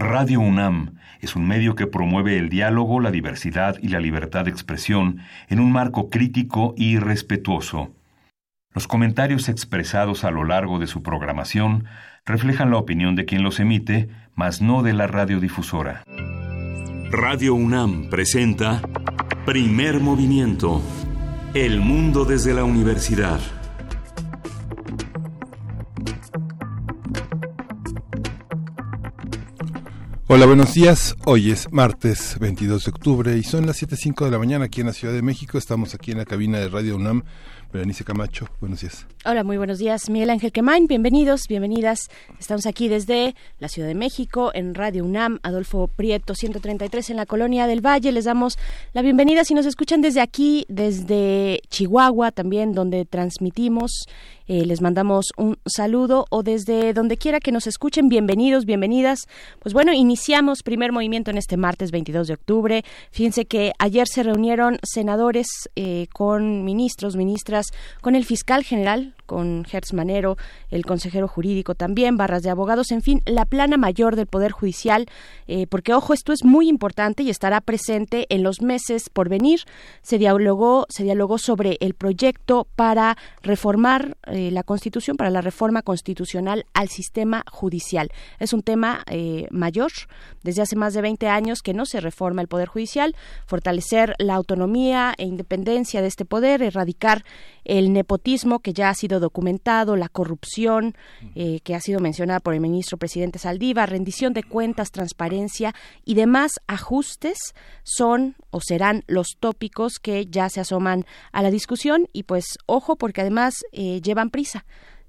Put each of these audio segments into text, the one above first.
Radio UNAM es un medio que promueve el diálogo, la diversidad y la libertad de expresión en un marco crítico y respetuoso. Los comentarios expresados a lo largo de su programación reflejan la opinión de quien los emite, mas no de la radiodifusora. Radio UNAM presenta Primer Movimiento. El mundo desde la universidad. Hola, buenos días. Hoy es martes 22 de octubre y son las 7:05 de la mañana aquí en la Ciudad de México. Estamos aquí en la cabina de Radio UNAM. Berenice Camacho, buenos días. Hola, muy buenos días. Miguel Ángel Quemain, bienvenidos, bienvenidas. Estamos aquí desde la Ciudad de México en Radio UNAM, Adolfo Prieto 133 en la Colonia del Valle. Les damos la bienvenida si nos escuchan desde aquí, desde Chihuahua también, donde transmitimos. Les mandamos un saludo, o desde donde quiera que nos escuchen, bienvenidos, bienvenidas. Pues bueno, iniciamos Primer Movimiento en este martes 22 de octubre. Fíjense que ayer se reunieron senadores con ministros, ministras, con el fiscal general, con Gertz Manero, el consejero jurídico también, barras de abogados, en fin, la plana mayor del Poder Judicial, porque, ojo, esto es muy importante y estará presente en los meses por venir. Se dialogó sobre el proyecto para reformar la Constitución, para la reforma constitucional al sistema judicial. Es un tema mayor, desde hace más de 20 años que no se reforma el Poder Judicial, fortalecer la autonomía e independencia de este poder, erradicar el nepotismo que ya ha sido documentado, la corrupción que ha sido mencionada por el ministro presidente Saldívar, rendición de cuentas, transparencia y demás ajustes son o serán los tópicos que ya se asoman a la discusión. Y pues ojo, porque además llevan prisa,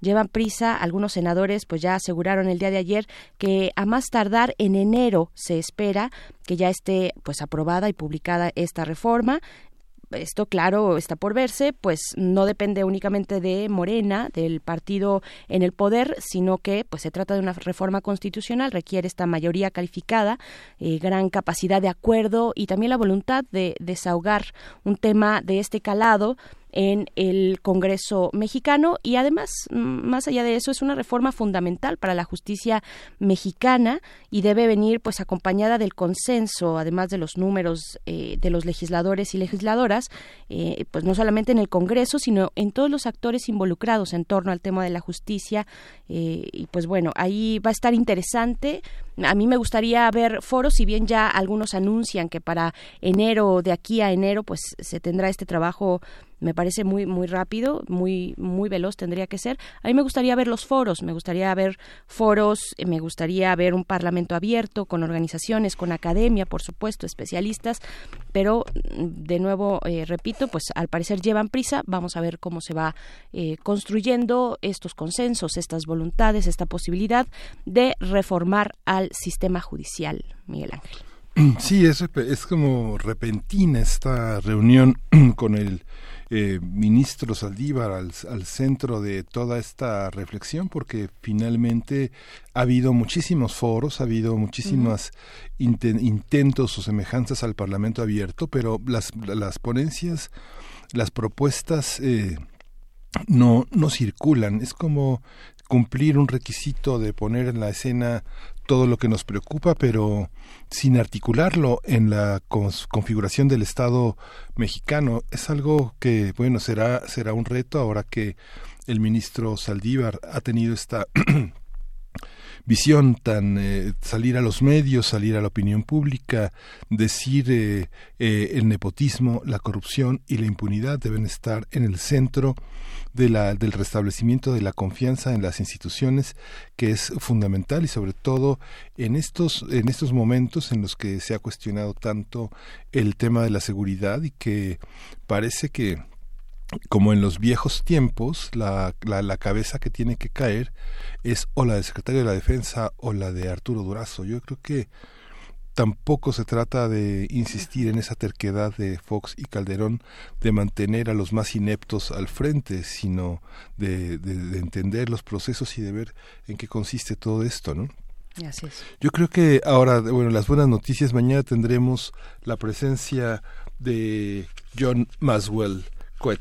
algunos senadores pues ya aseguraron el día de ayer que a más tardar en enero se espera que ya esté pues aprobada y publicada esta reforma. Esto, claro, está por verse, pues no depende únicamente de Morena, del partido en el poder, sino que pues se trata de una reforma constitucional, requiere esta mayoría calificada, gran capacidad de acuerdo y también la voluntad de desahogar un tema de este calado en el Congreso mexicano. Y además, más allá de eso, es una reforma fundamental para la justicia mexicana y debe venir pues acompañada del consenso, además de los números de los legisladores y legisladoras, pues no solamente en el Congreso, sino en todos los actores involucrados en torno al tema de la justicia. Y pues bueno, ahí va a estar interesante. A mí me gustaría ver foros, si bien ya algunos anuncian que para enero, de aquí a enero, pues se tendrá este trabajo. Me parece muy rápido, muy veloz tendría que ser. A mí me gustaría ver los foros, me gustaría ver un parlamento abierto con organizaciones, con academia, por supuesto, especialistas, pero de nuevo, repito, pues al parecer llevan prisa. Vamos a ver cómo se va construyendo estos consensos, estas voluntades, esta posibilidad de reformar al sistema judicial, Miguel Ángel. Sí, es como repentina esta reunión con el ministro Saldívar al centro de toda esta reflexión, porque finalmente ha habido muchísimos foros, ha habido muchísimas intentos o semejanzas al Parlamento abierto, pero las ponencias, las propuestas no circulan. Es como cumplir un requisito de poner en la escena todo lo que nos preocupa, pero sin articularlo en la configuración del Estado mexicano. Es algo que, bueno, será un reto ahora que el ministro Saldívar ha tenido esta visión tan salir a los medios, salir a la opinión pública, decir el nepotismo, la corrupción y la impunidad deben estar en el centro del restablecimiento de la confianza en las instituciones, que es fundamental, y sobre todo en estos momentos en los que se ha cuestionado tanto el tema de la seguridad, y que parece que, como en los viejos tiempos, la cabeza que tiene que caer es o la del secretario de la Defensa o la de Arturo Durazo. Yo creo que tampoco se trata de insistir en esa terquedad de Fox y Calderón de mantener a los más ineptos al frente, sino de entender los procesos y de ver en qué consiste todo esto, ¿no? Así es. Yo creo que ahora, bueno, las buenas noticias, mañana tendremos la presencia de John Maswell Coetzee,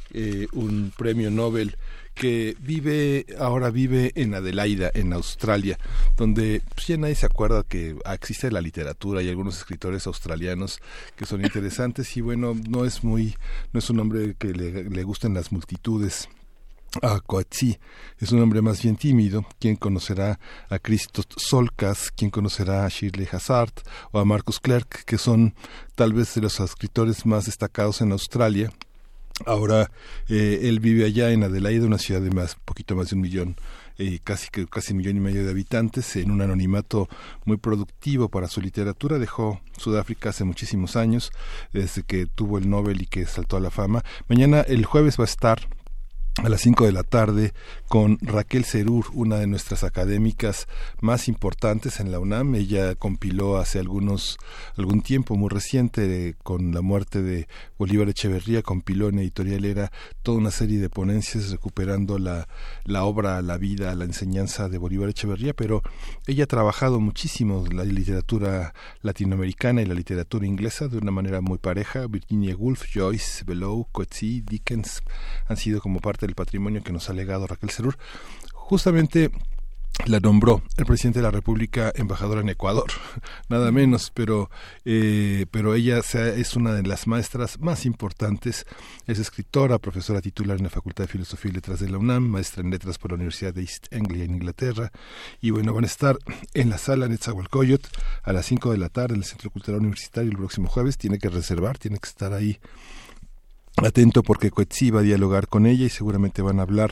un premio Nobel que ahora vive en Adelaida, en Australia, donde pues, ya nadie se acuerda que existe la literatura y algunos escritores australianos que son interesantes y bueno, no es un hombre que le gusten las multitudes. Coetzee es un hombre más bien tímido. ¿Quién conocerá a Christos Solkas? ¿Quién conocerá a Shirley Hazzard o a Marcus Clarke, que son tal vez de los escritores más destacados en Australia? Ahora él vive allá en Adelaida, una ciudad de poquito más de 1 millón, casi 1,5 millones de habitantes, en un anonimato muy productivo para su literatura. Dejó Sudáfrica hace muchísimos años, desde que tuvo el Nobel y que saltó a la fama. El jueves va a estar a las 5 de la tarde con Raquel Serur, una de nuestras académicas más importantes en la UNAM. Ella compiló hace algún tiempo muy reciente, con la muerte de Bolívar Echeverría, compiló en Editorial Era toda una serie de ponencias recuperando la obra, la vida, la enseñanza de Bolívar Echeverría, pero ella ha trabajado muchísimo la literatura latinoamericana y la literatura inglesa de una manera muy pareja. Virginia Woolf, Joyce, Bellow, Coetzee, Dickens han sido como parte del patrimonio que nos ha legado Raquel Serur. Justamente la nombró el presidente de la República embajadora en Ecuador, nada menos, pero ella es una de las maestras más importantes. Es escritora, profesora titular en la Facultad de Filosofía y Letras de la UNAM, maestra en Letras por la Universidad de East Anglia en Inglaterra, y bueno, van a estar en la sala Netzahualcóyotl a las 5 de la tarde en el Centro Cultural Universitario el próximo jueves. Tiene que reservar, tiene que estar ahí atento, porque Coetzee va a dialogar con ella y seguramente van a hablar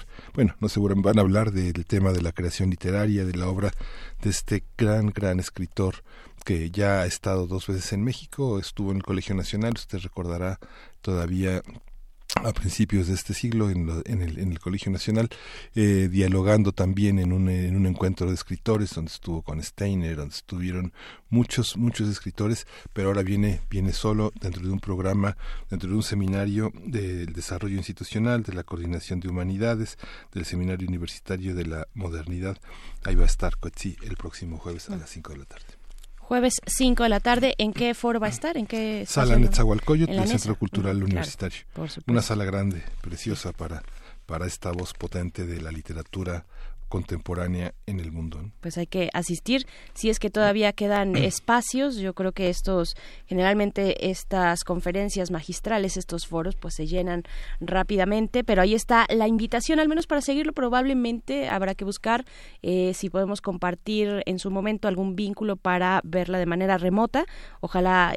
del tema de la creación literaria, de la obra de este gran escritor que ya ha estado 2 veces en México. Estuvo en el Colegio Nacional, usted recordará, todavía a principios de este siglo en el Colegio Nacional, dialogando también en un encuentro de escritores donde estuvo con Steiner, donde estuvieron muchos escritores, pero ahora viene solo dentro de un programa, dentro de un seminario del desarrollo institucional, de la coordinación de humanidades, del seminario universitario de la modernidad. Ahí va a estar Coetzee el próximo jueves a las 5 de la tarde. Jueves 5 de la tarde, ¿en qué foro va a estar? ¿En qué sala Netzahualcóyotl del Centro Cultural Universitario? Por supuesto. Una sala grande, preciosa para esta voz potente de la literatura contemporánea en el mundo, ¿no? Pues hay que asistir, si es que todavía quedan espacios. Yo creo que generalmente estas conferencias magistrales, estos foros, pues se llenan rápidamente, pero ahí está la invitación, al menos para seguirlo. Probablemente habrá que buscar si podemos compartir en su momento algún vínculo para verla de manera remota. Ojalá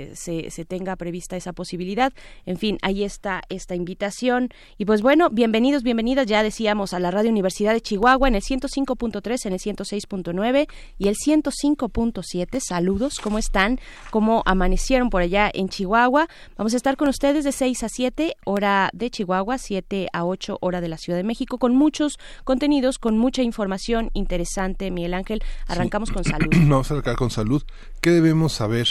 se tenga prevista esa posibilidad. En fin, ahí está esta invitación. Y pues bueno, bienvenidos, bienvenidas, ya decíamos, a la Radio Universidad de Chihuahua, en el 105.3, en el 106.9 y el 105.7. Saludos, ¿cómo están? ¿Cómo amanecieron por allá en Chihuahua? Vamos a estar con ustedes de 6 a 7, hora de Chihuahua, 7 a 8, hora de la Ciudad de México, con muchos contenidos, con mucha información interesante. Miguel Ángel, arrancamos con salud. Vamos a arrancar con salud. ¿Qué debemos saber,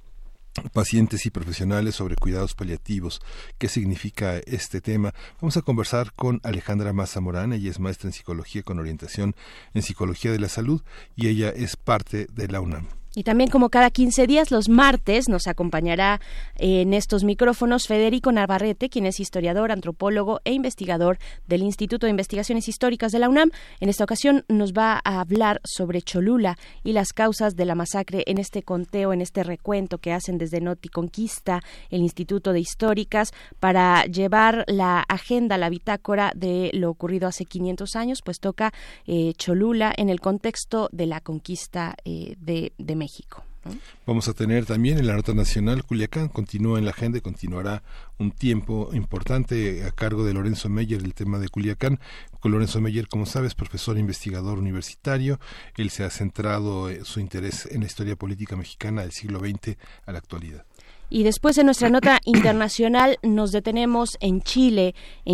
pacientes y profesionales, sobre cuidados paliativos? ¿Qué significa este tema? Vamos a conversar con Alejandra Maza Morán. Ella es maestra en psicología con orientación en psicología de la salud y ella es parte de la UNAM. Y también, como cada 15 días, los martes, nos acompañará en estos micrófonos Federico Navarrete, quien es historiador, antropólogo e investigador del Instituto de Investigaciones Históricas de la UNAM. En esta ocasión nos va a hablar sobre Cholula y las causas de la masacre en este conteo, en este recuento que hacen desde Noticonquista, el Instituto de Históricas, para llevar la agenda, la bitácora de lo ocurrido hace 500 años, pues toca Cholula en el contexto de la conquista de México, ¿no? Vamos a tener también en la nota nacional Culiacán, continúa en la agenda y continuará un tiempo importante a cargo de Lorenzo Meyer el tema de Culiacán. Con Lorenzo Meyer, como sabes, profesor e investigador universitario, él se ha centrado su interés en la historia política mexicana del siglo XX a la actualidad. Y después, en nuestra nota internacional, nos detenemos en Chile,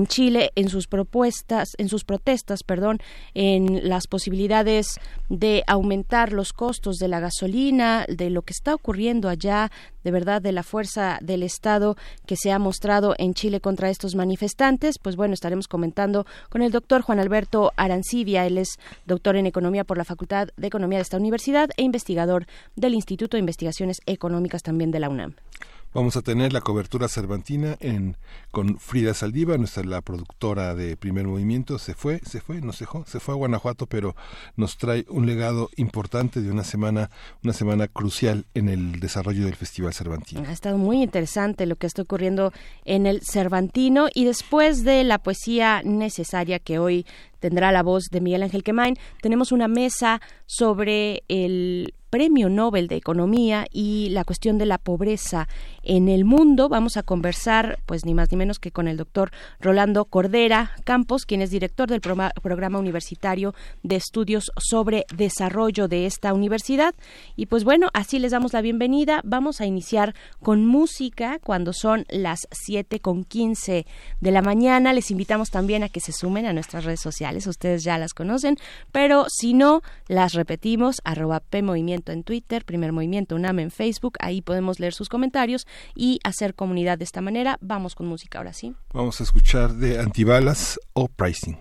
en sus protestas, en las posibilidades de aumentar los costos de la gasolina, de lo que está ocurriendo allá, de verdad, de la fuerza del Estado que se ha mostrado en Chile contra estos manifestantes. Pues bueno, estaremos comentando con el doctor Juan Alberto Arancibia. Él es doctor en Economía por la Facultad de Economía de esta universidad e investigador del Instituto de Investigaciones Económicas también de la UNAM. Vamos a tener la cobertura cervantina con Frida Saldívar, la productora de Primer Movimiento. Se fue a Guanajuato, pero nos trae un legado importante de una semana crucial en el desarrollo del Festival Cervantino. Ha estado muy interesante lo que está ocurriendo en el Cervantino, y después de la poesía necesaria que hoy tendrá la voz de Miguel Ángel Quemain, tenemos una mesa sobre el Premio Nobel de Economía y la cuestión de la pobreza en el mundo. Vamos a conversar, pues ni más ni menos que con el doctor Rolando Cordera Campos, quien es director del Programa Universitario de Estudios sobre Desarrollo de esta universidad. Y pues bueno, así les damos la bienvenida. Vamos a iniciar con música cuando son las 7:15 de la mañana. Les invitamos también a que se sumen a nuestras redes sociales. Ustedes ya las conocen, pero si no, las repetimos: @PMovimiento en Twitter, Primer Movimiento UNAM en Facebook. Ahí podemos leer sus comentarios y hacer comunidad de esta manera. Vamos con música ahora sí. Vamos a escuchar de Antibalas o Pricing.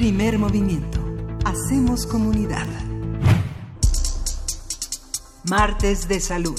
Primer movimiento. Hacemos comunidad. Martes de Salud.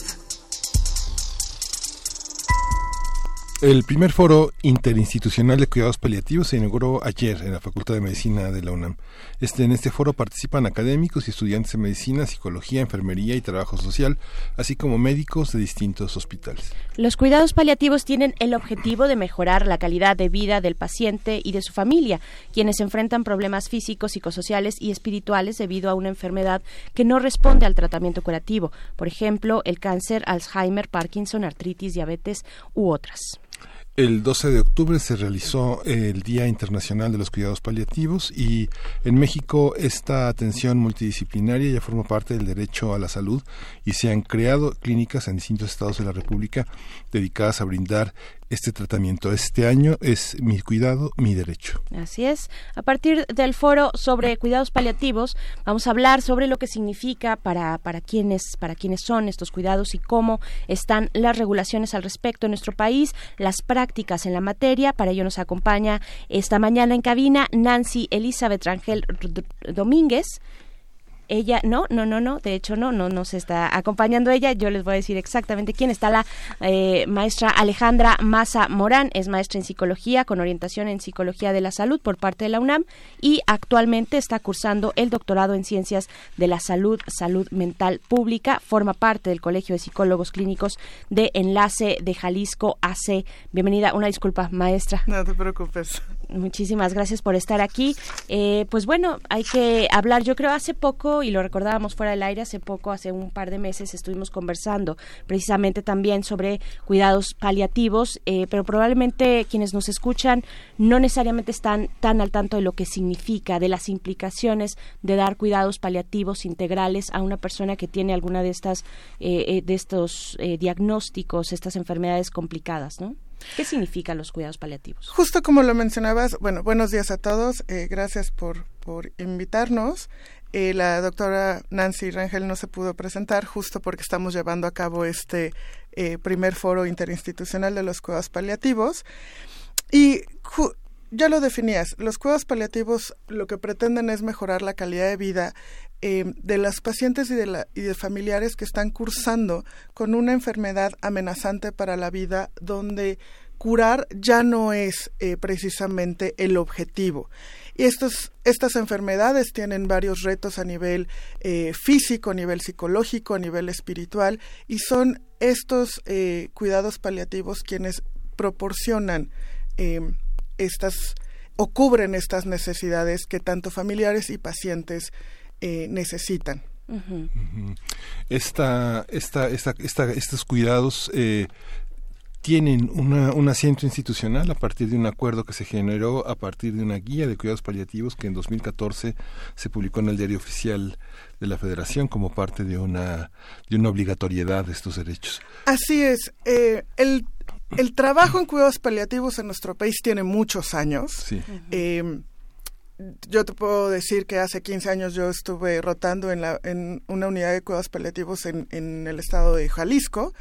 El primer foro interinstitucional de cuidados paliativos se inauguró ayer en la Facultad de Medicina de la UNAM. En este foro participan académicos y estudiantes de medicina, psicología, enfermería y trabajo social, así como médicos de distintos hospitales. Los cuidados paliativos tienen el objetivo de mejorar la calidad de vida del paciente y de su familia, quienes enfrentan problemas físicos, psicosociales y espirituales debido a una enfermedad que no responde al tratamiento curativo, por ejemplo, el cáncer, Alzheimer, Parkinson, artritis, diabetes u otras. El 12 de octubre se realizó el Día Internacional de los Cuidados Paliativos y en México esta atención multidisciplinaria ya forma parte del derecho a la salud y se han creado clínicas en distintos estados de la República dedicadas a brindar este tratamiento. Este año es Mi Cuidado, Mi Derecho. Así es. A partir del foro sobre cuidados paliativos vamos a hablar sobre lo que significa para quiénes son estos cuidados y cómo están las regulaciones al respecto en nuestro país, las prácticas en la materia. Para ello nos acompaña esta mañana en cabina Nancy Elizabeth Rangel Domínguez. Ella, de hecho no nos está acompañando ella. Yo les voy a decir exactamente quién está. La maestra Alejandra Maza Morán es maestra en psicología con orientación en psicología de la salud por parte de la UNAM y actualmente está cursando el doctorado en ciencias de la salud mental pública. Forma parte del Colegio de Psicólogos Clínicos de Enlace de Jalisco AC. Bienvenida, una disculpa, maestra. No te preocupes. Muchísimas gracias por estar aquí. Pues bueno, hay que hablar, yo creo hace poco, y lo recordábamos fuera del aire, hace un par de meses estuvimos conversando precisamente también sobre cuidados paliativos, pero probablemente quienes nos escuchan no necesariamente están tan al tanto de lo que significa, de las implicaciones de dar cuidados paliativos integrales a una persona que tiene alguna de estos diagnósticos, estas enfermedades complicadas, ¿no? ¿Qué significan los cuidados paliativos? Justo como lo mencionabas, bueno, buenos días a todos, gracias por invitarnos. La doctora Nancy Rangel no se pudo presentar justo porque estamos llevando a cabo este primer foro interinstitucional de los cuidados paliativos. Y ya lo definías, los cuidados paliativos lo que pretenden es mejorar la calidad de vida de las pacientes y de familiares que están cursando con una enfermedad amenazante para la vida, donde curar ya no es precisamente el objetivo. Y estas enfermedades tienen varios retos a nivel físico, a nivel psicológico, a nivel espiritual, y son estos cuidados paliativos quienes proporcionan o cubren estas necesidades que tanto familiares y pacientes necesitan. Uh-huh. Uh-huh. Estos cuidados tienen un asiento institucional a partir de un acuerdo que se generó a partir de una guía de cuidados paliativos que en 2014 se publicó en el Diario Oficial de la Federación como parte de una obligatoriedad de estos derechos. Así es. El trabajo en cuidados paliativos en nuestro país tiene muchos años. Sí. Uh-huh. Yo te puedo decir que hace 15 años yo estuve rotando en una unidad de cuidados paliativos en el estado de Jalisco,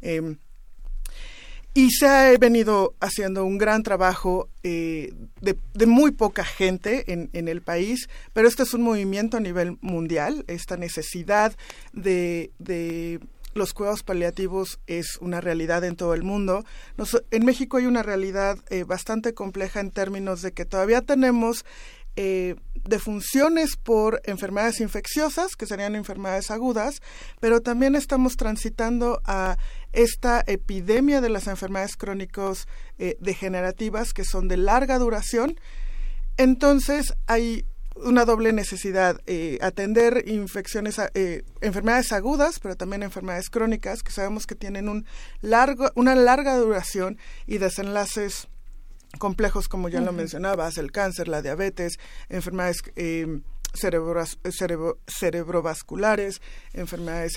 y se ha venido haciendo un gran trabajo de muy poca gente en el país, pero este es un movimiento a nivel mundial. Esta necesidad de los cuidados paliativos es una realidad en todo el mundo. En México hay una realidad bastante compleja en términos de que todavía tenemos defunciones por enfermedades infecciosas, que serían enfermedades agudas, pero también estamos transitando a esta epidemia de las enfermedades crónicas degenerativas, que son de larga duración. Entonces hay una doble necesidad, atender enfermedades agudas, pero también enfermedades crónicas, que sabemos que tienen una larga duración y desenlaces complejos, como ya lo mencionabas, el cáncer, la diabetes, enfermedades cerebrovasculares, enfermedades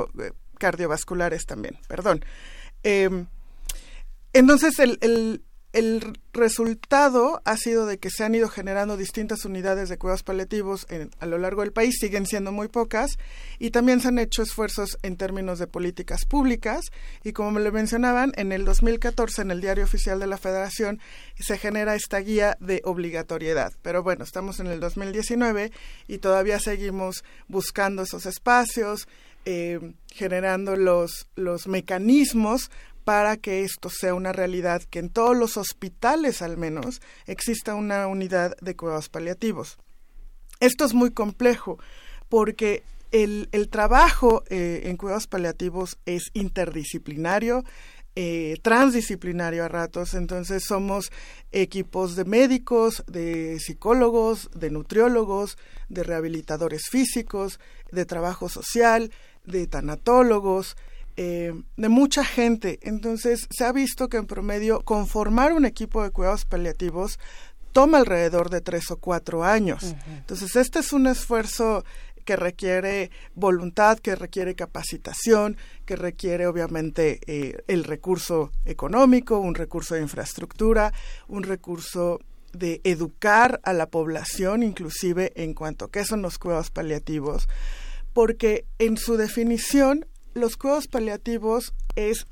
cardiovasculares también, perdón. Entonces, el resultado ha sido de que se han ido generando distintas unidades de cuidados paliativos a lo largo del país, siguen siendo muy pocas, y también se han hecho esfuerzos en términos de políticas públicas, y como me lo mencionaban, en el 2014 en el Diario Oficial de la Federación se genera esta guía de obligatoriedad. Pero bueno, estamos en el 2019 y todavía seguimos buscando esos espacios, generando los mecanismos para que esto sea una realidad, que en todos los hospitales al menos exista una unidad de cuidados paliativos. Esto es muy complejo porque el trabajo en cuidados paliativos es interdisciplinario, transdisciplinario a ratos, entonces somos equipos de médicos, de psicólogos, de nutriólogos, de rehabilitadores físicos, de trabajo social, de tanatólogos, de mucha gente. Entonces se ha visto que en promedio conformar un equipo de cuidados paliativos toma alrededor de 3 o 4 años. Uh-huh. Entonces este es un esfuerzo que requiere voluntad, que requiere capacitación, que requiere obviamente el recurso económico, un recurso de infraestructura, un recurso de educar a la población, inclusive en cuanto a qué son los cuidados paliativos, porque en su definición los cuidados paliativos es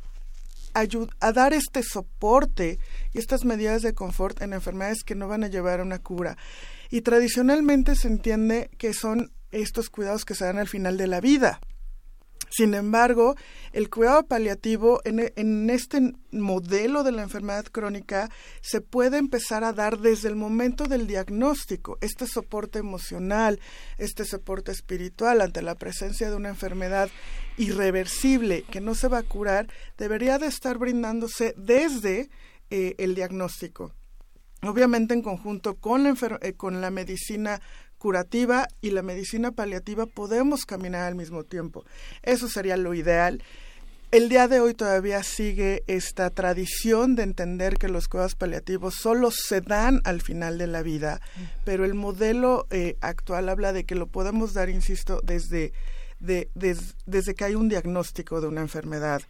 a dar este soporte y estas medidas de confort en enfermedades que no van a llevar a una cura. Y tradicionalmente se entiende que son estos cuidados que se dan al final de la vida. Sin embargo, el cuidado paliativo en este modelo de la enfermedad crónica se puede empezar a dar desde el momento del diagnóstico, este soporte emocional, este soporte espiritual ante la presencia de una enfermedad irreversible que no se va a curar, debería de estar brindándose desde el diagnóstico. Obviamente en conjunto con la medicina curativa y la medicina paliativa podemos caminar al mismo tiempo. Eso sería lo ideal. El día de hoy todavía sigue esta tradición de entender que los cuidados paliativos solo se dan al final de la vida, pero el modelo actual habla de que lo podemos dar, insisto, desde que hay un diagnóstico de una enfermedad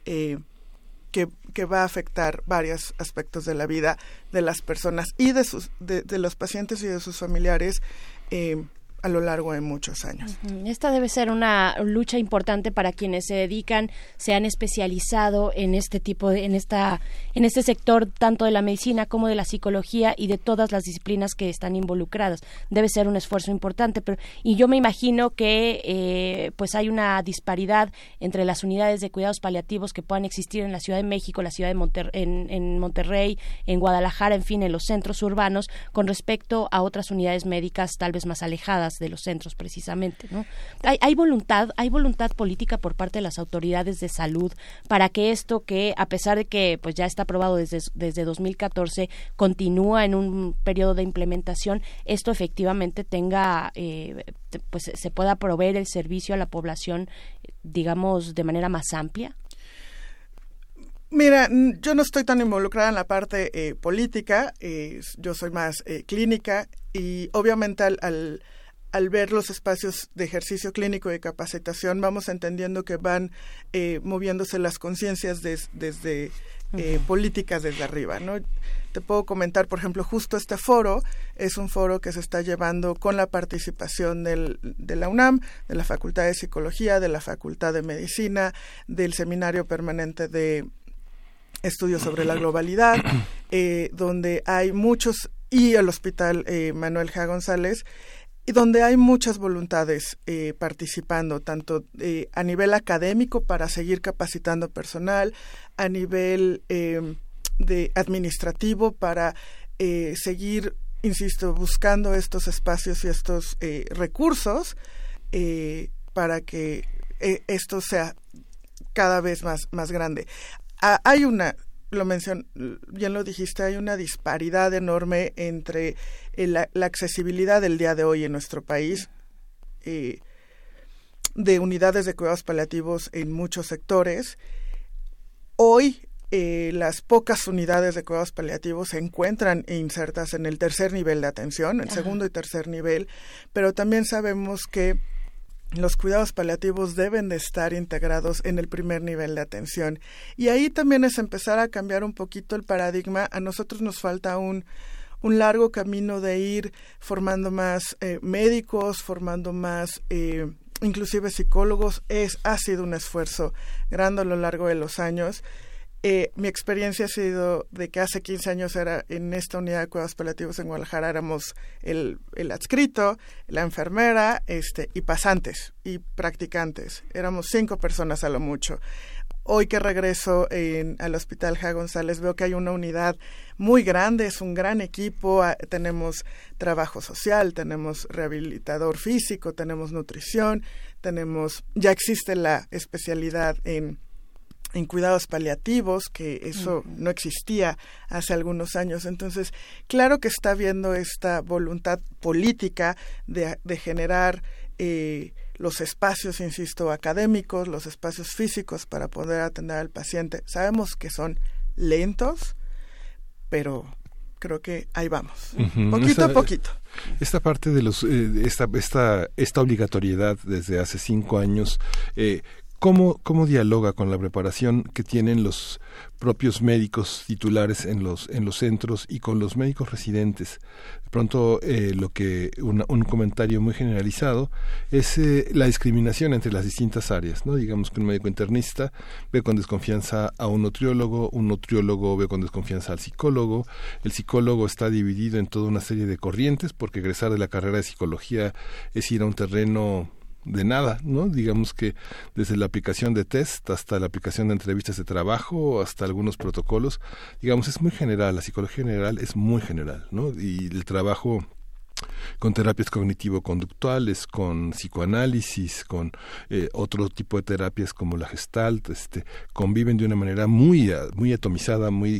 que va a afectar varios aspectos de la vida de las personas y de los pacientes y de sus familiares a lo largo de muchos años. Esta debe ser una lucha importante para quienes se han especializado en este tipo en este sector tanto de la medicina como de la psicología y de todas las disciplinas que están involucradas. Debe ser un esfuerzo importante, y yo me imagino que pues hay una disparidad entre las unidades de cuidados paliativos que puedan existir en la Ciudad de México, la ciudad de en Monterrey, en Guadalajara, en fin, en los centros urbanos, con respecto a otras unidades médicas tal vez más alejadas de los centros precisamente, ¿no? Hay voluntad política por parte de las autoridades de salud para que esto, que a pesar de que pues ya está aprobado desde 2014, continúa en un periodo de implementación, esto efectivamente tenga pues se pueda proveer el servicio a la población, digamos, de manera más amplia. Mira, yo no estoy tan involucrada en la parte política, yo soy más clínica, y obviamente al ver los espacios de ejercicio clínico y de capacitación, vamos entendiendo que van moviéndose las conciencias desde políticas desde arriba, ¿no? Te puedo comentar, por ejemplo, justo este foro es un foro que se está llevando con la participación de la UNAM, de la Facultad de Psicología, de la Facultad de Medicina, del Seminario Permanente de Estudios sobre la Globalidad, donde hay muchos, y el Hospital Manuel J. González, y donde hay muchas voluntades participando, tanto a nivel académico para seguir capacitando personal, a nivel de administrativo para seguir, insisto, buscando estos espacios y estos recursos para que esto sea cada vez más grande. Hay una, bien lo dijiste, hay una disparidad enorme entre la accesibilidad del día de hoy en nuestro país de unidades de cuidados paliativos en muchos sectores. Hoy las pocas unidades de cuidados paliativos se encuentran insertas en el tercer nivel de atención, el segundo y tercer nivel, pero también sabemos que los cuidados paliativos deben de estar integrados en el primer nivel de atención. Y ahí también es empezar a cambiar un poquito el paradigma. A nosotros nos falta un largo camino de ir formando más médicos, formando más inclusive psicólogos. Ha sido un esfuerzo grande a lo largo de los años. Mi experiencia ha sido de que hace 15 años era en esta unidad de cuidados paliativos en Guadalajara, éramos el adscrito, la enfermera, y pasantes y practicantes. Éramos 5 personas a lo mucho. Hoy que regreso al Hospital G. González veo que hay una unidad muy grande, es un gran equipo, tenemos trabajo social, tenemos rehabilitador físico, tenemos nutrición, ya existe la especialidad en cuidados paliativos, que eso no existía hace algunos años. Entonces, claro que está habiendo esta voluntad política de generar los espacios, insisto, académicos, los espacios físicos para poder atender al paciente. Sabemos que son lentos, pero creo que ahí vamos, poquito a poquito. Esta parte de esta obligatoriedad desde hace 5 años, ¿Cómo dialoga con la preparación que tienen los propios médicos titulares en los centros y con los médicos residentes? De pronto, un comentario muy generalizado es la discriminación entre las distintas áreas, ¿no? Digamos que un médico internista ve con desconfianza a un nutriólogo ve con desconfianza al psicólogo, el psicólogo está dividido en toda una serie de corrientes, porque egresar de la carrera de psicología es ir a un terreno de nada, ¿no? Digamos que desde la aplicación de test hasta la aplicación de entrevistas de trabajo, hasta algunos protocolos, digamos, es muy general, la psicología general es muy general, ¿no? Y el trabajo con terapias cognitivo-conductuales, con psicoanálisis, con otro tipo de terapias como la Gestalt, conviven de una manera muy atomizada, muy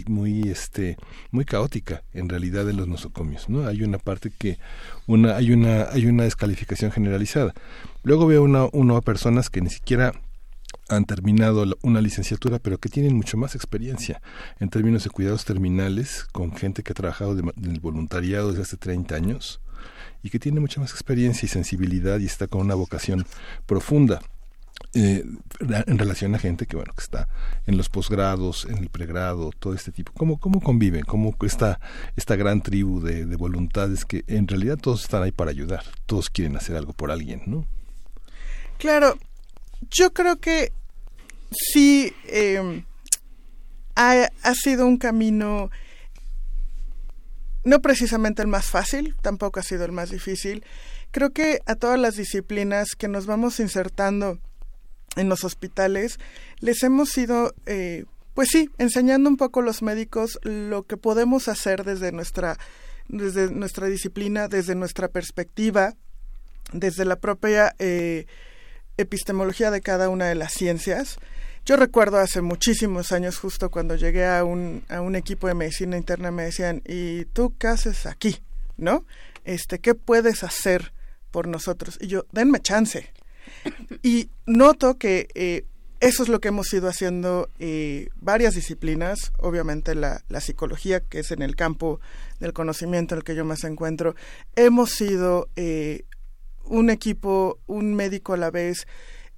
caótica en realidad en los nosocomios, ¿no? Hay una parte hay una descalificación generalizada. Luego veo una personas que ni siquiera han terminado una licenciatura, pero que tienen mucho más experiencia en términos de cuidados terminales, con gente que ha trabajado en el voluntariado desde hace 30 años y que tiene mucha más experiencia y sensibilidad y está con una vocación profunda en relación a gente que está en los posgrados, en el pregrado, todo este tipo. ¿Cómo conviven? ¿Cómo esta gran tribu de voluntades que en realidad todos están ahí para ayudar? Todos quieren hacer algo por alguien, ¿no? Claro, yo creo que sí ha sido un camino no precisamente el más fácil, tampoco ha sido el más difícil. Creo que a todas las disciplinas que nos vamos insertando en los hospitales les hemos ido, enseñando un poco los médicos lo que podemos hacer desde nuestra disciplina, desde nuestra perspectiva, desde la propia epistemología de cada una de las ciencias. Yo recuerdo hace muchísimos años, justo cuando llegué a un equipo de medicina interna, me decían, ¿y tú qué haces aquí? ¿No? ¿Qué puedes hacer por nosotros? Y yo, denme chance. Y noto que eso es lo que hemos ido haciendo varias disciplinas, obviamente la psicología, que es en el campo del conocimiento en el que yo más encuentro. Hemos sido un equipo, un médico a la vez,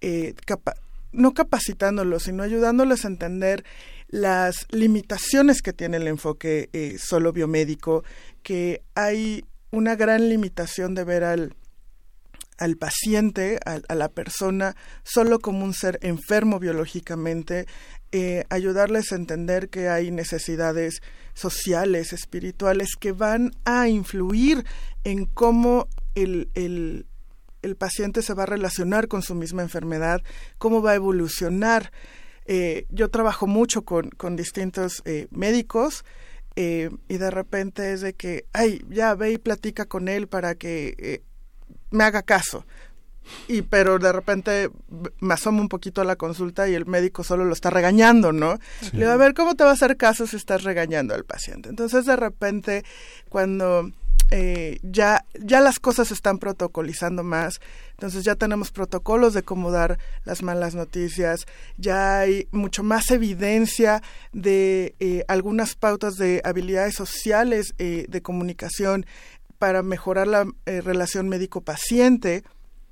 no capacitándolos, sino ayudándoles a entender las limitaciones que tiene el enfoque solo biomédico, que hay una gran limitación de ver al paciente, a la persona, solo como un ser enfermo biológicamente, ayudarles a entender que hay necesidades sociales, espirituales, que van a influir en cómo el paciente se va a relacionar con su misma enfermedad, cómo va a evolucionar. Yo trabajo mucho con distintos médicos y de repente es de que, ya ve y platica con él para que me haga caso. Pero de repente me asomo un poquito a la consulta y el médico solo lo está regañando, ¿no? Sí. Le digo, a ver, ¿cómo te va a hacer caso si estás regañando al paciente? Entonces, de repente, cuando ya las cosas se están protocolizando más, entonces ya tenemos protocolos de cómo dar las malas noticias, ya hay mucho más evidencia de algunas pautas de habilidades sociales de comunicación para mejorar la relación médico-paciente,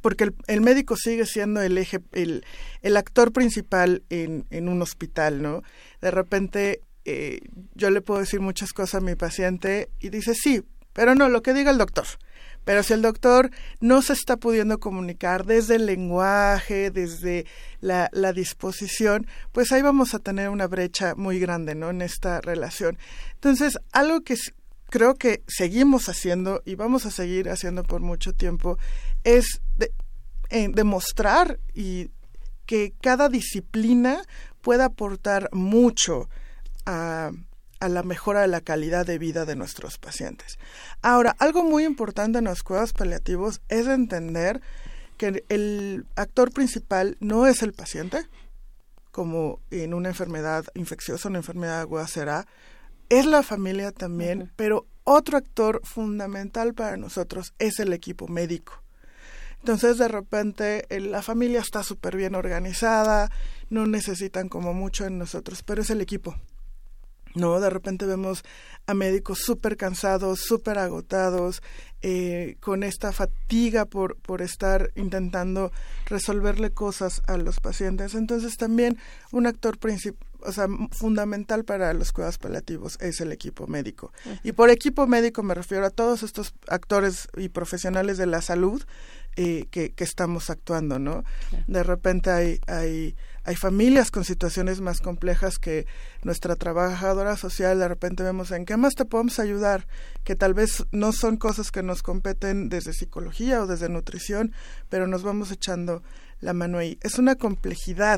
porque el médico sigue siendo el eje, el actor principal en un hospital, ¿no? De repente yo le puedo decir muchas cosas a mi paciente y dice sí, pero no, lo que diga el doctor. Pero si el doctor no se está pudiendo comunicar desde el lenguaje, desde la disposición, pues ahí vamos a tener una brecha muy grande, ¿no? En esta relación. Entonces, algo que creo que seguimos haciendo y vamos a seguir haciendo por mucho tiempo es demostrar y que cada disciplina pueda aportar mucho a la mejora de la calidad de vida de nuestros pacientes. Ahora, algo muy importante en los cuidados paliativos es entender que el actor principal no es el paciente, como en una enfermedad infecciosa, una enfermedad aguda será, es la familia también, pero otro actor fundamental para nosotros es el equipo médico. Entonces, de repente, la familia está súper bien organizada, no necesitan como mucho en nosotros, pero es el equipo. No, de repente vemos a médicos súper cansados, súper agotados, con esta fatiga por estar intentando resolverle cosas a los pacientes. Entonces también un actor fundamental para los cuidados paliativos es el equipo médico. Y por equipo médico me refiero a todos estos actores y profesionales de la salud que estamos actuando, ¿no? De repente hay familias con situaciones más complejas que nuestra trabajadora social de repente vemos en qué más te podemos ayudar, que tal vez no son cosas que nos competen desde psicología o desde nutrición, pero nos vamos echando la mano ahí. Es una complejidad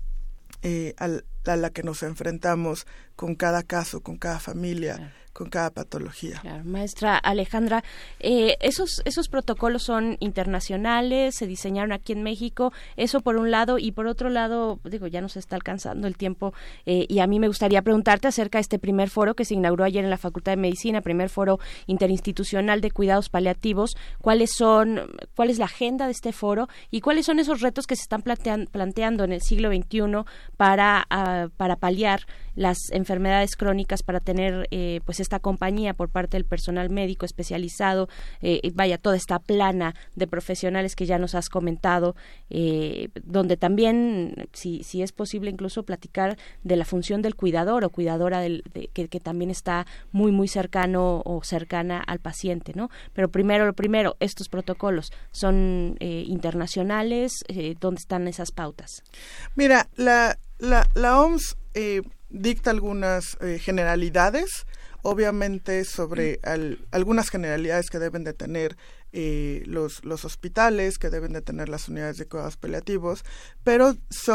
a la que nos enfrentamos con cada caso, con cada familia, con cada patología. Claro, maestra Alejandra, esos protocolos son internacionales, se diseñaron aquí en México, eso por un lado, y por otro lado, ya nos está alcanzando el tiempo, y a mí me gustaría preguntarte acerca de este primer foro que se inauguró ayer en la Facultad de Medicina, primer foro interinstitucional de cuidados paliativos. ¿Cuál es la agenda de este foro y cuáles son esos retos que se están planteando en el siglo XXI para paliar las enfermedades crónicas, para tener pues esta compañía por parte del personal médico especializado, toda esta plana de profesionales que ya nos has comentado, donde también, si es posible, incluso platicar de la función del cuidador o cuidadora que también está muy, muy cercano o cercana al paciente, ¿no? Pero lo primero, estos protocolos son internacionales, ¿dónde están esas pautas? Mira, la OMS dicta algunas generalidades, obviamente sobre algunas generalidades que deben de tener los hospitales, que deben de tener las unidades de cuidados paliativos, pero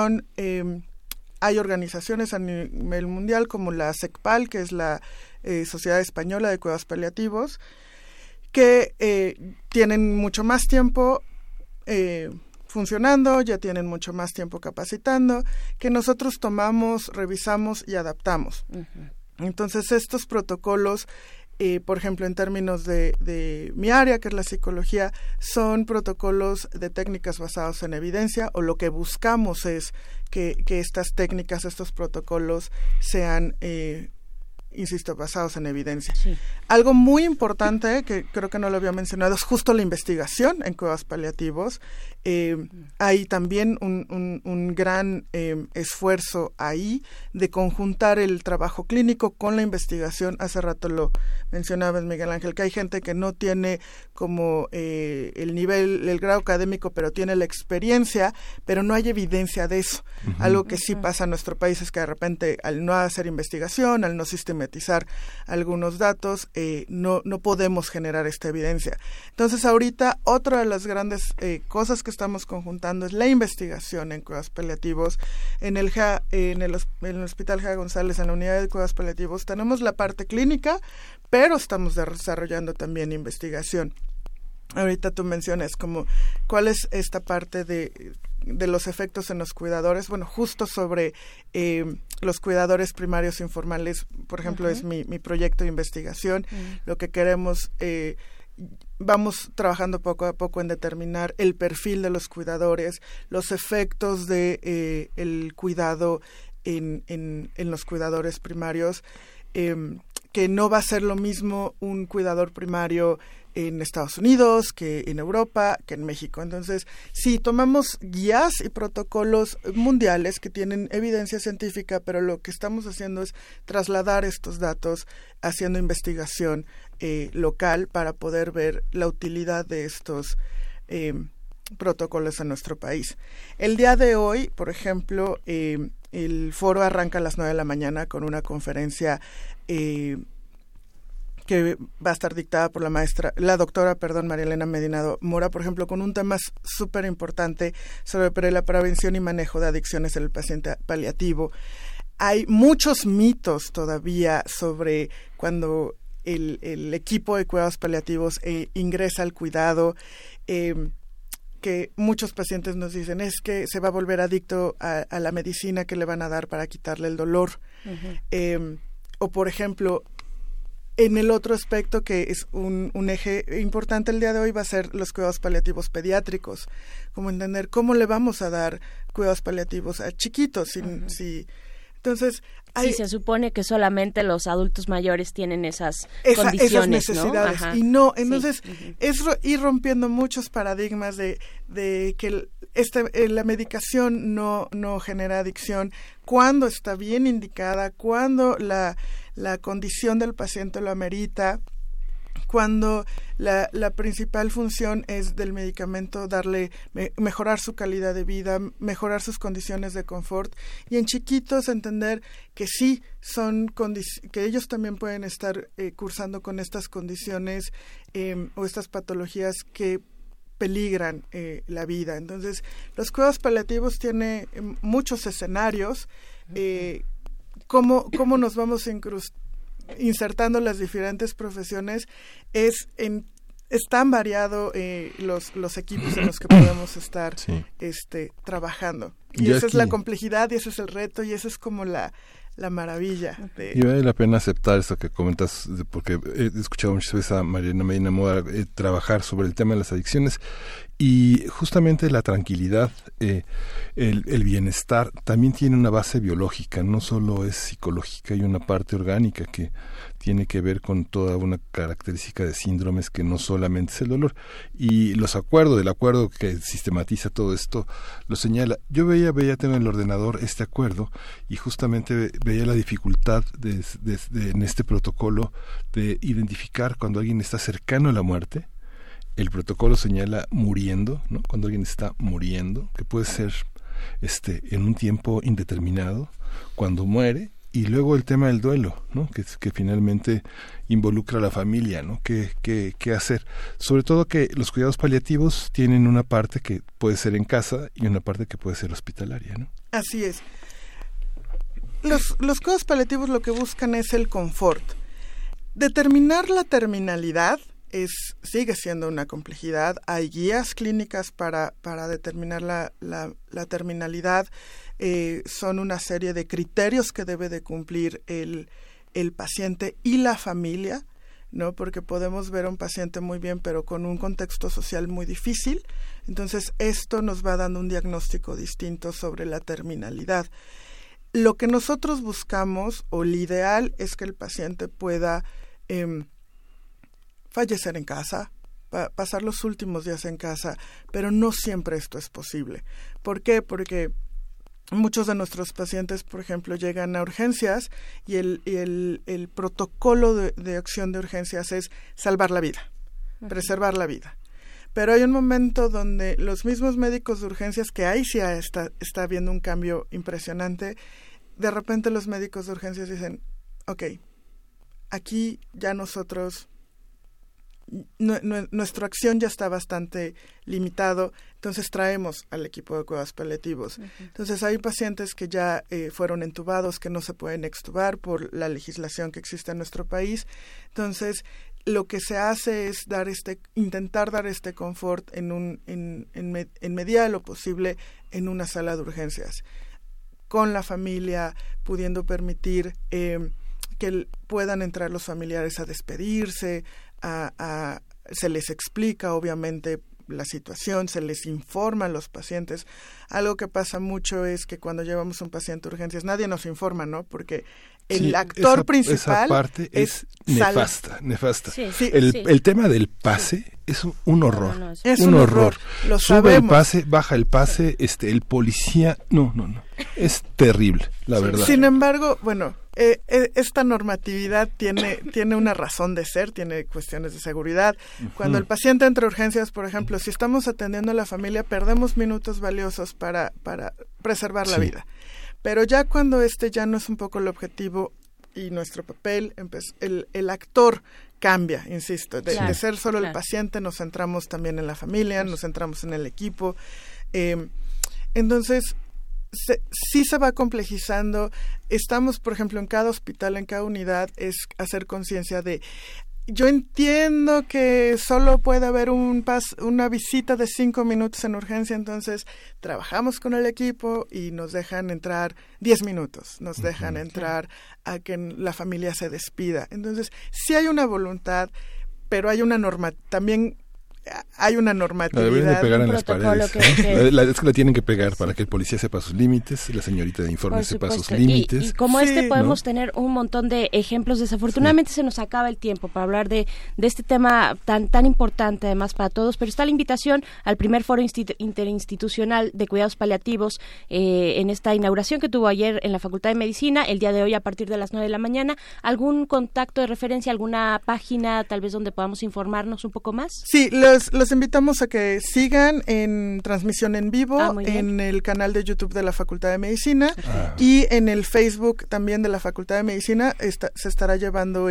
hay organizaciones a nivel mundial como la SECPAL, que es la Sociedad Española de Cuidados Paliativos, que tienen mucho más tiempo funcionando, ya tienen mucho más tiempo capacitando, que nosotros tomamos, revisamos y adaptamos. Entonces, estos protocolos, por ejemplo, en términos de mi área, que es la psicología, son protocolos de técnicas basados en evidencia, o lo que buscamos es que estas técnicas, estos protocolos sean insisto, basados en evidencia. Sí. Algo muy importante, que creo que no lo había mencionado, es justo la investigación en cuidados paliativos. Hay también un gran esfuerzo ahí de conjuntar el trabajo clínico con la investigación. Hace rato lo mencionabas, Miguel Ángel, que hay gente que no tiene como el grado académico, pero tiene la experiencia, pero no hay evidencia de eso. Algo que sí pasa en nuestro país es que de repente, al no hacer investigación, al no sistematizar algunos datos, no podemos generar esta evidencia. Entonces, ahorita, otra de las grandes cosas que estamos conjuntando es la investigación en cuidados paliativos. En el Hospital G. González, en la unidad de cuidados paliativos, tenemos la parte clínica, pero estamos desarrollando también investigación. Ahorita tú mencionas como cuál es esta parte de los efectos en los cuidadores. Bueno, justo sobre los cuidadores primarios informales, por ejemplo, es mi proyecto de investigación. Lo que queremos, vamos trabajando poco a poco en determinar el perfil de los cuidadores, los efectos de el cuidado en los cuidadores primarios, que no va a ser lo mismo un cuidador primario en Estados Unidos, que en Europa, que en México. Entonces, sí, tomamos guías y protocolos mundiales que tienen evidencia científica, pero lo que estamos haciendo es trasladar estos datos haciendo investigación local para poder ver la utilidad de estos protocolos en nuestro país. El día de hoy, por ejemplo, el foro arranca a las 9 de la mañana con una conferencia que va a estar dictada por la doctora María Elena Medina Mora, por ejemplo, con un tema súper importante sobre la prevención y manejo de adicciones en el paciente paliativo. Hay muchos mitos todavía sobre cuando el equipo de cuidados paliativos ingresa al cuidado, que muchos pacientes nos dicen es que se va a volver adicto a la medicina que le van a dar para quitarle el dolor. Uh-huh. O, por ejemplo, en el otro aspecto que es un eje importante el día de hoy va a ser los cuidados paliativos pediátricos, como entender cómo le vamos a dar cuidados paliativos a chiquitos. Entonces, sí, se supone que solamente los adultos mayores tienen esas condiciones, esas necesidades, ¿no? Ajá. Y no, entonces sí. es ir rompiendo muchos paradigmas de que la medicación no genera adicción cuando está bien indicada, cuando la condición del paciente lo amerita, cuando la principal función es del medicamento mejorar su calidad de vida, mejorar sus condiciones de confort, y en chiquitos entender que sí que ellos también pueden estar cursando con estas condiciones o estas patologías que peligran la vida. Entonces, los cuidados paliativos tienen muchos escenarios. ¿Cómo nos vamos insertando las diferentes profesiones? Es tan variado los equipos en los que podemos estar trabajando. Y esa es la complejidad, y ese es el reto, y esa es como la maravilla. Y vale la pena aceptar esto que comentas, porque he escuchado muchas veces a María Elena Medina Mora trabajar sobre el tema de las adicciones, y justamente la tranquilidad, el bienestar también tiene una base biológica, no solo es psicológica, hay una parte orgánica que tiene que ver con toda una característica de síndromes que no solamente es el dolor. Y el acuerdo que sistematiza todo esto lo señala. Yo veía en el ordenador este acuerdo y justamente veía la dificultad en este protocolo de identificar cuando alguien está cercano a la muerte. El protocolo señala muriendo, ¿no? Cuando alguien está muriendo, que puede ser en un tiempo indeterminado, cuando muere, y luego el tema del duelo, ¿no? Que finalmente involucra a la familia, ¿no? ¿Qué hacer? Sobre todo que los cuidados paliativos tienen una parte que puede ser en casa y una parte que puede ser hospitalaria, ¿no? Así es. Los cuidados paliativos lo que buscan es el confort. Determinar la terminalidad sigue siendo una complejidad. Hay guías clínicas para determinar la terminalidad. Son una serie de criterios que debe de cumplir el paciente y la familia, ¿no? Porque podemos ver a un paciente muy bien, pero con un contexto social muy difícil. Entonces, esto nos va dando un diagnóstico distinto sobre la terminalidad. Lo que nosotros buscamos, o el ideal, es que el paciente pueda fallecer en casa, pasar los últimos días en casa, pero no siempre esto es posible. ¿Por qué? Porque muchos de nuestros pacientes, por ejemplo, llegan a urgencias y el protocolo de acción de urgencias es salvar la vida, preservar la vida. Pero hay un momento donde los mismos médicos de urgencias, que ahí sí está habiendo un cambio impresionante, de repente los médicos de urgencias dicen, okay, aquí ya nosotros... nuestra acción ya está bastante limitado, entonces traemos al equipo de cuidados paliativos. Uh-huh. Entonces hay pacientes que ya fueron entubados, que no se pueden extubar por la legislación que existe en nuestro país. Entonces lo que se hace es intentar dar este confort en medida de lo posible en una sala de urgencias, con la familia, pudiendo permitir que puedan entrar los familiares a despedirse, se les explica obviamente la situación, se les informa a los pacientes. Algo que pasa mucho es que cuando llevamos un paciente a urgencias nadie nos informa, ¿no? Porque el actor principal esa parte es nefasta. Sí, el tema del pase es un horror. Es un horror. Lo Sube sabemos. el pase, baja el pase, el policía, no. Es terrible, la verdad. Sin embargo, bueno, esta normatividad tiene una razón de ser, tiene cuestiones de seguridad. Cuando el paciente entra a urgencias, por ejemplo, si estamos atendiendo a la familia, perdemos minutos valiosos para preservar la vida. Pero ya cuando ya no es un poco el objetivo y nuestro papel, el actor cambia, insisto, de ser solo el paciente, nos centramos también en la familia, nos centramos en el equipo. Entonces, sí se va complejizando. Estamos, por ejemplo, en cada hospital, en cada unidad, es hacer conciencia de... Yo entiendo que solo puede haber una visita de 5 minutos en urgencia, entonces trabajamos con el equipo y nos dejan entrar 10 minutos, nos dejan entrar a que la familia se despida. Entonces, sí hay una voluntad, pero hay una también hay una normatividad. La deberían de pegar en las paredes. Es que la tienen que pegar sí. para que el policía sepa sus límites, la señorita de informe sepa sus límites. Y como podemos tener un montón de ejemplos. Desafortunadamente se nos acaba el tiempo para hablar de este tema tan importante además para todos, pero está la invitación al primer foro interinstitucional de cuidados paliativos en esta inauguración que tuvo ayer en la Facultad de Medicina, el día de hoy a partir de las 9 de la mañana. ¿Algún contacto de referencia, alguna página tal vez donde podamos informarnos un poco más? Sí, los invitamos a que sigan en transmisión en vivo en el canal de YouTube de la Facultad de Medicina y en el Facebook también de la Facultad de Medicina se estará llevando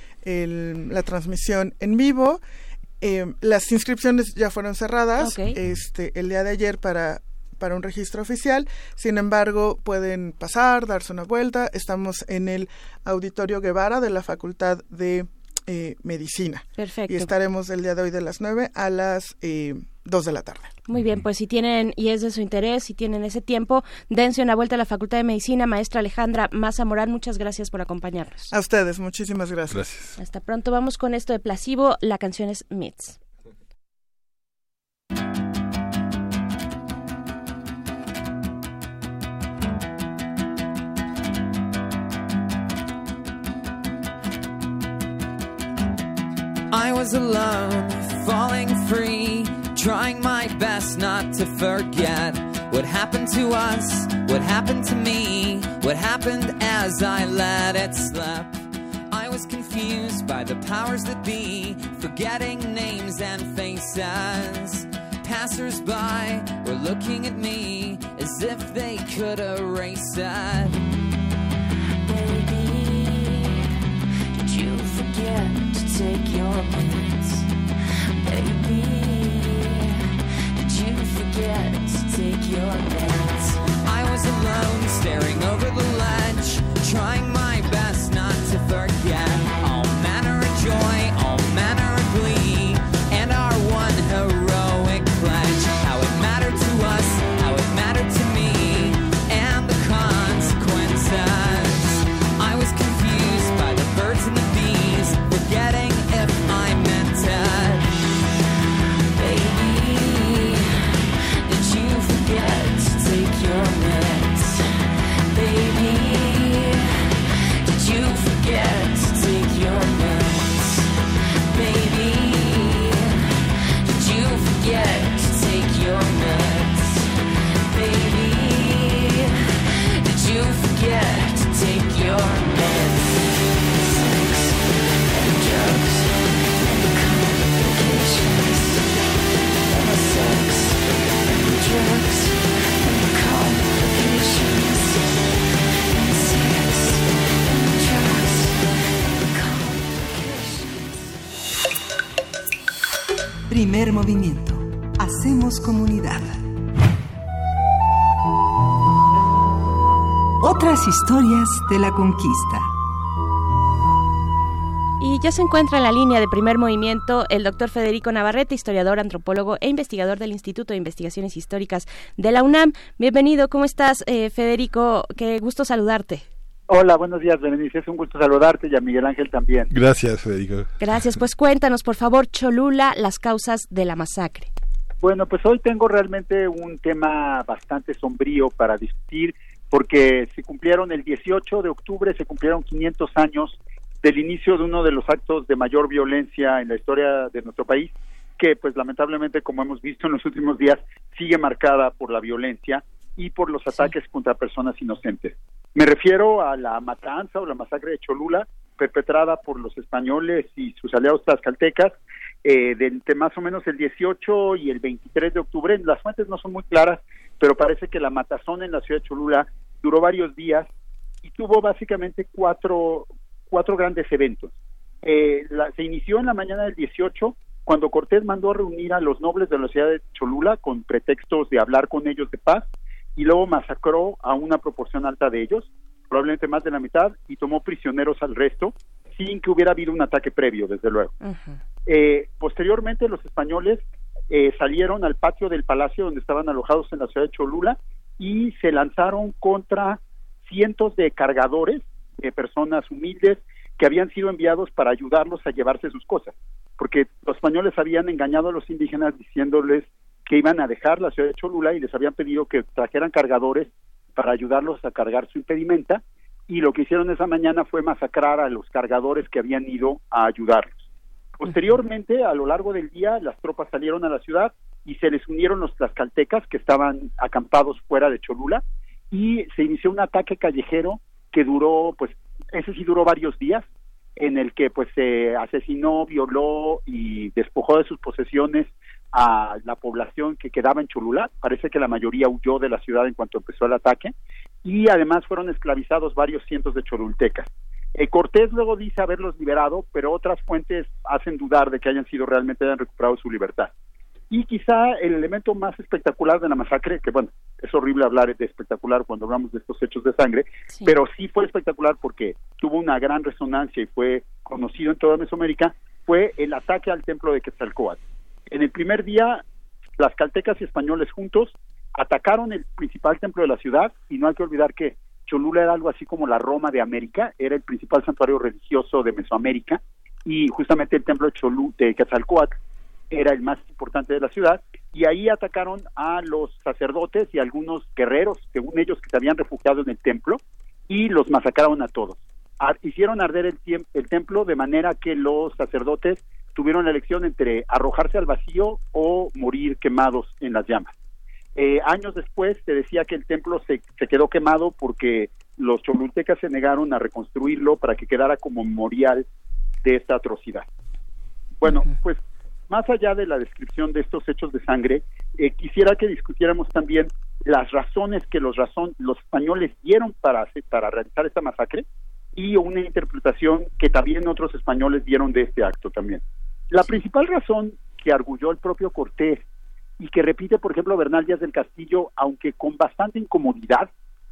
la transmisión en vivo. Las inscripciones ya fueron cerradas el día de ayer para un registro oficial. Sin embargo, pueden pasar, darse una vuelta. Estamos en el Auditorio Guevara de la Facultad de Medicina. Perfecto. Y estaremos el día de hoy de las 9 a las 2 de la tarde. Muy bien, pues si tienen, y es de su interés, si tienen ese tiempo, dense una vuelta a la Facultad de Medicina. Maestra Alejandra Maza Morán, muchas gracias por acompañarnos. A ustedes, muchísimas gracias. Hasta pronto. Vamos con esto de Placebo. La canción es Myths. I was alone, falling free, trying my best not to forget what happened to us, what happened to me, what happened as I let it slip. I was confused by the powers that be, forgetting names and faces. Passers-by were looking at me as if they could erase it. You forget to take your meds, baby. Did you forget to take your meds? I was alone, staring over the ledge, trying my best not to forget all manner of joy, all manner of glee, and our one heroic pledge. How it mattered to us, how it mattered to me, and the consequences. I was confused by the birds and the bees, forgetting if I meant it. Baby, did you forget to take your meds? Baby, did you forget to take your meds? Baby, did you forget to take your meds? Baby, did you forget to take your meds? Drugs and complications, sex and drugs and complications, sex and drugs and complications. Primer movimiento. Hacemos comunidad. Otras historias de la conquista. Y ya se encuentra en la línea de Primer Movimiento el doctor Federico Navarrete, historiador, antropólogo e investigador del Instituto de Investigaciones Históricas de la UNAM. Bienvenido, ¿cómo estás, Federico? Qué gusto saludarte. Hola, buenos días, Berenice. Es un gusto saludarte y a Miguel Ángel también. Gracias, Federico. Gracias. Pues cuéntanos, por favor, Cholula, las causas de la masacre. Bueno, pues hoy tengo realmente un tema bastante sombrío para discutir, porque el 18 de octubre se cumplieron 500 años del inicio de uno de los actos de mayor violencia en la historia de nuestro país, que pues lamentablemente, como hemos visto en los últimos días, sigue marcada por la violencia y por los ataques contra personas inocentes. Me refiero a la matanza o la masacre de Cholula, perpetrada por los españoles y sus aliados tlaxcaltecas, de más o menos el 18 y el 23 de octubre. Las fuentes no son muy claras, pero parece que la matazón en la ciudad de Cholula duró varios días y tuvo básicamente cuatro grandes eventos. Se inició en la mañana del 18, cuando Cortés mandó a reunir a los nobles de la ciudad de Cholula con pretextos de hablar con ellos de paz, y luego masacró a una proporción alta de ellos, probablemente más de la mitad, y tomó prisioneros al resto, sin que hubiera habido un ataque previo, desde luego. Posteriormente, los españoles salieron al patio del palacio donde estaban alojados en la ciudad de Cholula y se lanzaron contra cientos de cargadores de personas humildes que habían sido enviados para ayudarlos a llevarse sus cosas, porque los españoles habían engañado a los indígenas diciéndoles que iban a dejar la ciudad de Cholula y les habían pedido que trajeran cargadores para ayudarlos a cargar su impedimenta, y lo que hicieron esa mañana fue masacrar a los cargadores que habían ido a ayudarlos. Posteriormente, a lo largo del día, las tropas salieron a la ciudad y se les unieron los tlaxcaltecas que estaban acampados fuera de Cholula, y se inició un ataque callejero que duró, pues, ese sí duró varios días, en el que pues se asesinó, violó y despojó de sus posesiones a la población que quedaba en Cholula. Parece que la mayoría huyó de la ciudad en cuanto empezó el ataque, y además fueron esclavizados varios cientos de cholultecas. Cortés luego dice haberlos liberado, pero otras fuentes hacen dudar de que hayan recuperado su libertad. Y quizá el elemento más espectacular de la masacre, que bueno, es horrible hablar de espectacular cuando hablamos de estos hechos de sangre, sí, pero sí fue espectacular porque tuvo una gran resonancia y fue conocido en toda Mesoamérica, fue el ataque al templo de Quetzalcóatl. En el primer día, las caltecas y españoles juntos atacaron el principal templo de la ciudad, y no hay que olvidar que Cholula era algo así como la Roma de América, era el principal santuario religioso de Mesoamérica, y justamente el templo de Quetzalcóatl era el más importante de la ciudad, y ahí atacaron a los sacerdotes y a algunos guerreros, según ellos, que se habían refugiado en el templo, y los masacraron a todos. Hicieron arder el templo, de manera que los sacerdotes tuvieron la elección entre arrojarse al vacío o morir quemados en las llamas. Años después se decía que el templo se quedó quemado porque los cholultecas se negaron a reconstruirlo para que quedara como memorial de esta atrocidad. Bueno, pues más allá de la descripción de estos hechos de sangre, quisiera que discutiéramos también las razones que los españoles dieron para realizar esta masacre, y una interpretación que también otros españoles dieron de este acto también. La principal razón que arguyó el propio Cortés, y que repite, por ejemplo, Bernal Díaz del Castillo, aunque con bastante incomodidad,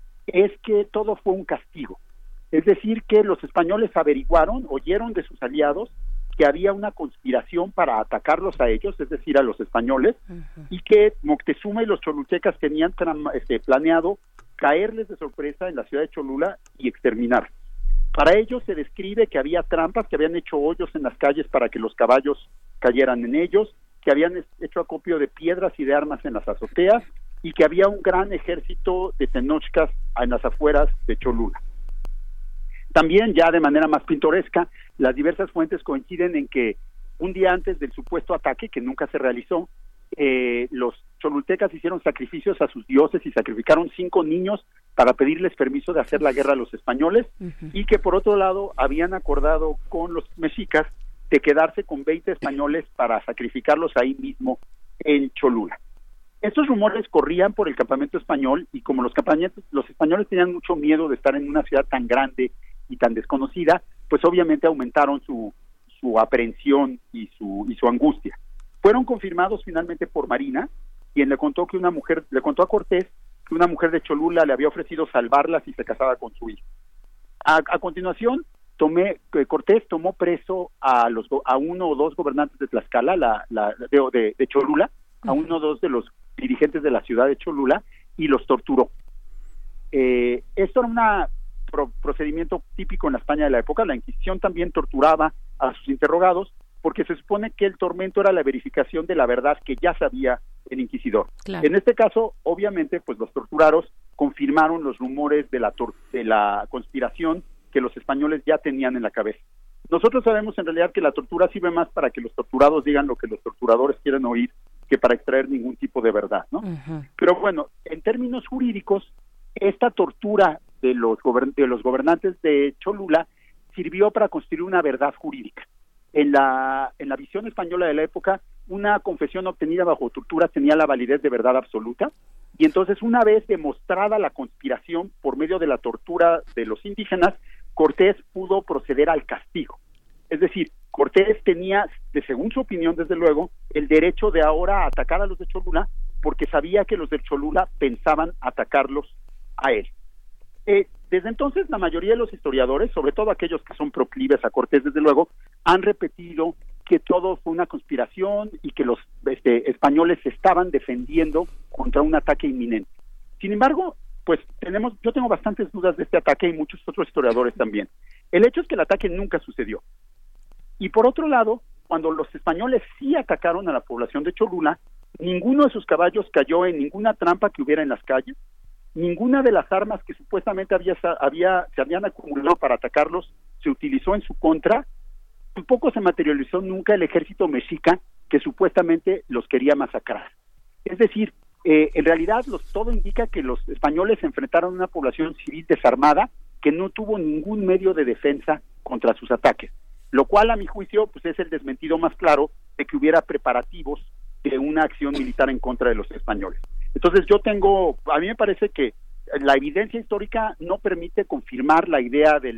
es que todo fue un castigo. Es decir, que los españoles oyeron de sus aliados que había una conspiración para atacarlos a ellos, es decir, a los españoles, y que Moctezuma y los cholultecas tenían planeado caerles de sorpresa en la ciudad de Cholula y exterminarlos. Para ellos se describe que había trampas, que habían hecho hoyos en las calles para que los caballos cayeran en ellos, que habían hecho acopio de piedras y de armas en las azoteas, y que había un gran ejército de tenochcas en las afueras de Cholula. También, ya de manera más pintoresca, las diversas fuentes coinciden en que un día antes del supuesto ataque, que nunca se realizó, los cholultecas hicieron sacrificios a sus dioses y sacrificaron 5 niños para pedirles permiso de hacer la guerra a los españoles, y que por otro lado habían acordado con los mexicas de quedarse con 20 españoles para sacrificarlos ahí mismo en Cholula. Estos rumores corrían por el campamento español, y como los españoles tenían mucho miedo de estar en una ciudad tan grande y tan desconocida, pues obviamente aumentaron su aprehensión y su angustia. Fueron confirmados finalmente por Marina, quien le contó a Cortés que una mujer de Cholula le había ofrecido salvarla si se casaba con su hijo. A continuación, Cortés tomó preso a uno o dos gobernantes de Tlaxcala, de Cholula, a uno o dos de los dirigentes de la ciudad de Cholula, y los torturó. Esto era un procedimiento típico en la España de la época. La Inquisición también torturaba a sus interrogados, porque se supone que el tormento era la verificación de la verdad que ya se había el inquisidor. Claro. En este caso, obviamente, pues los torturados confirmaron los rumores de la conspiración que los españoles ya tenían en la cabeza. Nosotros sabemos en realidad que la tortura sirve más para que los torturados digan lo que los torturadores quieren oír que para extraer ningún tipo de verdad, ¿no? Uh-huh. Pero bueno, en términos jurídicos, esta tortura de los gobernantes de Cholula sirvió para construir una verdad jurídica. En la visión española de la época, una confesión obtenida bajo tortura tenía la validez de verdad absoluta, y entonces una vez demostrada la conspiración por medio de la tortura de los indígenas, Cortés pudo proceder al castigo. Es decir, Cortés tenía, según su opinión desde luego, el derecho de ahora a atacar a los de Cholula, porque sabía que los de Cholula pensaban atacarlos a él. Desde entonces, la mayoría de los historiadores, sobre todo aquellos que son proclives a Cortés, desde luego, han repetido que todo fue una conspiración y que los españoles se estaban defendiendo contra un ataque inminente. Sin embargo, pues yo tengo bastantes dudas de este ataque y muchos otros historiadores también. El hecho es que el ataque nunca sucedió. Y por otro lado, cuando los españoles sí atacaron a la población de Cholula, ninguno de sus caballos cayó en ninguna trampa que hubiera en las calles, ninguna de las armas que supuestamente se habían acumulado para atacarlos se utilizó en su contra, tampoco se materializó nunca el ejército mexica que supuestamente los quería masacrar. Es decir, en realidad todo indica que los españoles se enfrentaron a una población civil desarmada que no tuvo ningún medio de defensa contra sus ataques, lo cual a mi juicio pues es el desmentido más claro de que hubiera preparativos de una acción militar en contra de los españoles. Entonces a mí me parece que la evidencia histórica no permite confirmar la idea de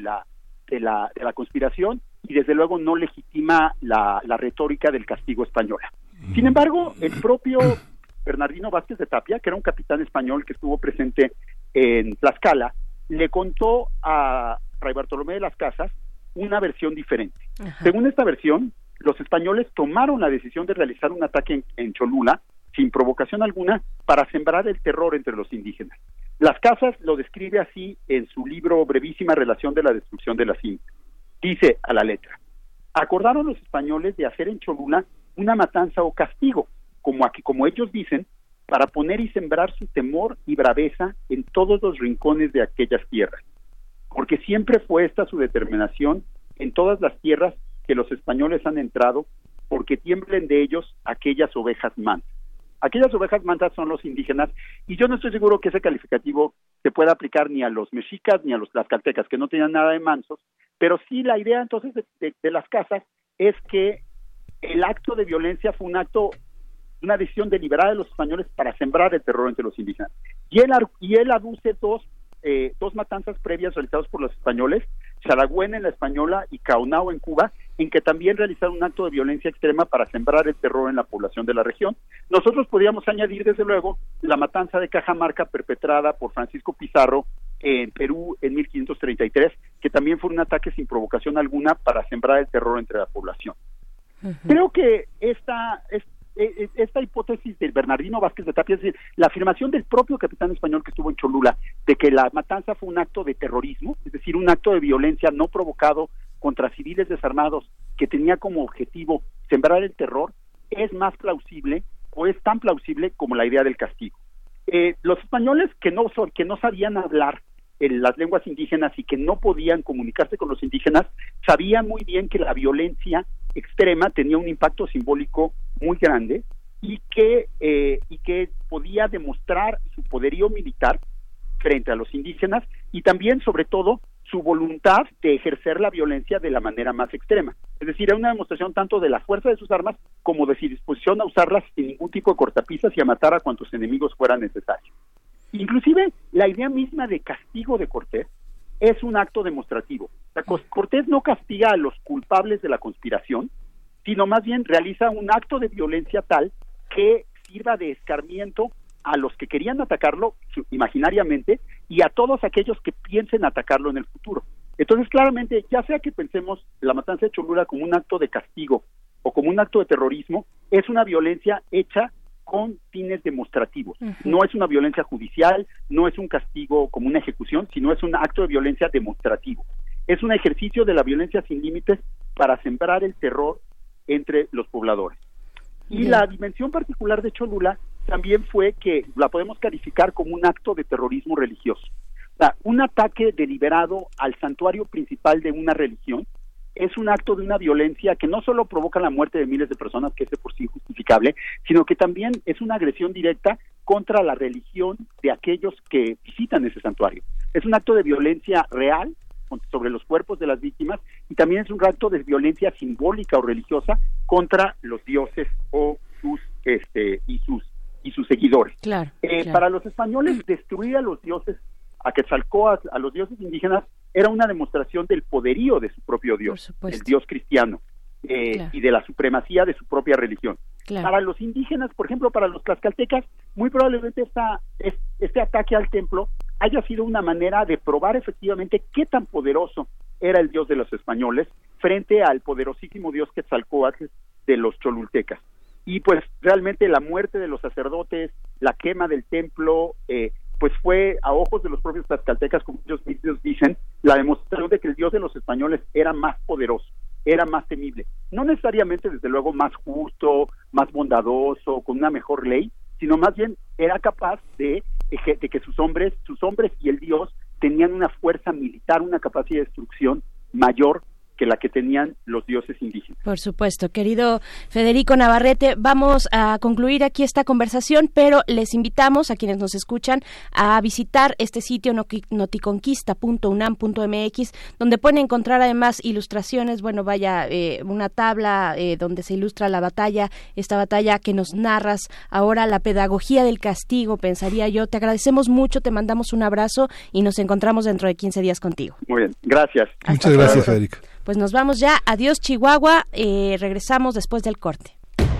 la conspiración y desde luego no legitima la retórica del castigo española. Sin embargo, el propio Bernardino Vázquez de Tapia, que era un capitán español que estuvo presente en Tlaxcala, le contó a Fray Bartolomé de las Casas una versión diferente. Ajá. Según esta versión, los españoles tomaron la decisión de realizar un ataque en Cholula, sin provocación alguna, para sembrar el terror entre los indígenas. Las Casas lo describe así en su libro Brevísima Relación de la Destrucción de las Indias. Dice a la letra: acordaron los españoles de hacer en Cholula una matanza o castigo, como ellos dicen, para poner y sembrar su temor y braveza en todos los rincones de aquellas tierras, porque siempre fue esta su determinación en todas las tierras que los españoles han entrado, porque tiemblen de ellos aquellas ovejas mansas. Aquellas ovejas mansas son los indígenas, y yo no estoy seguro que ese calificativo se pueda aplicar ni a los mexicas ni a los tlaxcaltecas, que no tenían nada de mansos, pero sí la idea entonces de las Casas es que el acto de violencia fue una decisión deliberada de los españoles para sembrar el terror entre los indígenas. Y él aduce dos matanzas previas realizadas por los españoles, Charagüen en la Española y Caonao en Cuba, en que también realizaron un acto de violencia extrema para sembrar el terror en la población de la región. Nosotros podríamos añadir, desde luego, la matanza de Cajamarca perpetrada por Francisco Pizarro en Perú en 1533, que también fue un ataque sin provocación alguna para sembrar el terror entre la población. Uh-huh. Creo que esta hipótesis del Bernardino Vázquez de Tapia, es decir, la afirmación del propio capitán español que estuvo en Cholula de que la matanza fue un acto de terrorismo, es decir, un acto de violencia no provocado contra civiles desarmados que tenía como objetivo sembrar el terror, es más plausible o es tan plausible como la idea del castigo. Los españoles que no sabían hablar en las lenguas indígenas y que no podían comunicarse con los indígenas, sabían muy bien que la violencia extrema tenía un impacto simbólico muy grande y que podía demostrar su poderío militar frente a los indígenas y también, sobre todo, su voluntad de ejercer la violencia de la manera más extrema. Es decir, era una demostración tanto de la fuerza de sus armas como de su disposición a usarlas sin ningún tipo de cortapisas y a matar a cuantos enemigos fueran necesarios. Inclusive, la idea misma de castigo de Cortés es un acto demostrativo. Cortés no castiga a los culpables de la conspiración, sino más bien realiza un acto de violencia tal que sirva de escarmiento a los que querían atacarlo imaginariamente y a todos aquellos que piensen atacarlo en el futuro. Entonces, claramente, ya sea que pensemos la matanza de Cholula como un acto de castigo o como un acto de terrorismo, es una violencia hecha con fines demostrativos. Uh-huh. No es una violencia judicial, no es un castigo como una ejecución, sino es un acto de violencia demostrativo. Es un ejercicio de la violencia sin límites para sembrar el terror entre los pobladores. Y la dimensión particular de Cholula también fue que la podemos calificar como un acto de terrorismo religioso. O sea, un ataque deliberado al santuario principal de una religión es un acto de una violencia que no solo provoca la muerte de miles de personas, que es de por sí injustificable, sino que también es una agresión directa contra la religión de aquellos que visitan ese santuario. Es un acto de violencia real sobre los cuerpos de las víctimas y también es un acto de violencia simbólica o religiosa contra los dioses o sus seguidores. Claro. Para los españoles, destruir a los dioses, a Quetzalcóatl, a los dioses indígenas, era una demostración del poderío de su propio Dios, el Dios cristiano, y de la supremacía de su propia religión. Claro. Para los indígenas, por ejemplo, para los tlaxcaltecas, muy probablemente este ataque al templo haya sido una manera de probar efectivamente qué tan poderoso era el Dios de los españoles frente al poderosísimo Dios Quetzalcóatl de los cholultecas. Y pues realmente la muerte de los sacerdotes, la quema del templo, pues fue a ojos de los propios tlaxcaltecas, como ellos mismos dicen, la demostración de que el Dios de los españoles era más poderoso, era más temible. No necesariamente, desde luego, más justo, más bondadoso, con una mejor ley, sino más bien era capaz de que sus hombres y el Dios tenían una fuerza militar, una capacidad de destrucción mayor que la que tenían los dioses indígenas. Por supuesto, querido Federico Navarrete, vamos a concluir aquí esta conversación, pero les invitamos a quienes nos escuchan a visitar este sitio noticonquista.unam.mx, donde pueden encontrar además ilustraciones, una tabla donde se ilustra la batalla, esta batalla que nos narras ahora, la pedagogía del castigo, pensaría yo. Te agradecemos mucho, te mandamos un abrazo y nos encontramos dentro de 15 días contigo. Muy bien, gracias. Muchas gracias, Federico. Pues nos vamos ya. Adiós, Chihuahua. Regresamos después del corte.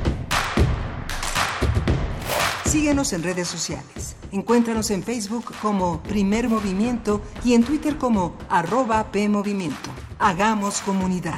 Síguenos en redes sociales. Encuéntranos en Facebook como Primer Movimiento y en Twitter como @PMovimiento. Hagamos comunidad.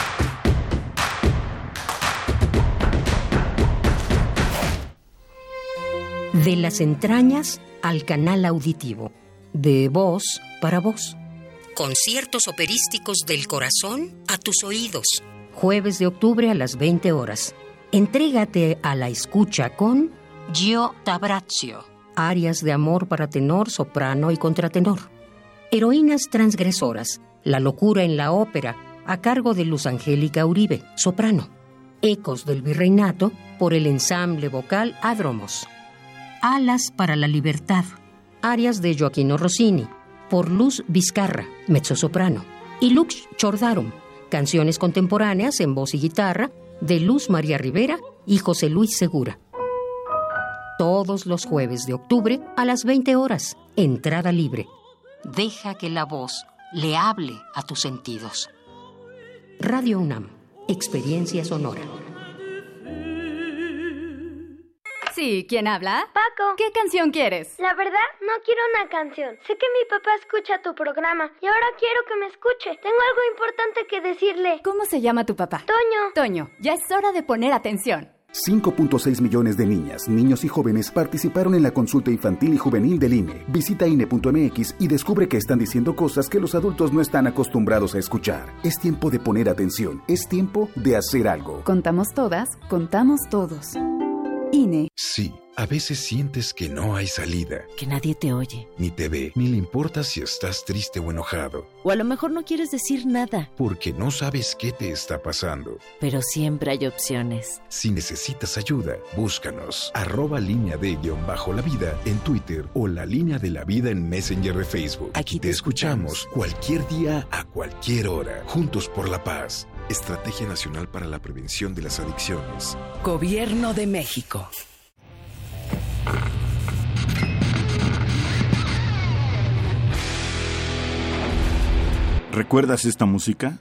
De las entrañas al canal auditivo. De voz para voz. Conciertos operísticos del corazón a tus oídos. Jueves de octubre a las 20 horas. Entrégate a la escucha con Gio D'Abrazio. Arias de amor para tenor, soprano y contratenor. Heroínas transgresoras. La locura en la ópera, a cargo de Luz Angélica Uribe, soprano. Ecos del virreinato, por el ensamble vocal Adromos. Alas para la libertad. Arias de Gioachino Rossini, por Luz Vizcarra, mezzosoprano, y Lux Chordarum, canciones contemporáneas en voz y guitarra de Luz María Rivera y José Luis Segura. Todos los jueves de octubre a las 20 horas, entrada libre. Deja que la voz le hable a tus sentidos. Radio UNAM, experiencia sonora. Sí, ¿quién habla? Paco. ¿Qué canción quieres? La verdad, no quiero una canción. Sé que mi papá escucha tu programa y ahora quiero que me escuche. Tengo algo importante que decirle. ¿Cómo se llama tu papá? Toño. Toño, ya es hora de poner atención. 5.6 millones de niñas, niños y jóvenes participaron en la consulta infantil y juvenil del INE. Visita INE.mx y descubre que están diciendo cosas que los adultos no están acostumbrados a escuchar. Es tiempo de poner atención. Es tiempo de hacer algo. Contamos todas, contamos todos. INE. Sí, a veces sientes que no hay salida. Que nadie te oye. Ni te ve, ni le importa si estás triste o enojado. O a lo mejor no quieres decir nada. Porque no sabes qué te está pasando. Pero siempre hay opciones. Si necesitas ayuda, búscanos. @LíneaD_la vida en Twitter o La Línea de la Vida en Messenger de Facebook. Aquí te escuchamos cualquier día, a cualquier hora. Juntos por la paz. Estrategia Nacional para la Prevención de las Adicciones. Gobierno de México. ¿Recuerdas esta música?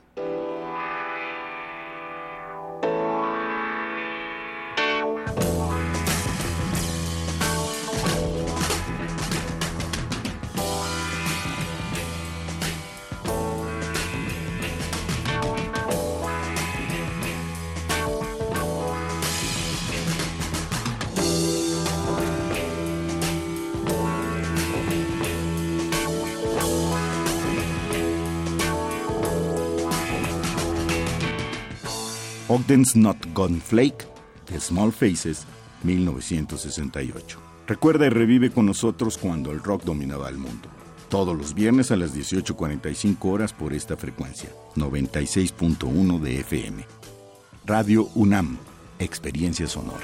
Ogden's Not Gone Flake, de Small Faces, 1968. Recuerda y revive con nosotros cuando el rock dominaba el mundo. Todos los viernes a las 18:45 horas por esta frecuencia, 96.1 de FM. Radio UNAM, experiencia sonora.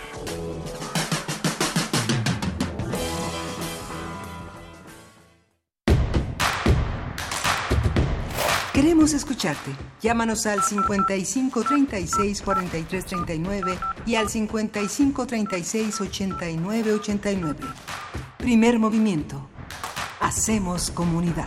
Queremos escucharte. Llámanos al 55 36 43 39 y al 55 36 89 89. Primer movimiento. Hacemos comunidad.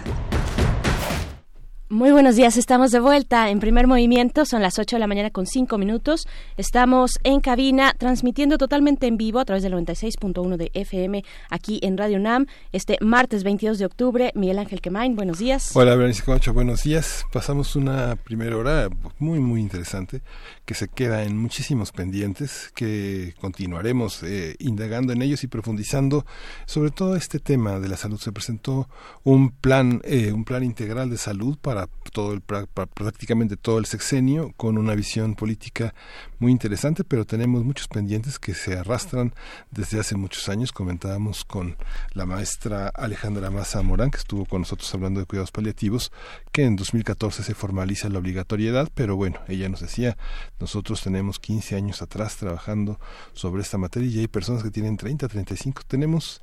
Muy buenos días, estamos de vuelta en Primer Movimiento, son las 8 de la mañana con 5 minutos, estamos en cabina transmitiendo totalmente en vivo a través del 96.1 de FM aquí en Radio UNAM, este martes 22 de octubre. Miguel Ángel Quemain, buenos días. Hola, Berenice Camacho, buenos días. Pasamos una primera hora muy, muy interesante que se queda en muchísimos pendientes, que continuaremos indagando en ellos y profundizando sobre todo este tema de la salud. Se presentó un plan integral de salud para prácticamente todo el sexenio, con una visión política muy interesante, pero tenemos muchos pendientes que se arrastran desde hace muchos años. Comentábamos con la maestra Alejandra Maza Morán, que estuvo con nosotros hablando de cuidados paliativos, que en 2014 se formaliza la obligatoriedad, pero bueno, ella nos decía, nosotros tenemos 15 años atrás trabajando sobre esta materia y hay personas que tienen 30, 35, tenemos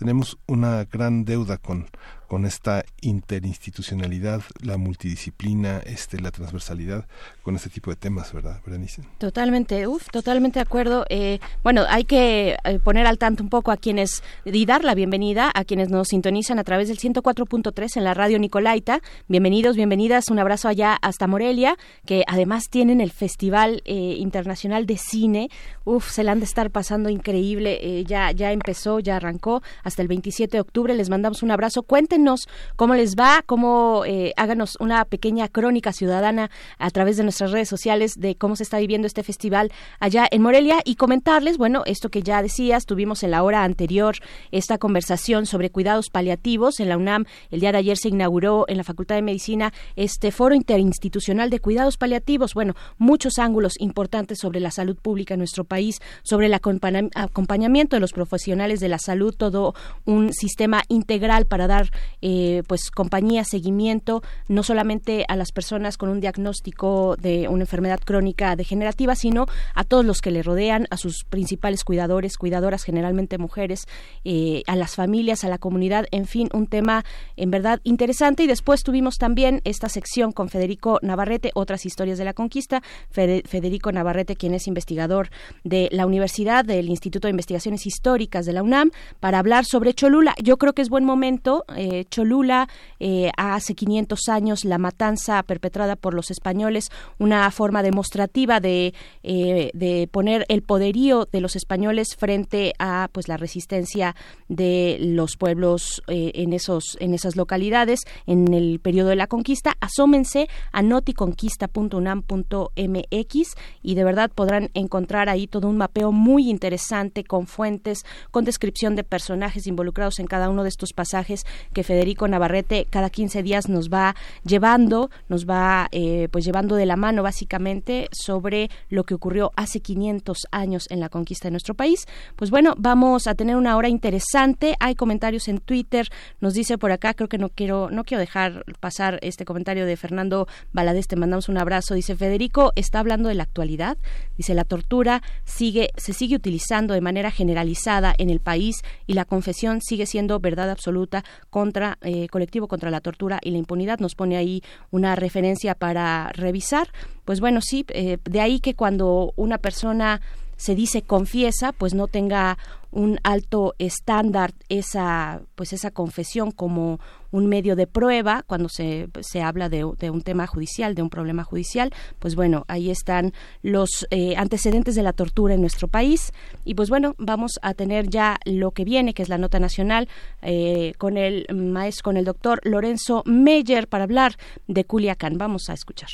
una gran deuda con esta interinstitucionalidad, la multidisciplina, la transversalidad, con este tipo de temas, ¿verdad, Berenice? Totalmente de acuerdo. Bueno, hay que poner al tanto un poco a quienes, y dar la bienvenida a quienes nos sintonizan a través del 104.3 en la radio Nicolaita. Bienvenidos, bienvenidas, un abrazo allá hasta Morelia, que además tienen el Festival Internacional de Cine. Se la han de estar pasando increíble, ya empezó, ya arrancó hasta el 27 de octubre. Les mandamos un abrazo. Cuéntenos cómo les va, háganos una pequeña crónica ciudadana a través de nuestras redes sociales de cómo se está viviendo este festival allá en Morelia y comentarles, bueno, esto que ya decías, tuvimos en la hora anterior esta conversación sobre cuidados paliativos. En la UNAM el día de ayer se inauguró en la Facultad de Medicina este Foro Interinstitucional de Cuidados Paliativos. Bueno, muchos ángulos importantes sobre la salud pública en nuestro país, sobre el acompañamiento de los profesionales de la salud, todo un sistema integral para dar compañía, seguimiento, no solamente a las personas con un diagnóstico de una enfermedad crónica degenerativa, sino a todos los que le rodean, a sus principales cuidadoras, generalmente mujeres, a las familias, a la comunidad, en fin, un tema en verdad interesante. Y después tuvimos también esta sección con Federico Navarrete, otras historias de la conquista. Federico Navarrete, quien es investigador de la Universidad del Instituto de Investigaciones Históricas de la UNAM, para hablar sobre Cholula. Yo creo que es buen momento. Cholula, hace 500 años, la matanza perpetrada por los españoles, una forma demostrativa de poner el poderío de los españoles frente a la resistencia de los pueblos en esas localidades en el periodo de la conquista. Asómense a noticonquista.unam.mx y de verdad podrán encontrar ahí todo un mapeo muy interesante, con fuentes, con descripción de personajes involucrados en cada uno de estos pasajes que Federico Navarrete cada 15 días nos va llevando de la mano, básicamente, sobre lo que ocurrió hace 500 años en la conquista de nuestro país. Pues bueno, vamos a tener una hora interesante. Hay comentarios en Twitter, nos dice por acá, creo que no quiero dejar pasar este comentario de Fernando Valadez, te mandamos un abrazo. Dice: Federico está hablando de la actualidad. Dice: la tortura se sigue utilizando de manera generalizada en el país y la confesión sigue siendo verdad absoluta contra colectivo contra la tortura y la impunidad. Nos pone ahí una referencia para revisar. Pues bueno, sí, de ahí que cuando una persona se dice confiesa, pues no tenga un alto estándar esa confesión como un medio de prueba cuando se habla de un tema judicial, de un problema judicial. Pues bueno, ahí están los antecedentes de la tortura en nuestro país. Y pues bueno, vamos a tener ya lo que viene, que es la nota nacional, con el doctor Lorenzo Meyer para hablar de Culiacán. Vamos a escuchar.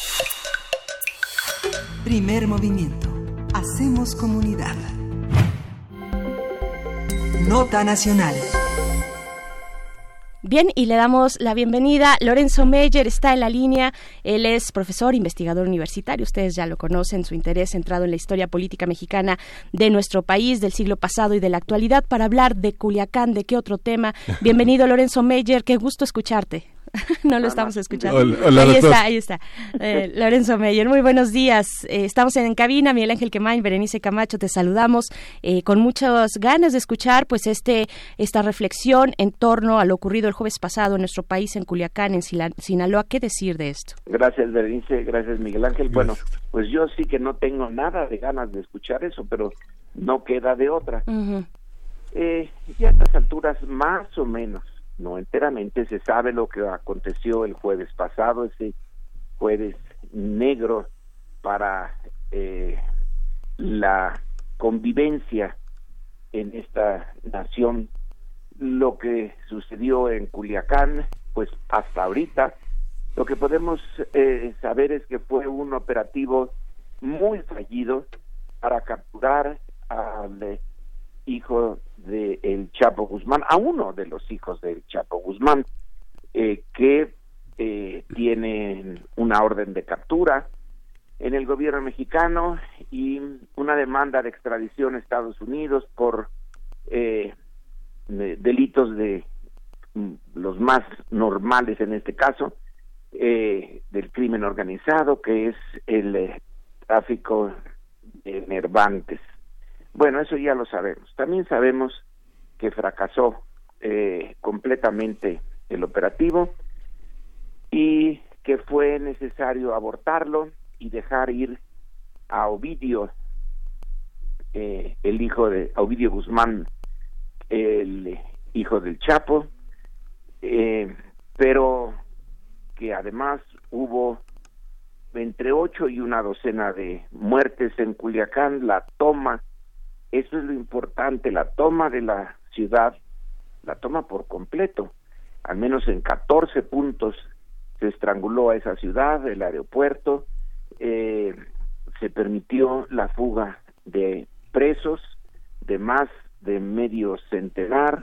Primer movimiento. Hacemos comunidad. Nota nacional. Bien, y le damos la bienvenida. Lorenzo Meyer está en la línea. Él es profesor, investigador universitario. Ustedes ya lo conocen, su interés centrado en la historia política mexicana de nuestro país, del siglo pasado y de la actualidad, para hablar de Culiacán, de qué otro tema. Bienvenido, Lorenzo Meyer, qué gusto escucharte. No lo estamos escuchando. Hola, ahí está. Lorenzo Meyer, muy buenos días. Estamos en cabina, Miguel Ángel Quemain, Berenice Camacho, te saludamos con muchas ganas de escuchar pues esta reflexión en torno a lo ocurrido el jueves pasado en nuestro país, en Culiacán, en Sinaloa. ¿Qué decir de esto? Gracias, Berenice, gracias, Miguel Ángel. Bueno, pues yo sí que no tengo nada de ganas de escuchar eso, pero no queda de otra. Uh-huh. Ya a estas alturas, más o menos, no enteramente, se sabe lo que aconteció el jueves pasado, ese jueves negro para la convivencia en esta nación. Lo que sucedió en Culiacán, pues hasta ahorita, lo que podemos saber es que fue un operativo muy fallido para capturar al hijo de el Chapo Guzmán, a uno de los hijos del Chapo Guzmán, que tienen una orden de captura en el gobierno mexicano y una demanda de extradición a Estados Unidos por delitos de los más normales en este caso, del crimen organizado, que es el tráfico de enervantes. Bueno, eso ya lo sabemos. También sabemos que fracasó completamente el operativo y que fue necesario abortarlo y dejar ir a Ovidio, el hijo de Ovidio Guzmán, el hijo del Chapo, pero que además hubo entre 8 y una docena de muertes en Culiacán, la toma. Eso es lo importante, la toma de la ciudad, la toma por completo. Al menos en 14 puntos se estranguló a esa ciudad, el aeropuerto, se permitió la fuga de presos de más de medio centenar,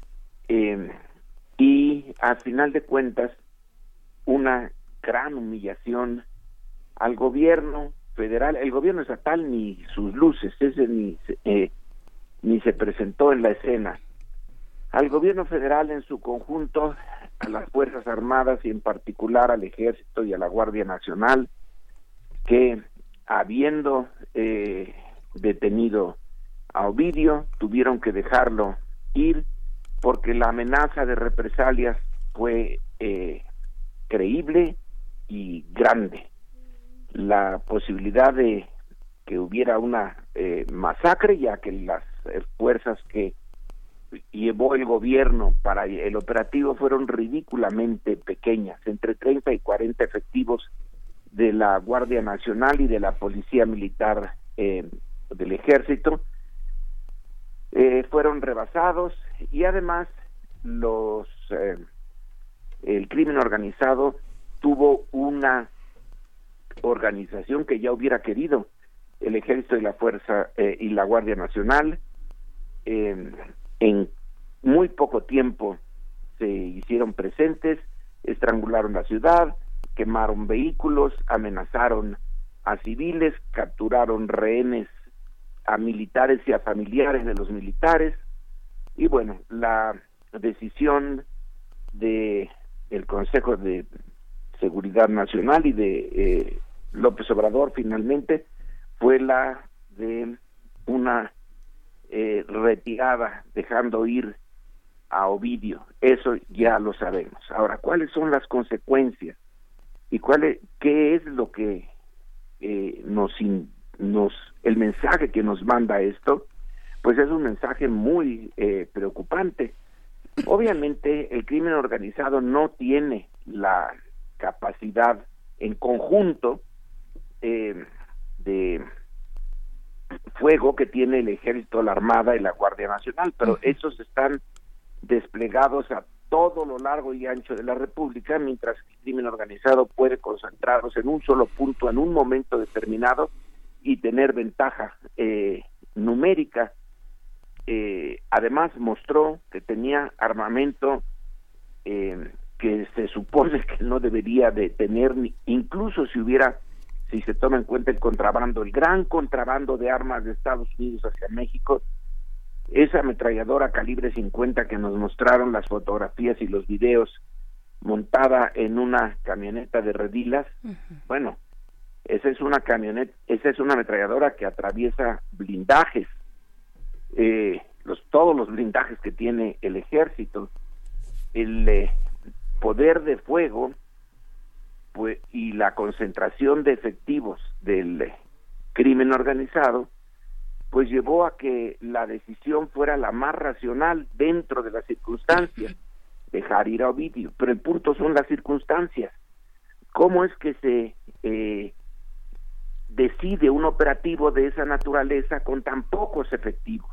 y al final de cuentas una gran humillación al gobierno federal. El gobierno estatal ni sus luces, ese ni se presentó en la escena. Al gobierno federal en su conjunto, a las Fuerzas Armadas y en particular al Ejército y a la Guardia Nacional, que habiendo detenido a Ovidio, tuvieron que dejarlo ir porque la amenaza de represalias fue creíble y grande. La posibilidad de que hubiera una masacre, ya que las fuerzas que llevó el gobierno para el operativo fueron ridículamente pequeñas, entre 30 y 40 efectivos de la Guardia Nacional y de la Policía Militar del Ejército, fueron rebasados, y además el crimen organizado tuvo una organización que ya hubiera querido el Ejército y la Fuerza y la Guardia Nacional. En muy poco tiempo se hicieron presentes, estrangularon la ciudad, quemaron vehículos, amenazaron a civiles, capturaron rehenes a militares y a familiares de los militares. Y bueno, la decisión de el Consejo de Seguridad Nacional y de López Obrador finalmente fue la de una retirada, dejando ir a Ovidio. Eso ya lo sabemos. Ahora, ¿cuáles son las consecuencias? ¿Y qué es lo que el mensaje que nos manda esto? Pues es un mensaje muy preocupante. Obviamente el crimen organizado no tiene la capacidad en conjunto de fuego que tiene el Ejército, la Armada y la Guardia Nacional, pero esos están desplegados a todo lo largo y ancho de la República, mientras que el crimen organizado puede concentrarlos en un solo punto en un momento determinado y tener ventaja numérica. Además mostró que tenía armamento que se supone que no debería de tener, incluso si se toma en cuenta el contrabando, el gran contrabando de armas de Estados Unidos hacia México, esa ametralladora calibre 50 que nos mostraron las fotografías y los videos montada en una camioneta de redilas, bueno, esa es una ametralladora que atraviesa blindajes, todos los blindajes que tiene el ejército, el poder de fuego, pues, y la concentración de efectivos del crimen organizado, pues llevó a que la decisión fuera la más racional dentro de las circunstancias, dejar ir a Ovidio. Pero el punto son las circunstancias. ¿Cómo es que se decide un operativo de esa naturaleza con tan pocos efectivos?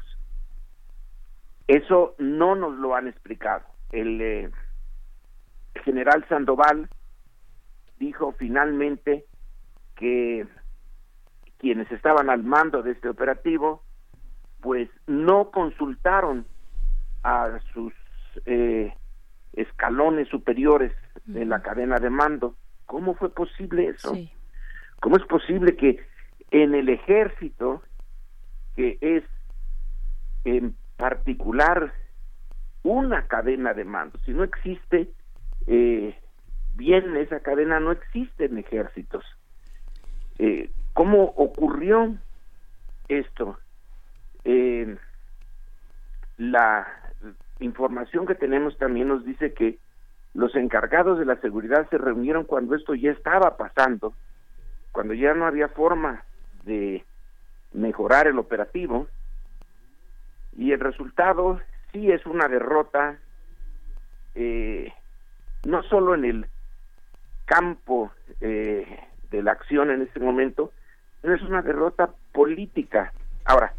Eso no nos lo han explicado. El general Sandoval dijo finalmente que quienes estaban al mando de este operativo pues no consultaron a sus escalones superiores de la cadena de mando. ¿Cómo fue posible eso? Sí. ¿Cómo es posible que en el ejército, que es en particular una cadena de mando, si no existe bien esa cadena, no existen ejércitos? ¿Cómo ocurrió esto? La información que tenemos también nos dice que los encargados de la seguridad se reunieron cuando esto ya estaba pasando, cuando ya no había forma de mejorar el operativo, y el resultado sí es una derrota, no solo en el campo de la acción en este momento, sino es una derrota política. Ahora,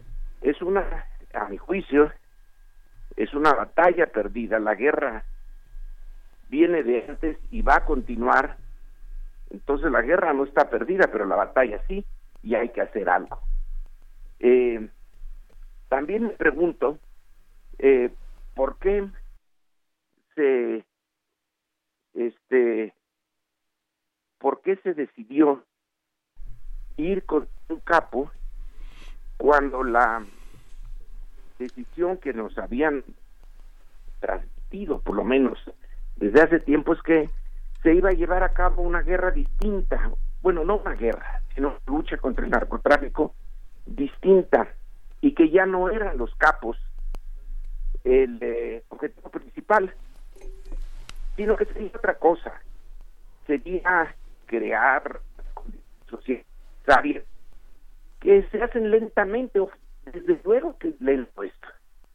a mi juicio, es una batalla perdida. La guerra viene de antes y va a continuar. Entonces la guerra no está perdida, pero la batalla sí, y hay que hacer algo. También me pregunto por qué se decidió ir con un capo cuando la decisión que nos habían transmitido, por lo menos desde hace tiempo, es que se iba a llevar a cabo una guerra distinta. Bueno, no una guerra, sino una lucha contra el narcotráfico distinta, y que ya no eran los capos el objetivo principal, sino que sería otra cosa. Sería crear sociedades que se hacen lentamente. Desde luego que es lento esto.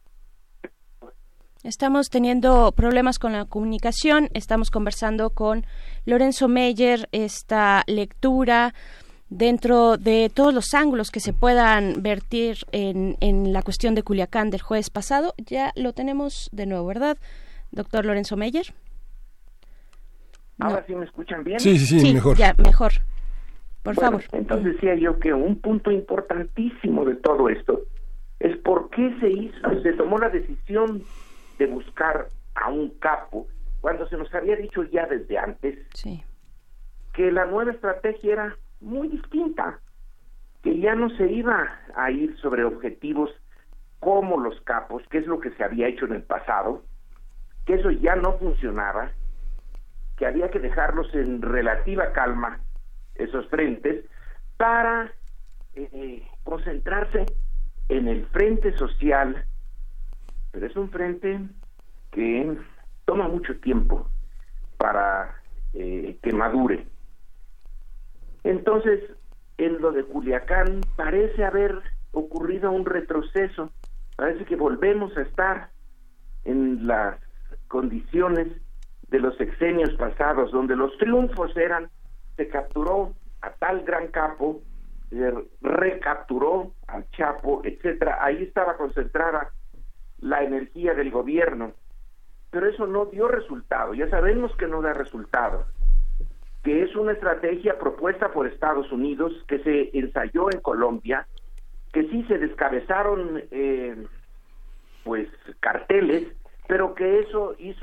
Estamos teniendo problemas con la comunicación. Estamos conversando con Lorenzo Meyer, esta lectura dentro de todos los ángulos que se puedan vertir en la cuestión de Culiacán del jueves pasado. Ya lo tenemos de nuevo, ¿verdad, doctor Lorenzo Meyer? ¿Ahora sí me escuchan bien? Sí, mejor. Ya, mejor. Por favor. Entonces decía yo que un punto importantísimo de todo esto es por qué se tomó la decisión de buscar a un capo cuando se nos había dicho ya desde antes que la nueva estrategia era muy distinta, que ya no se iba a ir sobre objetivos como los capos, que es lo que se había hecho en el pasado, que eso ya no funcionaba, que había que dejarlos en relativa calma, esos frentes, para concentrarse en el frente social. Pero es un frente que toma mucho tiempo para que madure. Entonces, en lo de Culiacán parece haber ocurrido un retroceso, parece que volvemos a estar en las condiciones de los sexenios pasados, donde los triunfos eran: se capturó a tal gran capo, se recapturó al Chapo, etcétera. Ahí estaba concentrada la energía del gobierno, pero eso no dio resultado. Ya sabemos que no da resultado, que es una estrategia propuesta por Estados Unidos, que se ensayó en Colombia, que sí se descabezaron carteles, pero que eso hizo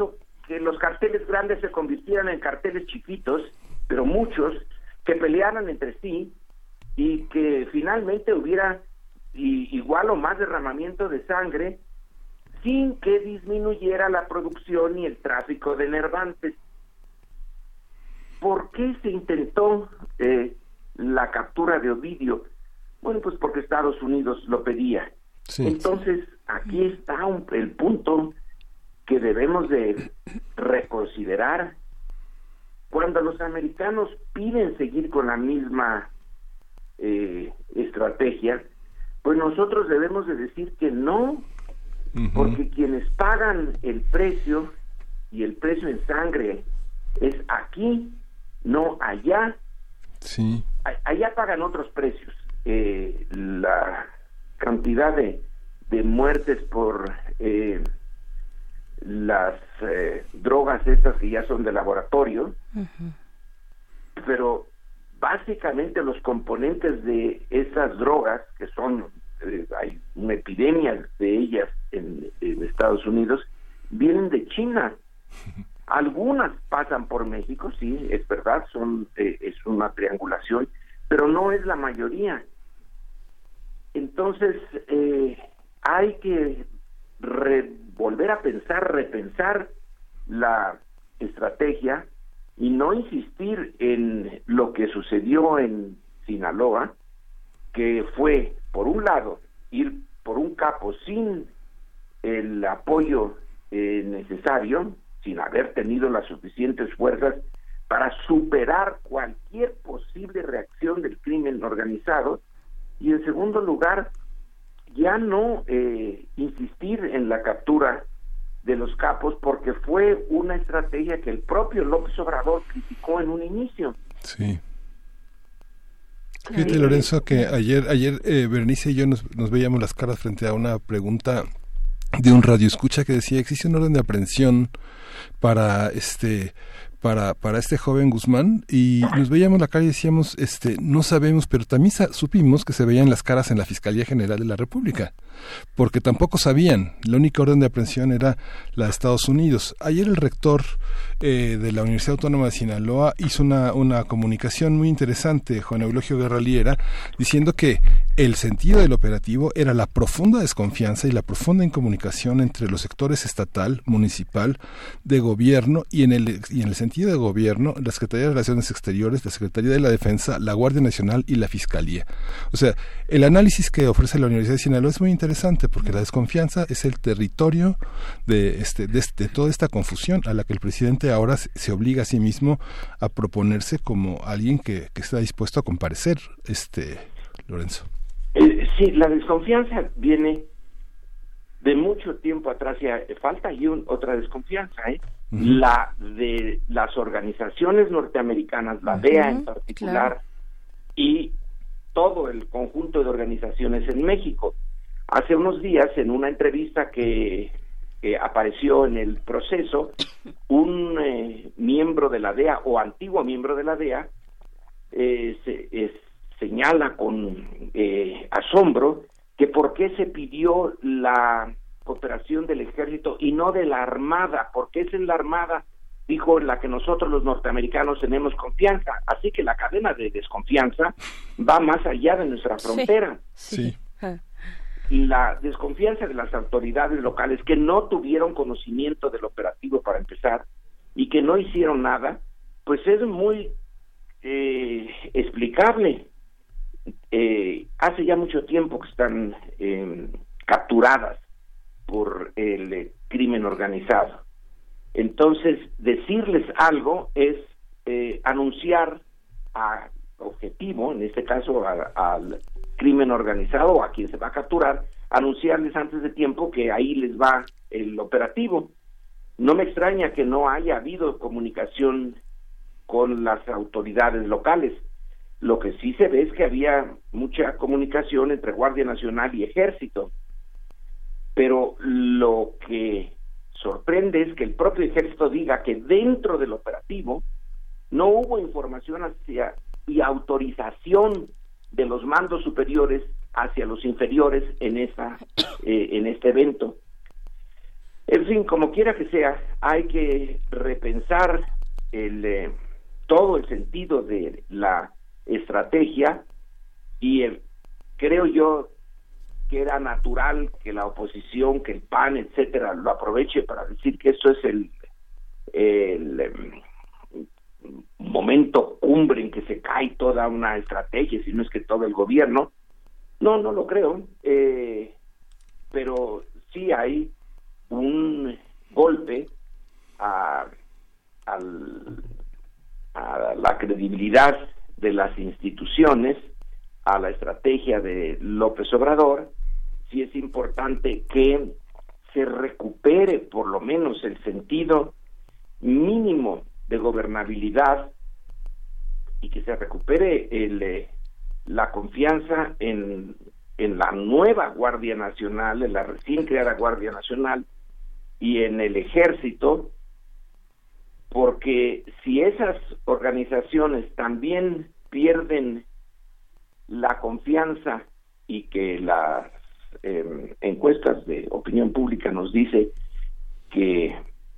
que los carteles grandes se convirtieran en carteles chiquitos, pero muchos, que pelearan entre sí y que finalmente hubiera igual o más derramamiento de sangre sin que disminuyera la producción y el tráfico de enervantes. ¿Por qué se intentó la captura de Ovidio? Bueno, pues porque Estados Unidos lo pedía. Sí. Entonces, aquí está el punto que debemos de reconsiderar. Cuando los americanos piden seguir con la misma estrategia, pues nosotros debemos de decir que no, porque quienes pagan el precio, y el precio en sangre es aquí, no allá. Sí. Allá pagan otros precios. La cantidad de muertes por las drogas estas que ya son de laboratorio, pero básicamente los componentes de esas drogas, que son, hay una epidemia de ellas en Estados Unidos, vienen de China. Algunas pasan por México, sí, es verdad, es una triangulación, pero no es la mayoría. Entonces, hay que volver a repensar la estrategia y no insistir en lo que sucedió en Sinaloa, que fue, por un lado, ir por un capo sin el apoyo necesario, sin haber tenido las suficientes fuerzas para superar cualquier posible reacción del crimen organizado, y en segundo lugar, ya no insistir en la captura de los capos, porque fue una estrategia que el propio López Obrador criticó en un inicio. Sí. Fíjate, Lorenzo, que ayer Berenice y yo nos veíamos las caras frente a una pregunta de un radioescucha que decía: existe un orden de aprehensión para este joven Guzmán, y nos veíamos la cara y decíamos, no sabemos, pero también supimos que se veían las caras en la Fiscalía General de la República, porque tampoco sabían. La única orden de aprehensión era la de Estados Unidos. Ayer el rector de la Universidad Autónoma de Sinaloa hizo una comunicación muy interesante, Juan Eulogio Guerra Liera, diciendo que el sentido del operativo era la profunda desconfianza y la profunda incomunicación entre los sectores estatal, municipal, de gobierno, y en el sentido de gobierno, la Secretaría de Relaciones Exteriores, la Secretaría de la Defensa, la Guardia Nacional y la Fiscalía. O sea, el análisis que ofrece la Universidad de Sinaloa es muy interesante, porque la desconfianza es el territorio de toda esta confusión a la que el presidente ahora se obliga a sí mismo a proponerse como alguien que está dispuesto a comparecer, Lorenzo. Sí, la desconfianza viene de mucho tiempo atrás, y falta ahí otra desconfianza, la de las organizaciones norteamericanas, la DEA en particular, claro, y todo el conjunto de organizaciones en México. Hace unos días, en una entrevista que apareció en El Proceso, un miembro de la DEA, o antiguo miembro de la DEA, señala con asombro que por qué se pidió la cooperación del ejército y no de la armada, porque es en la armada, dijo, en la que nosotros los norteamericanos tenemos confianza. Así que la cadena de desconfianza va más allá de nuestra frontera. Sí. La desconfianza de las autoridades locales, que no tuvieron conocimiento del operativo para empezar y que no hicieron nada, pues es muy explicable. Hace ya mucho tiempo que están capturadas por el crimen organizado. Entonces, decirles algo es anunciar a objetivo, en este caso al crimen organizado o a quien se va a capturar, anunciarles antes de tiempo que ahí les va el operativo. No me extraña que no haya habido comunicación con las autoridades locales. Lo que sí se ve es que había mucha comunicación entre Guardia Nacional y Ejército, pero lo que sorprende es que el propio Ejército diga que dentro del operativo no hubo información y autorización de los mandos superiores hacia los inferiores en este evento. En fin, como quiera que sea, hay que repensar todo el sentido de la estrategia y creo yo que era natural que la oposición, que el PAN, etcétera, lo aproveche para decir que esto es el momento cumbre en que se cae toda una estrategia, si no es que todo el gobierno. No lo creo, pero sí hay un golpe a la credibilidad de las instituciones, a la estrategia de López Obrador. Sí es importante que se recupere por lo menos el sentido mínimo de gobernabilidad y que se recupere la confianza en la nueva Guardia Nacional, en la recién creada Guardia Nacional y en el Ejército, porque si esas organizaciones también pierden la confianza y que las encuestas de opinión pública nos dice que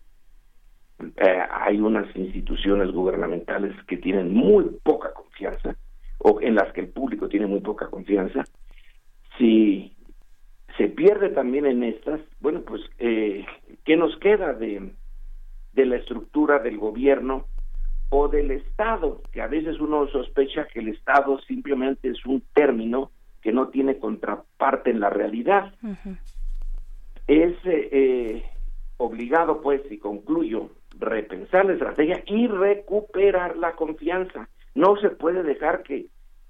hay unas instituciones gubernamentales que tienen muy poca confianza, o en las que el público tiene muy poca confianza, si se pierde también en estas, bueno, pues ¿qué nos queda de la estructura del gobierno o del Estado? Que a veces uno sospecha que el Estado simplemente es un término que no tiene contraparte en la realidad. Uh-huh. Es obligado, pues, y concluyo, repensar la estrategia y recuperar la confianza. No se puede dejar que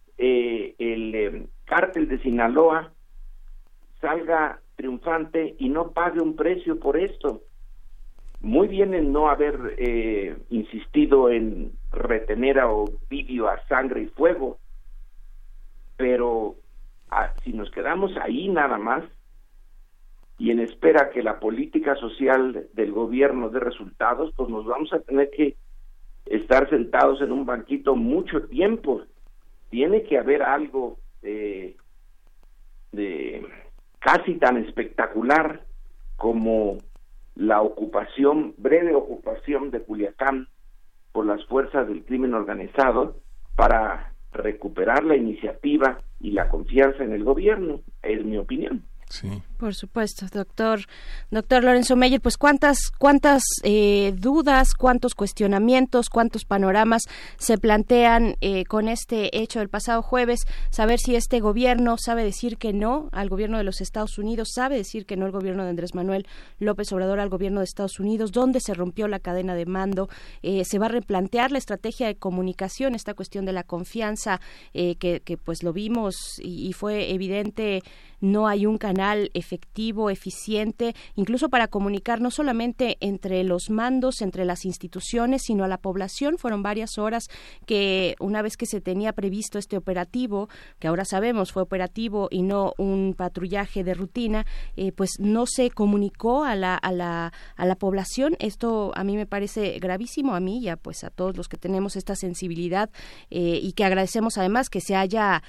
el cártel de Sinaloa salga triunfante y no pague un precio por esto. Muy bien en no haber insistido en retener a Ovidio a sangre y fuego, pero si nos quedamos ahí nada más y en espera que la política social del gobierno dé resultados, pues nos vamos a tener que estar sentados en un banquito mucho tiempo. Tiene que haber algo de casi tan espectacular como la breve ocupación de Culiacán por las fuerzas del crimen organizado para recuperar la iniciativa y la confianza en el gobierno, es mi opinión. Sí. Por supuesto, doctor Lorenzo Meyer, pues cuántas dudas, cuántos cuestionamientos, cuántos panoramas se plantean con este hecho del pasado jueves, saber si este gobierno sabe decir que no al gobierno de los Estados Unidos, sabe decir que no el gobierno de Andrés Manuel López Obrador al gobierno de Estados Unidos, dónde se rompió la cadena de mando, se va a replantear la estrategia de comunicación, esta cuestión de la confianza que pues lo vimos y fue evidente. No hay un canal efectivo, eficiente, incluso para comunicar no solamente entre los mandos, entre las instituciones, sino a la población. Fueron varias horas que una vez que se tenía previsto este operativo, que ahora sabemos fue operativo y no un patrullaje de rutina, pues no se comunicó a la población. Esto a mí me parece gravísimo, a mí y a todos los que tenemos esta sensibilidad y que agradecemos además que se haya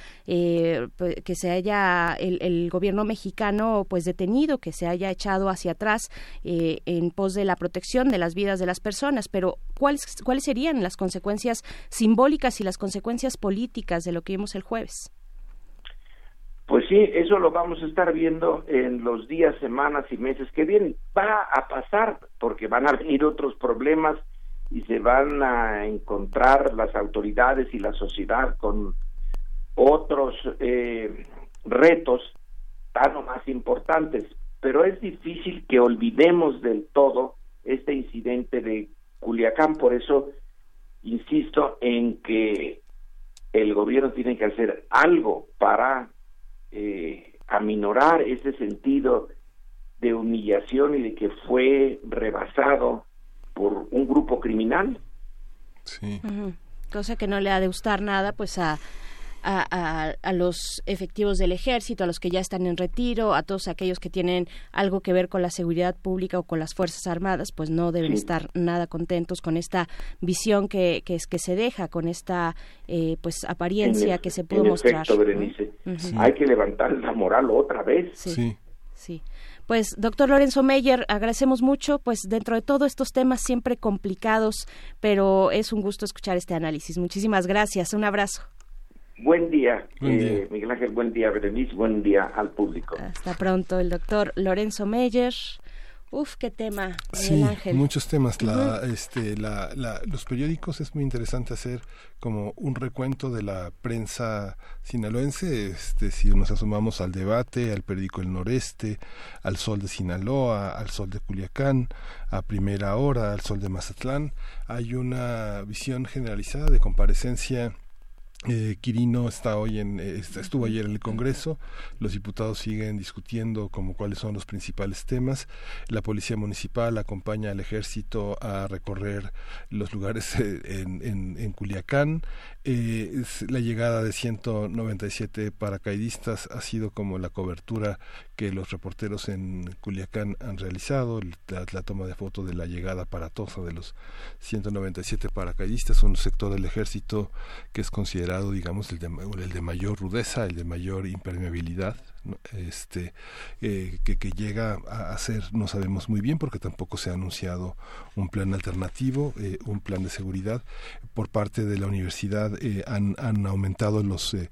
el gobierno mexicano pues detenido, que se haya echado hacia atrás en pos de la protección de las vidas de las personas, pero ¿cuáles serían las consecuencias simbólicas y las consecuencias políticas de lo que vimos el jueves? Pues sí, eso lo vamos a estar viendo en los días, semanas y meses que vienen. Va a pasar porque van a venir otros problemas y se van a encontrar las autoridades y la sociedad con otros retos tan o más importantes, pero es difícil que olvidemos del todo este incidente de Culiacán. Por eso insisto en que el gobierno tiene que hacer algo para aminorar ese sentido de humillación y de que fue rebasado por un grupo criminal. Sí. Uh-huh. Cosa que no le ha de gustar nada pues a los efectivos del ejército, a los que ya están en retiro, a todos aquellos que tienen algo que ver con la seguridad pública o con las Fuerzas Armadas, pues no deben estar nada contentos con esta visión que se deja, con esta pues apariencia que se pudo mostrar. Efecto, Berenice, hay que levantar la moral otra vez. Sí. Sí. Pues, doctor Lorenzo Meyer, agradecemos mucho, pues dentro de todos estos temas siempre complicados, pero es un gusto escuchar este análisis. Muchísimas gracias, un abrazo. Buen día, día. Miguel Ángel, buen día, Berenice, buen día al público. Hasta pronto, el doctor Lorenzo Meyer. Uf, qué tema, sí, Miguel Ángel. Muchos temas. Los periódicos, es muy interesante hacer como un recuento de la prensa sinaloense. Si nos asomamos al Debate, al periódico El Noreste, al Sol de Sinaloa, al Sol de Culiacán, a Primera Hora, al Sol de Mazatlán, hay una visión generalizada de comparecencia. Quirino estuvo ayer en el Congreso, los diputados siguen discutiendo como cuáles son los principales temas. La Policía Municipal acompaña al Ejército a recorrer los lugares en Culiacán. La llegada de 197 paracaidistas ha sido como la cobertura que los reporteros en Culiacán han realizado, la toma de foto de la llegada aparatosa de los 197 paracaidistas, un sector del Ejército que es considerado, digamos, el de mayor rudeza, el de mayor impermeabilidad, ¿no? Que llega a ser, no sabemos muy bien porque tampoco se ha anunciado un plan alternativo, un plan de seguridad por parte de la universidad. Han aumentado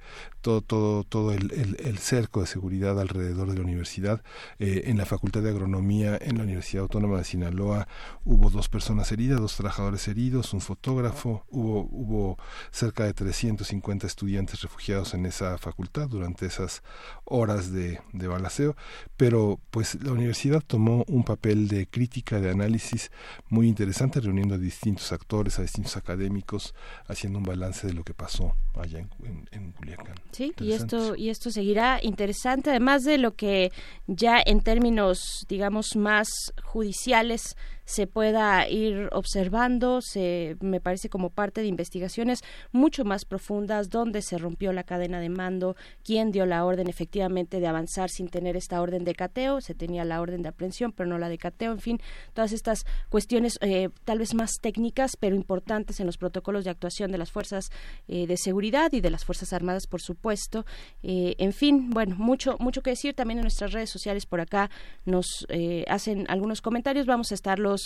todo el cerco de seguridad alrededor de la universidad. En la Facultad de Agronomía en la Universidad Autónoma de Sinaloa hubo 2 personas heridas, 2 trabajadores heridos, un fotógrafo. Hubo cerca de 350 estudiantes refugiados en esa facultad durante esas horas de balaceo, pero pues la universidad tomó un papel de crítica, de análisis muy interesante, reuniendo a distintos actores, a distintos académicos, haciendo un balance de lo que pasó allá en Culiacán. Sí, y esto seguirá interesante, además de lo que ya en términos, digamos, más judiciales se pueda ir observando, me parece como parte de investigaciones mucho más profundas, dónde se rompió la cadena de mando, quién dio la orden efectivamente de avanzar sin tener esta orden de cateo, se tenía la orden de aprehensión pero no la de cateo, en fin, todas estas cuestiones tal vez más técnicas pero importantes en los protocolos de actuación de las fuerzas de seguridad y de las Fuerzas Armadas, por supuesto. En fin, bueno, mucho que decir. También en nuestras redes sociales por acá nos hacen algunos comentarios, vamos a estarlos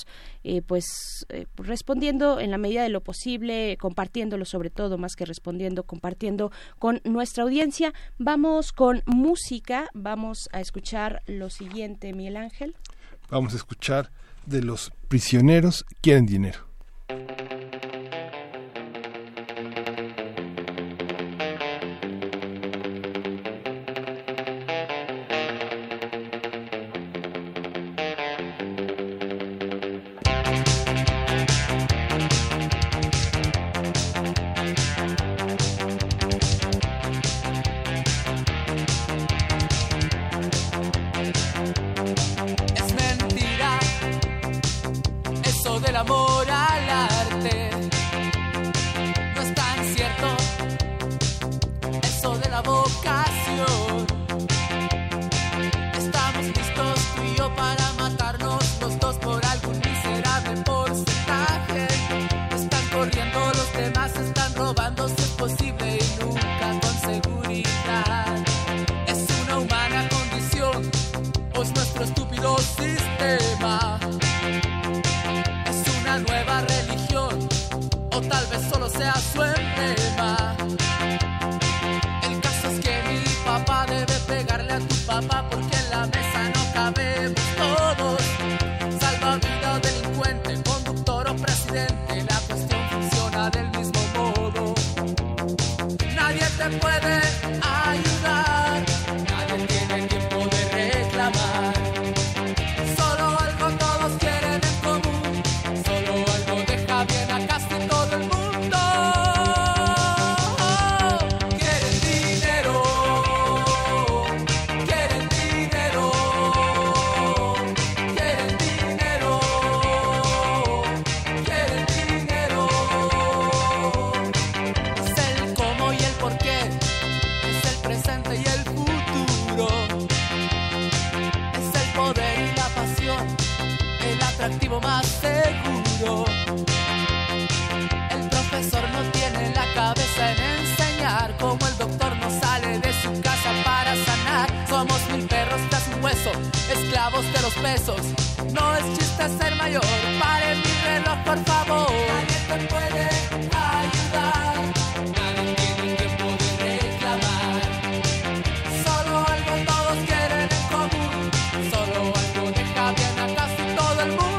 respondiendo en la medida de lo posible, compartiéndolo sobre todo, más que respondiendo, compartiendo con nuestra audiencia. Vamos con música, vamos a escuchar lo siguiente, Miguel Ángel. Vamos a escuchar de Los Prisioneros Quieren Dinero. Del amor al arte no es tan cierto, eso de la vocación. Estamos listos tú y yo para matarnos los dos por algún miserable porcentaje. Están corriendo los demás, están robando si es posible y nunca con seguridad. Es una humana condición o es nuestro estúpido sistema. Una nueva religión o tal vez solo sea su emblema. El caso es que mi papá debe pegarle a tu papá porque en la mesa no cabemos todos. Salvavidas o delincuente, conductor o presidente, la cuestión funciona del mismo modo. Nadie te puede ayudar, nadie tiene tiempo de reclamar. Solo algo todos quieren en común, solo algo deja bien a casi todo el mundo. todos de los pesos. No es chiste ser mayor, pare mi reloj por favor. Nadie te puede ayudar, nadie tiene tiempo de reclamar. Solo algo todos quieren en común, solo algo deja bien a casi todo el mundo.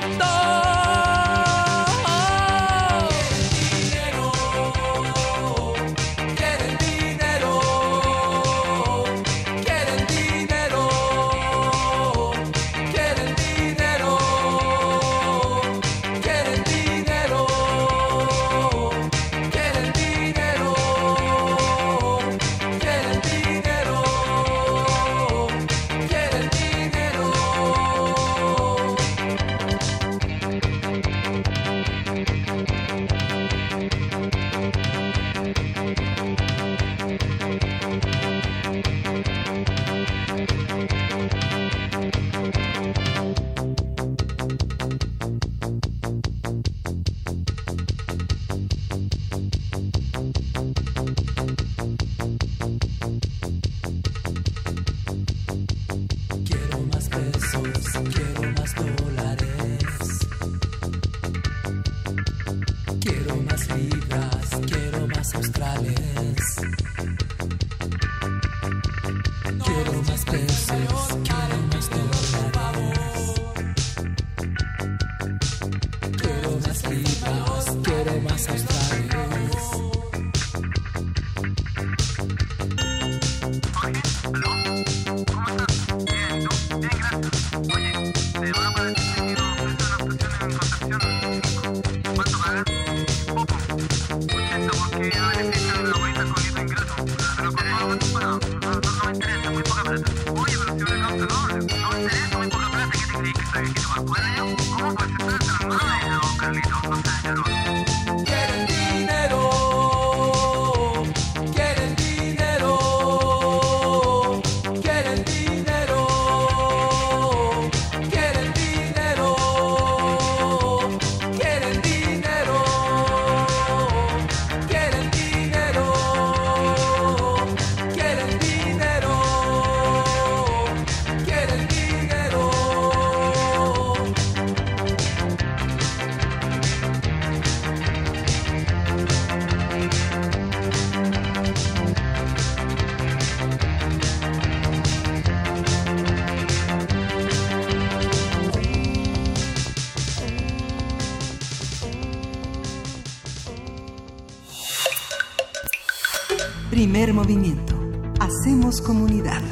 Primer movimiento. Hacemos comunidad.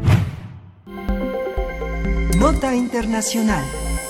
Nota internacional.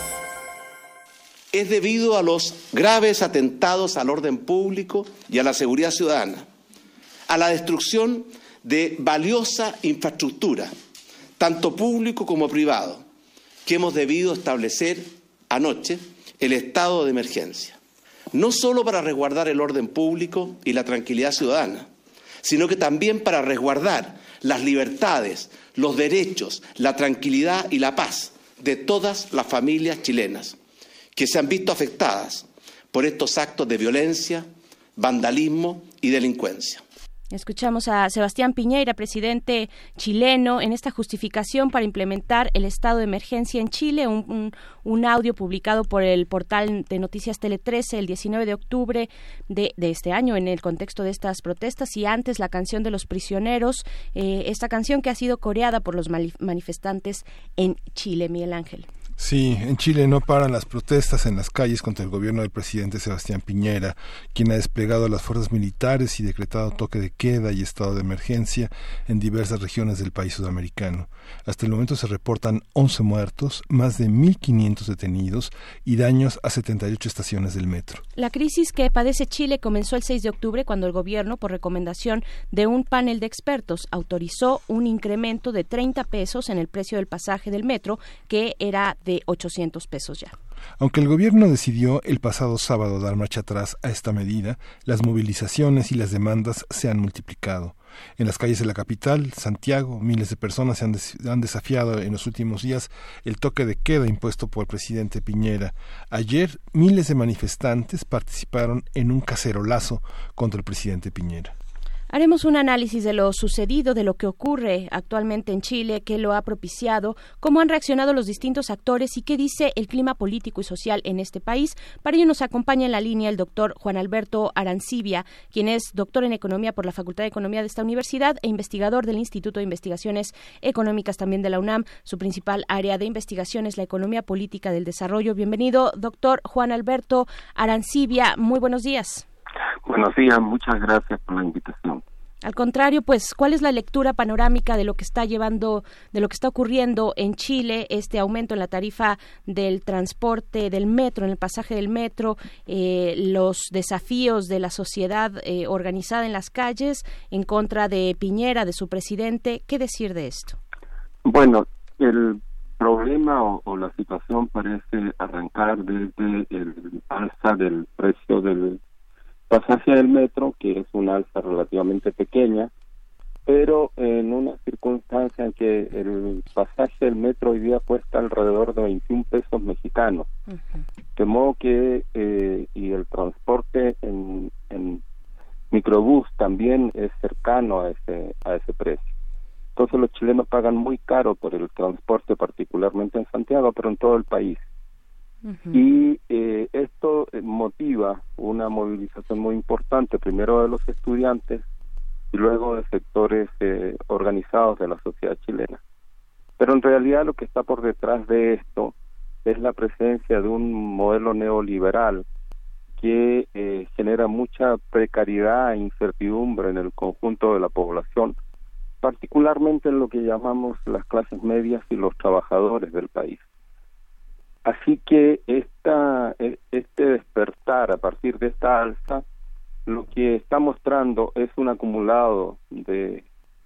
Es debido a los graves atentados al orden público y a la seguridad ciudadana, a la destrucción de valiosa infraestructura, tanto público como privado, que hemos debido establecer anoche el estado de emergencia. No solo para resguardar el orden público y la tranquilidad ciudadana, sino que también para resguardar las libertades, los derechos, la tranquilidad y la paz de todas las familias chilenas que se han visto afectadas por estos actos de violencia, vandalismo y delincuencia. Escuchamos a Sebastián Piñera, presidente chileno, en esta justificación para implementar el estado de emergencia en Chile, un audio publicado por el portal de noticias Tele 13 el 19 de octubre de este año en el contexto de estas protestas, y antes la canción de los prisioneros, esta canción que ha sido coreada por los manifestantes en Chile. Miguel Ángel. Sí, en Chile no paran las protestas en las calles contra el gobierno del presidente Sebastián Piñera, quien ha desplegado las fuerzas militares y decretado toque de queda y estado de emergencia en diversas regiones del país sudamericano. Hasta el momento se reportan 11 muertos, más de 1.500 detenidos y daños a 78 estaciones del metro. La crisis que padece Chile comenzó el 6 de octubre cuando el gobierno, por recomendación de un panel de expertos, autorizó un incremento de 30 pesos en el precio del pasaje del metro, que era de 800 pesos ya. Aunque el gobierno decidió el pasado sábado dar marcha atrás a esta medida, las movilizaciones y las demandas se han multiplicado. En las calles de la capital, Santiago, miles de personas han desafiado en los últimos días el toque de queda impuesto por el presidente Piñera. Ayer, miles de manifestantes participaron en un cacerolazo contra el presidente Piñera. Haremos un análisis de lo sucedido, de lo que ocurre actualmente en Chile, qué lo ha propiciado, cómo han reaccionado los distintos actores y qué dice el clima político y social en este país. Para ello nos acompaña en la línea el doctor Juan Alberto Arancibia, quien es doctor en Economía por la Facultad de Economía de esta universidad e investigador del Instituto de Investigaciones Económicas también de la UNAM. Su principal área de investigación es la economía política del desarrollo. Bienvenido, doctor Juan Alberto Arancibia. Muy buenos días. Buenos días, muchas gracias por la invitación. Al contrario, pues, ¿cuál es la lectura panorámica de lo que está ocurriendo en Chile, este aumento en la tarifa del transporte del metro, en el pasaje del metro, los desafíos de la sociedad organizada en las calles en contra de Piñera, de su presidente? ¿Qué decir de esto? Bueno, el problema o la situación parece arrancar desde el alza del precio del pasaje del metro, que es una alza relativamente pequeña, pero en una circunstancia en que el pasaje del metro hoy día cuesta alrededor de 21 pesos mexicanos, de modo que y el transporte en microbús también es cercano a ese precio. Entonces los chilenos pagan muy caro por el transporte, particularmente en Santiago, pero en todo el país. Y esto motiva una movilización muy importante, primero de los estudiantes y luego de sectores organizados de la sociedad chilena. Pero en realidad lo que está por detrás de esto es la presencia de un modelo neoliberal que genera mucha precariedad e incertidumbre en el conjunto de la población, particularmente en lo que llamamos las clases medias y los trabajadores del país. Así que este despertar a partir de esta alza, lo que está mostrando es un acumulado de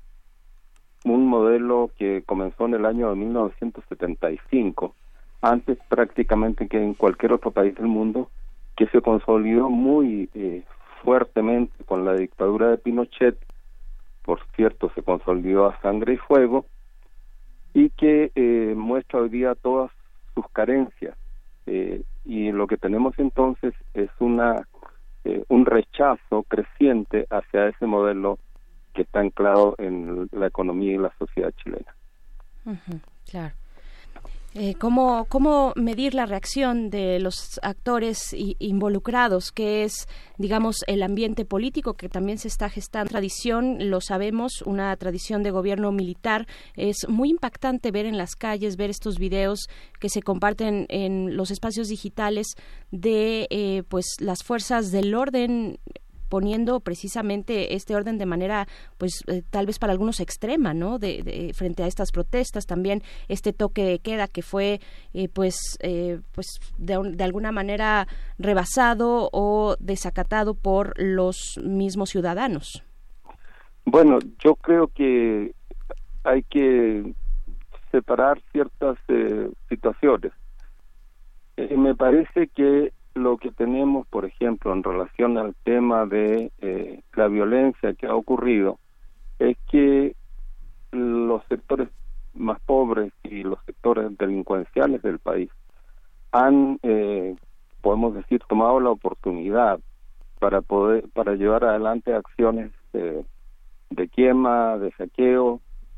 un modelo que comenzó en el año de 1975, antes prácticamente que en cualquier otro país del mundo, que se consolidó muy fuertemente con la dictadura de Pinochet, por cierto, se consolidó a sangre y fuego, y que muestra hoy día todas sus carencias, y lo que tenemos entonces es un rechazo creciente hacia ese modelo que está anclado en la economía y la sociedad chilena. Claro. ¿Cómo medir la reacción de los actores involucrados, que es, digamos, el ambiente político que también se está gestando? Tradición, lo sabemos, una tradición de gobierno militar. Es muy impactante ver en las calles, ver estos videos que se comparten en los espacios digitales de pues las fuerzas del orden poniendo precisamente este orden de manera, pues tal vez para algunos extrema, ¿no? De frente a estas protestas, también este toque de queda que fue, de alguna manera rebasado o desacatado por los mismos ciudadanos. Bueno, yo creo que hay que separar ciertas situaciones. Me parece que lo que tenemos, por ejemplo, en relación al tema de la violencia que ha ocurrido, es que los sectores más pobres y los sectores delincuenciales del país han, podemos decir, tomado la oportunidad para llevar adelante acciones de quema, de saqueo,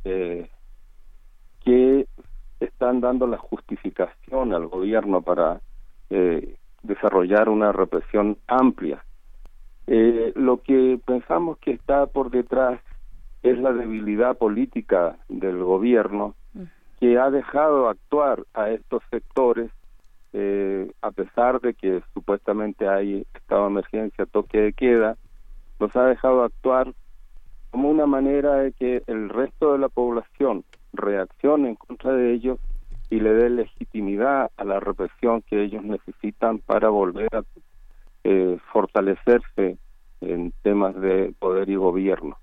que están dando la justificación al gobierno para desarrollar una represión amplia. Lo que pensamos que está por detrás es la debilidad política del gobierno, que ha dejado actuar a estos sectores a pesar de que supuestamente hay estado de emergencia, toque de queda, los ha dejado actuar como una manera de que el resto de la población reaccione en contra de ellos y le dé legitimidad a la represión que ellos necesitan para volver a fortalecerse en temas de poder y gobierno.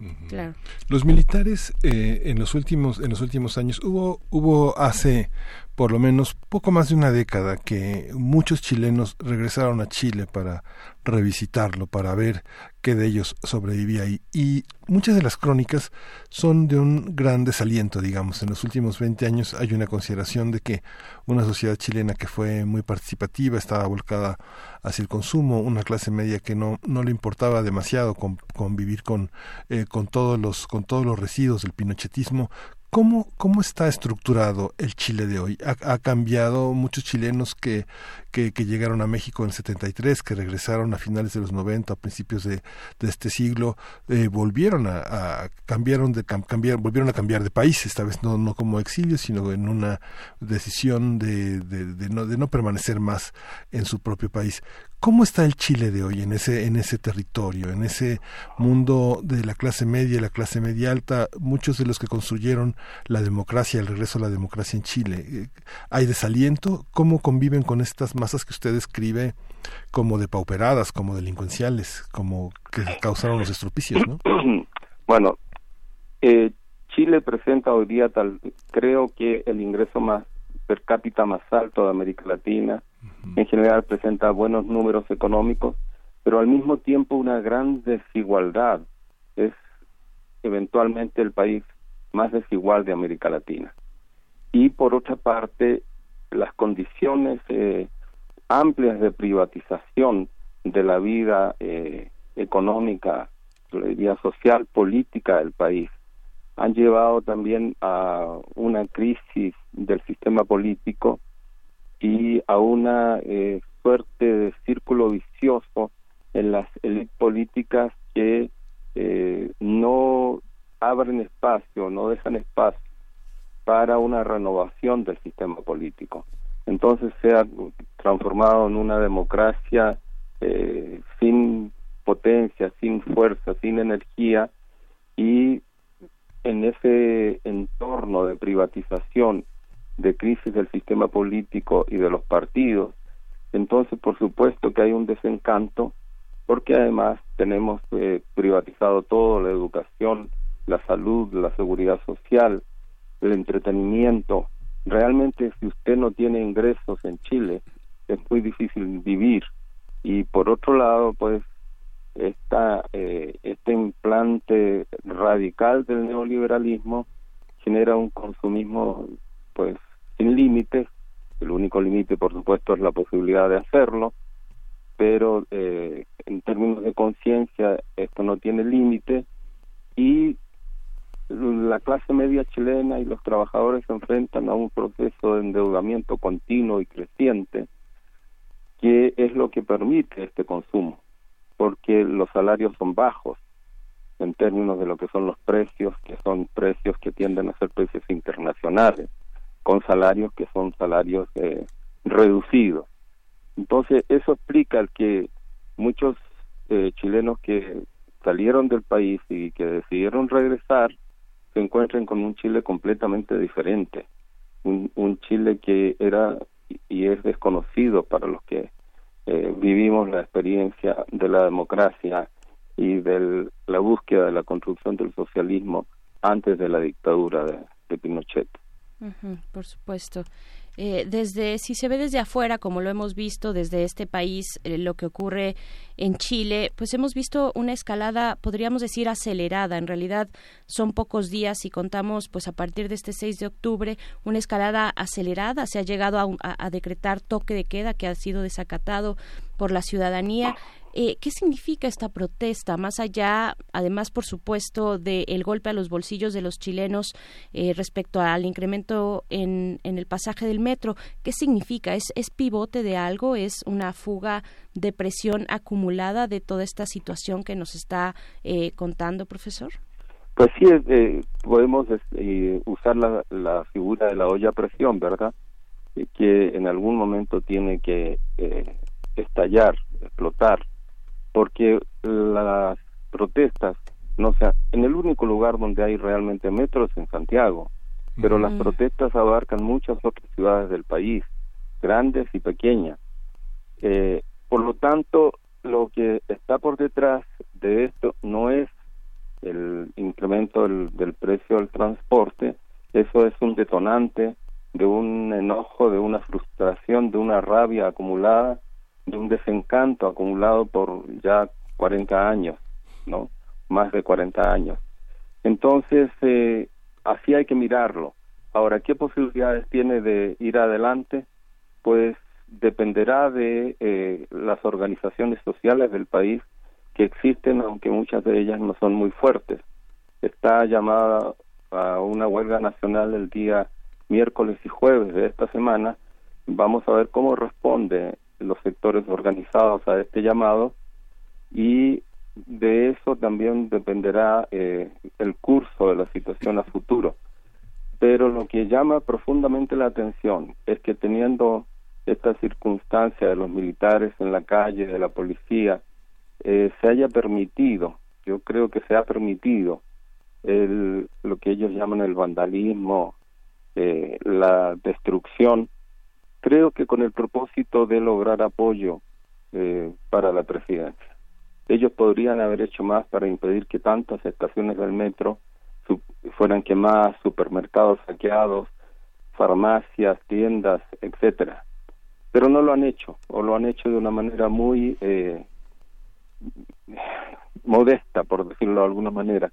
Claro. Los militares en los últimos años hubo hace por lo menos poco más de una década que muchos chilenos regresaron a Chile para revisitarlo, para ver qué de ellos sobrevivía ahí. Y muchas de las crónicas son de un gran desaliento, digamos. En los últimos 20 años hay una consideración de que una sociedad chilena que fue muy participativa, estaba volcada hacia el consumo, una clase media que no le importaba demasiado convivir con todos los residuos del pinochetismo. ¿Cómo está estructurado el Chile de hoy? Ha cambiado. Muchos chilenos que llegaron a México en el 73, que regresaron a finales de los 90, a principios de este siglo, volvieron a cambiar de país, esta vez no como exilio, sino en una decisión de no permanecer más en su propio país. ¿Cómo está el Chile de hoy en ese territorio, en ese mundo de la clase media, la clase media alta? Muchos de los que construyeron la democracia, el regreso a la democracia en Chile, ¿hay desaliento? ¿Cómo conviven con estas masas que usted describe como depauperadas, como delincuenciales, como que causaron los estropicios, ¿no? Bueno, Chile presenta hoy día creo que el ingreso más per cápita más alto de América Latina. En general presenta buenos números económicos, pero al mismo tiempo una gran desigualdad. Es eventualmente el país más desigual de América Latina. Y por otra parte, las condiciones amplias de privatización de la vida económica, la vida social, política del país, han llevado también a una crisis del sistema político y a una suerte de círculo vicioso en las élites políticas que no abren espacio, no dejan espacio para una renovación del sistema político. Entonces se ha transformado en una democracia sin potencia, sin fuerza, sin energía, y en ese entorno de privatización, de crisis del sistema político y de los partidos, entonces por supuesto que hay un desencanto, porque además tenemos privatizado todo: la educación, la salud, la seguridad social, el entretenimiento. Realmente, si usted no tiene ingresos en Chile, es muy difícil vivir. Y por otro lado, pues este implante radical del neoliberalismo genera un consumismo pues sin límites. El único límite, por supuesto, es la posibilidad de hacerlo, pero en términos de conciencia esto no tiene límite, y la clase media chilena y los trabajadores se enfrentan a un proceso de endeudamiento continuo y creciente, que es lo que permite este consumo, porque los salarios son bajos en términos de lo que son los precios, que son precios que tienden a ser precios internacionales, con salarios que son salarios reducidos. Entonces eso explica el que muchos chilenos que salieron del país y que decidieron regresar se encuentren con un Chile completamente diferente, un Chile que era y es desconocido para los que vivimos la experiencia de la democracia y de la búsqueda de la construcción del socialismo antes de la dictadura de Pinochet. Por supuesto. Si se ve desde afuera, como lo hemos visto desde este país, lo que ocurre en Chile, pues hemos visto una escalada, podríamos decir, acelerada. En realidad son pocos días y contamos, pues a partir de este 6 de octubre, una escalada acelerada. Se ha llegado a decretar toque de queda que ha sido desacatado por la ciudadanía. ¿Qué significa esta protesta? Más allá, además, por supuesto, del golpe a los bolsillos de los chilenos respecto al incremento en el pasaje del metro, ¿qué significa? ¿Es pivote de algo? ¿Es una fuga de presión acumulada de toda esta situación que nos está contando, profesor? Pues sí, podemos usar la figura de la olla a presión, ¿verdad? Que en algún momento tiene que estallar, explotar, porque las protestas, en el único lugar donde hay realmente metro es en Santiago, pero las protestas abarcan muchas otras ciudades del país, grandes y pequeñas. Por lo tanto, lo que está por detrás de esto no es el incremento del precio del transporte, eso es un detonante de un enojo, de una frustración, de una rabia acumulada, de un desencanto acumulado por ya 40 años, ¿no? Más de 40 años. Entonces, así hay que mirarlo. Ahora, ¿qué posibilidades tiene de ir adelante? Pues dependerá de las organizaciones sociales del país que existen, aunque muchas de ellas no son muy fuertes. Está llamada a una huelga nacional el día miércoles y jueves de esta semana. Vamos a ver cómo responden los sectores organizados a este llamado, y de eso también dependerá el curso de la situación a futuro. Pero lo que llama profundamente la atención es que, teniendo esta circunstancia de los militares en la calle, de la policía, se haya permitido, yo creo que se ha permitido lo que ellos llaman el vandalismo, la destrucción, creo que con el propósito de lograr apoyo para la presidencia. Ellos podrían haber hecho más para impedir que tantas estaciones del metro fueran quemadas, supermercados saqueados, farmacias, tiendas, etcétera. Pero no lo han hecho, o lo han hecho de una manera muy modesta, por decirlo de alguna manera.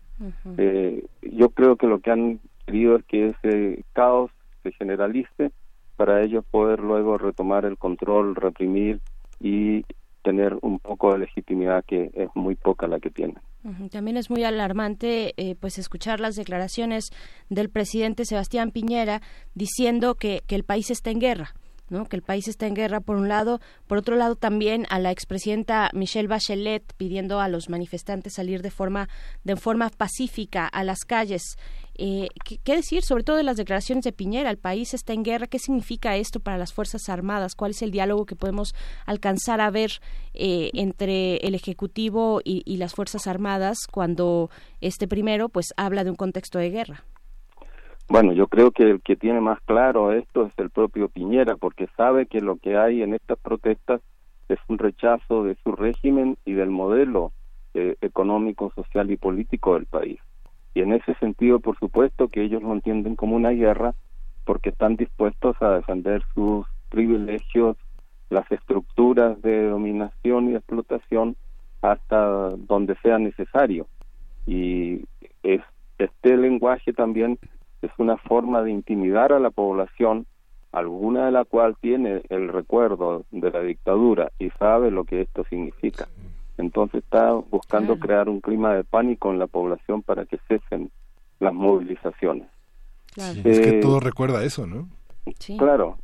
Yo creo que lo que han querido es que ese caos se generalice para ellos poder luego retomar el control, reprimir y tener un poco de legitimidad, que es muy poca la que tienen. También es muy alarmante pues escuchar las declaraciones del presidente Sebastián Piñera diciendo que el país está en guerra, ¿no? Que el país está en guerra, por un lado. Por otro lado, también a la expresidenta Michelle Bachelet pidiendo a los manifestantes salir de forma pacífica a las calles. ¿Qué decir sobre todo de las declaraciones de Piñera? El país está en guerra. ¿Qué significa esto para las Fuerzas Armadas? ¿Cuál es el diálogo que podemos alcanzar a ver entre el Ejecutivo y las Fuerzas Armadas cuando este primero pues habla de un contexto de guerra? Bueno, yo creo que el que tiene más claro esto es el propio Piñera, porque sabe que lo que hay en estas protestas es un rechazo de su régimen y del modelo económico, social y político del país. Y en ese sentido, por supuesto, que ellos lo entienden como una guerra, porque están dispuestos a defender sus privilegios, las estructuras de dominación y explotación hasta donde sea necesario. Y este lenguaje también es una forma de intimidar a la población, alguna de la cual tiene el recuerdo de la dictadura y sabe lo que esto significa. Entonces está buscando crear un clima de pánico en la población para que cesen las movilizaciones. Claro. Es que todo recuerda eso, ¿no? Sí. Claro,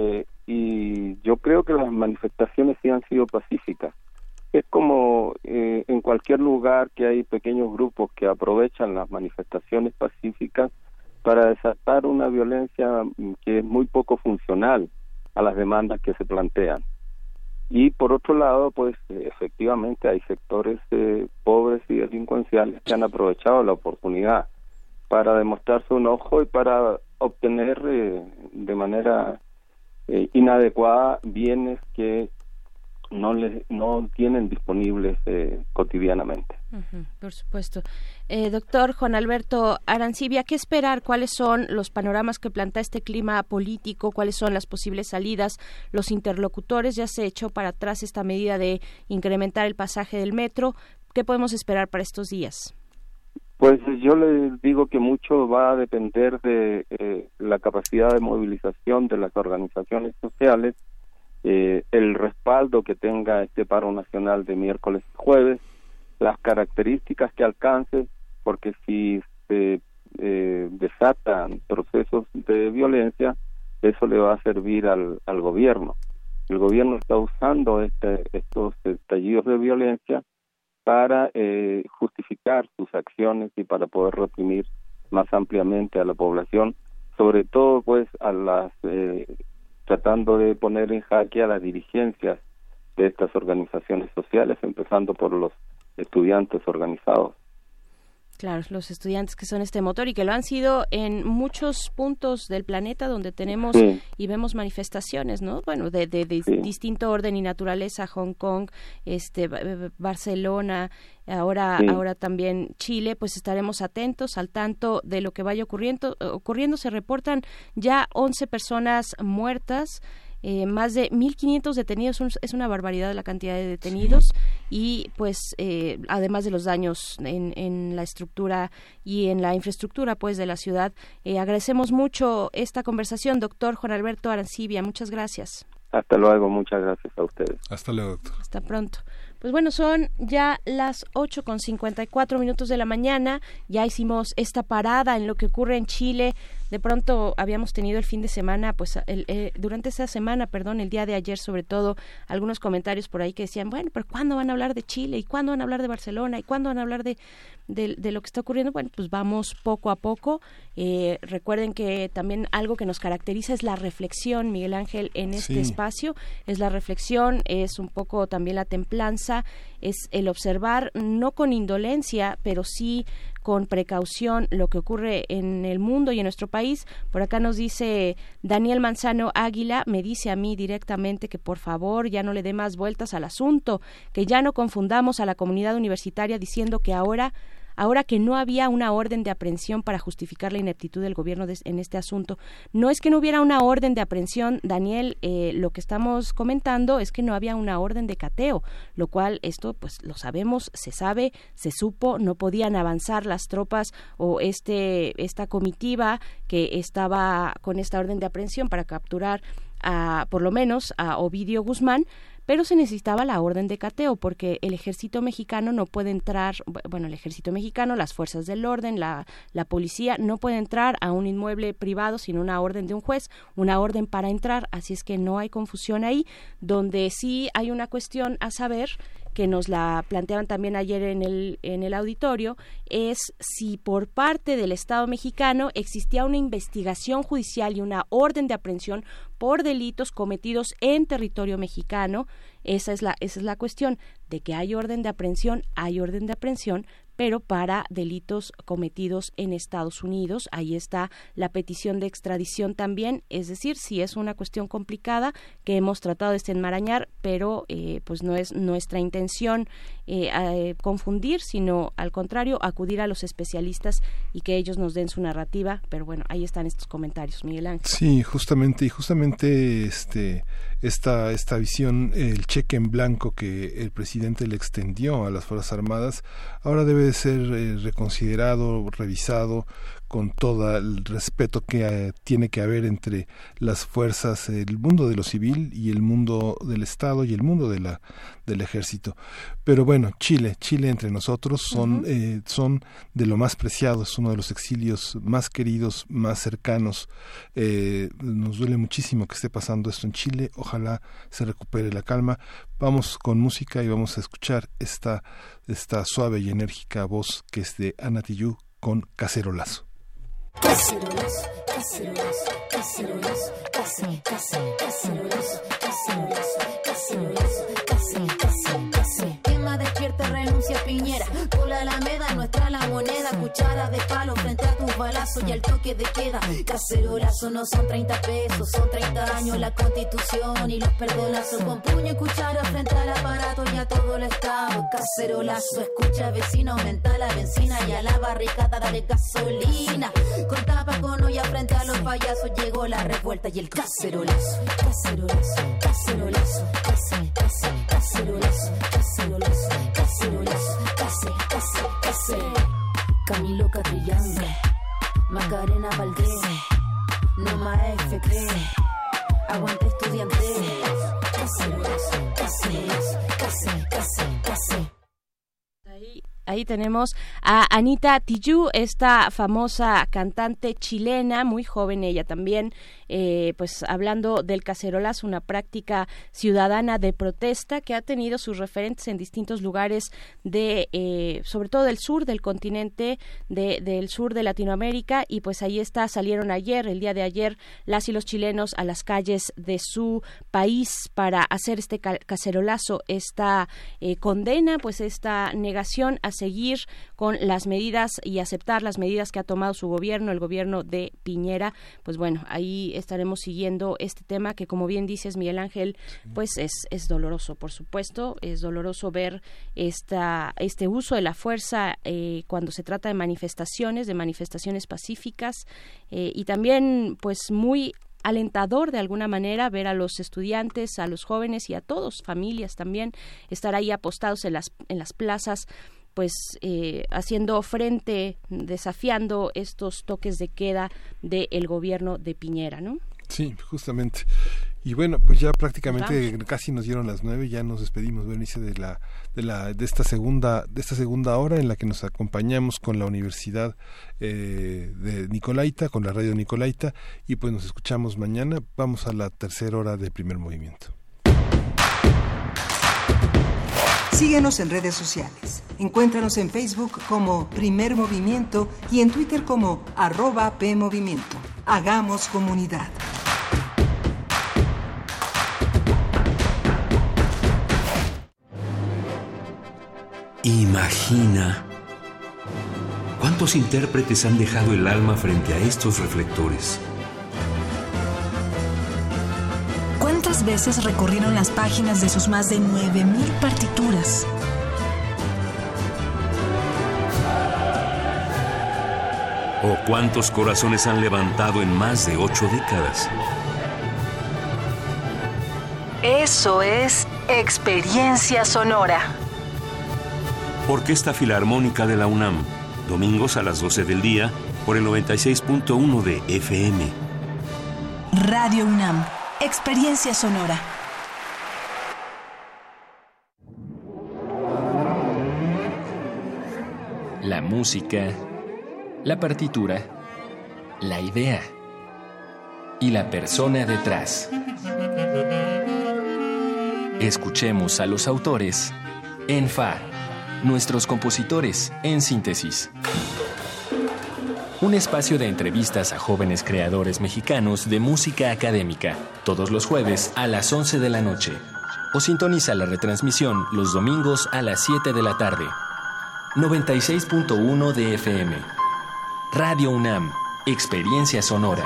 y yo creo que las manifestaciones sí han sido pacíficas. Es como en cualquier lugar que hay pequeños grupos que aprovechan las manifestaciones pacíficas para desatar una violencia que es muy poco funcional a las demandas que se plantean. Y por otro lado, pues efectivamente hay sectores pobres y delincuenciales que han aprovechado la oportunidad para demostrar su enojo y para obtener de manera inadecuada bienes que no tienen disponibles cotidianamente. Por supuesto. Doctor Juan Alberto Arancibia, ¿qué esperar? ¿Cuáles son los panoramas que plantea este clima político? ¿Cuáles son las posibles salidas? Los interlocutores, ya se echó para atrás esta medida de incrementar el pasaje del metro. ¿Qué podemos esperar para estos días? Pues yo les digo que mucho va a depender de la capacidad de movilización de las organizaciones sociales, el respaldo que tenga este paro nacional de miércoles y jueves, las características que alcance, porque si se desatan procesos de violencia, eso le va a servir al gobierno. El gobierno está usando estos estallidos de violencia para justificar sus acciones y para poder reprimir más ampliamente a la población, sobre todo pues a las tratando de poner en jaque a las dirigencias de estas organizaciones sociales, empezando por los estudiantes organizados. Claro, los estudiantes que son este motor y que lo han sido en muchos puntos del planeta donde tenemos y vemos manifestaciones, ¿no? Bueno, de distinto orden y naturaleza, Hong Kong, Barcelona, ahora también Chile, pues estaremos atentos, al tanto de lo que vaya ocurriendo. Se reportan ya 11 personas muertas, más de 1.500 detenidos, es una barbaridad la cantidad de detenidos y pues además de los daños en la estructura y en la infraestructura pues de la ciudad. Agradecemos mucho esta conversación, doctor Juan Alberto Arancibia, muchas gracias. Hasta luego, muchas gracias a ustedes. Hasta luego, doctor. Hasta pronto. Pues bueno, son ya las 8:54 de la mañana, ya hicimos esta parada en lo que ocurre en Chile. De pronto habíamos tenido el fin de semana, pues durante esa semana, el día de ayer sobre todo, algunos comentarios por ahí que decían, bueno, pero ¿cuándo van a hablar de Chile? ¿Y cuándo van a hablar de Barcelona? ¿Y cuándo van a hablar de lo que está ocurriendo? Bueno, pues vamos poco a poco. Recuerden que también algo que nos caracteriza es la reflexión, Miguel Ángel, en este espacio. Es la reflexión, es un poco también la templanza, es el observar, no con indolencia, pero sí con precaución lo que ocurre en el mundo y en nuestro país. Por acá nos dice Daniel Manzano Águila, me dice a mí directamente que por favor ya no le dé más vueltas al asunto, que ya no confundamos a la comunidad universitaria diciendo que ahora que no había una orden de aprehensión para justificar la ineptitud del gobierno en este asunto. No es que no hubiera una orden de aprehensión, Daniel, lo que estamos comentando es que no había una orden de cateo, lo cual esto pues lo sabemos, se sabe, se supo, no podían avanzar las tropas o esta comitiva que estaba con esta orden de aprehensión para capturar por lo menos a Ovidio Guzmán, pero se necesitaba la orden de cateo porque el ejército mexicano no puede entrar, el ejército mexicano, las fuerzas del orden, la policía no puede entrar a un inmueble privado sin una orden de un juez, una orden para entrar, así es que no hay confusión ahí. Donde sí hay una cuestión a saber, que nos la planteaban también ayer en el auditorio, es si por parte del Estado mexicano existía una investigación judicial y una orden de aprehensión por delitos cometidos en territorio mexicano. Esa es la cuestión, de que hay orden de aprehensión, pero para delitos cometidos en Estados Unidos. Ahí está la petición de extradición también, es decir, sí es una cuestión complicada que hemos tratado de desenmarañar, pero pues no es nuestra intención confundir, sino al contrario, acudir a los especialistas y que ellos nos den su narrativa. Pero bueno, ahí están estos comentarios, Miguel Ángel. Sí, justamente esta visión, el cheque en blanco que el presidente le extendió a las Fuerzas Armadas, ahora debe de ser reconsiderado, revisado con todo el respeto que tiene que haber entre las fuerzas, el mundo de lo civil y el mundo del Estado y el mundo del ejército. Pero bueno, Chile entre nosotros son de lo más preciado, es uno de los exilios más queridos, más cercanos. Nos duele muchísimo que esté pasando esto en Chile, ojalá se recupere la calma. Vamos con música y vamos a escuchar esta suave y enérgica voz que es de Ana Tijoux con Cacerolazo. Cacerolazo, cacerolazo, cacerolazo, cacerolazo, cacerolazo, cacerolazo, cacerolazo. Quema, despierta, renuncia, Piñera. Por la Alameda, nuestra la moneda. Cuchara de palo frente a tus balazos y al toque de queda. Cacerolazo no son 30 pesos, son 30 años la Constitución y los perdonazos. Con puño y cuchara frente al aparato y a todo el Estado. Cacerolazo, escucha vecino, aumenta la benzina y a la barricada dale gasolina. Con tapa con olla frente a los payasos llegó la revuelta y el cacerolazo. Cacerolazo, cacerolazo, cacerolazo, cacerolazo, cacerolazo, cacerolazo, cacerolazo. Camilo Catrillanca, Macarena Valdés, Noma FP, aguante estudiante. Cacerolazo, cacerolazo, cacerolazo. Ahí tenemos a Anita Tijoux, esta famosa cantante chilena, muy joven ella también, pues hablando del cacerolazo, una práctica ciudadana de protesta que ha tenido sus referentes en distintos lugares sobre todo del sur del continente, del sur de Latinoamérica, y pues ahí salieron el día de ayer, las y los chilenos a las calles de su país para hacer este cacerolazo, esta condena, pues esta negación a seguir con las medidas y aceptar las medidas que ha tomado su gobierno, el gobierno de Piñera. Pues bueno, ahí estaremos siguiendo este tema que, como bien dices, Miguel Ángel, pues es doloroso, por supuesto, es doloroso ver este uso de la fuerza cuando se trata de manifestaciones pacíficas, y también pues muy alentador de alguna manera ver a los estudiantes, a los jóvenes y a todos, familias también, estar ahí apostados en las plazas, pues haciendo frente, desafiando estos toques de queda del gobierno de Piñera, ¿no? Sí, justamente. Y bueno, pues ya prácticamente casi nos dieron las 9, ya nos despedimos, Berenice, de esta segunda hora en la que nos acompañamos con la Universidad de Nicolaita, con la Radio Nicolaita, y pues nos escuchamos mañana. Vamos a la tercera hora de Primer Movimiento. Síguenos en redes sociales. Encuéntranos en Facebook como Primer Movimiento y en Twitter como @PMovimiento. Hagamos comunidad. Imagina cuántos intérpretes han dejado el alma frente a estos reflectores. ¿Cuántas veces recorrieron las páginas de sus más de 9,000 partituras? ¿O cuántos corazones han levantado en más de 8 décadas? Eso es experiencia sonora. Orquesta Filarmónica de la UNAM, domingos a las 12 del día por el 96.1 de FM. Radio UNAM, experiencia sonora. La música, la partitura, la idea y la persona detrás. Escuchemos a los autores en Fa. Nuestros compositores en síntesis. Un espacio de entrevistas a jóvenes creadores mexicanos de música académica, todos los jueves a las 11 de la noche. O sintoniza la retransmisión los domingos a las 7 de la tarde. 96.1 de FM. Radio UNAM, experiencia sonora.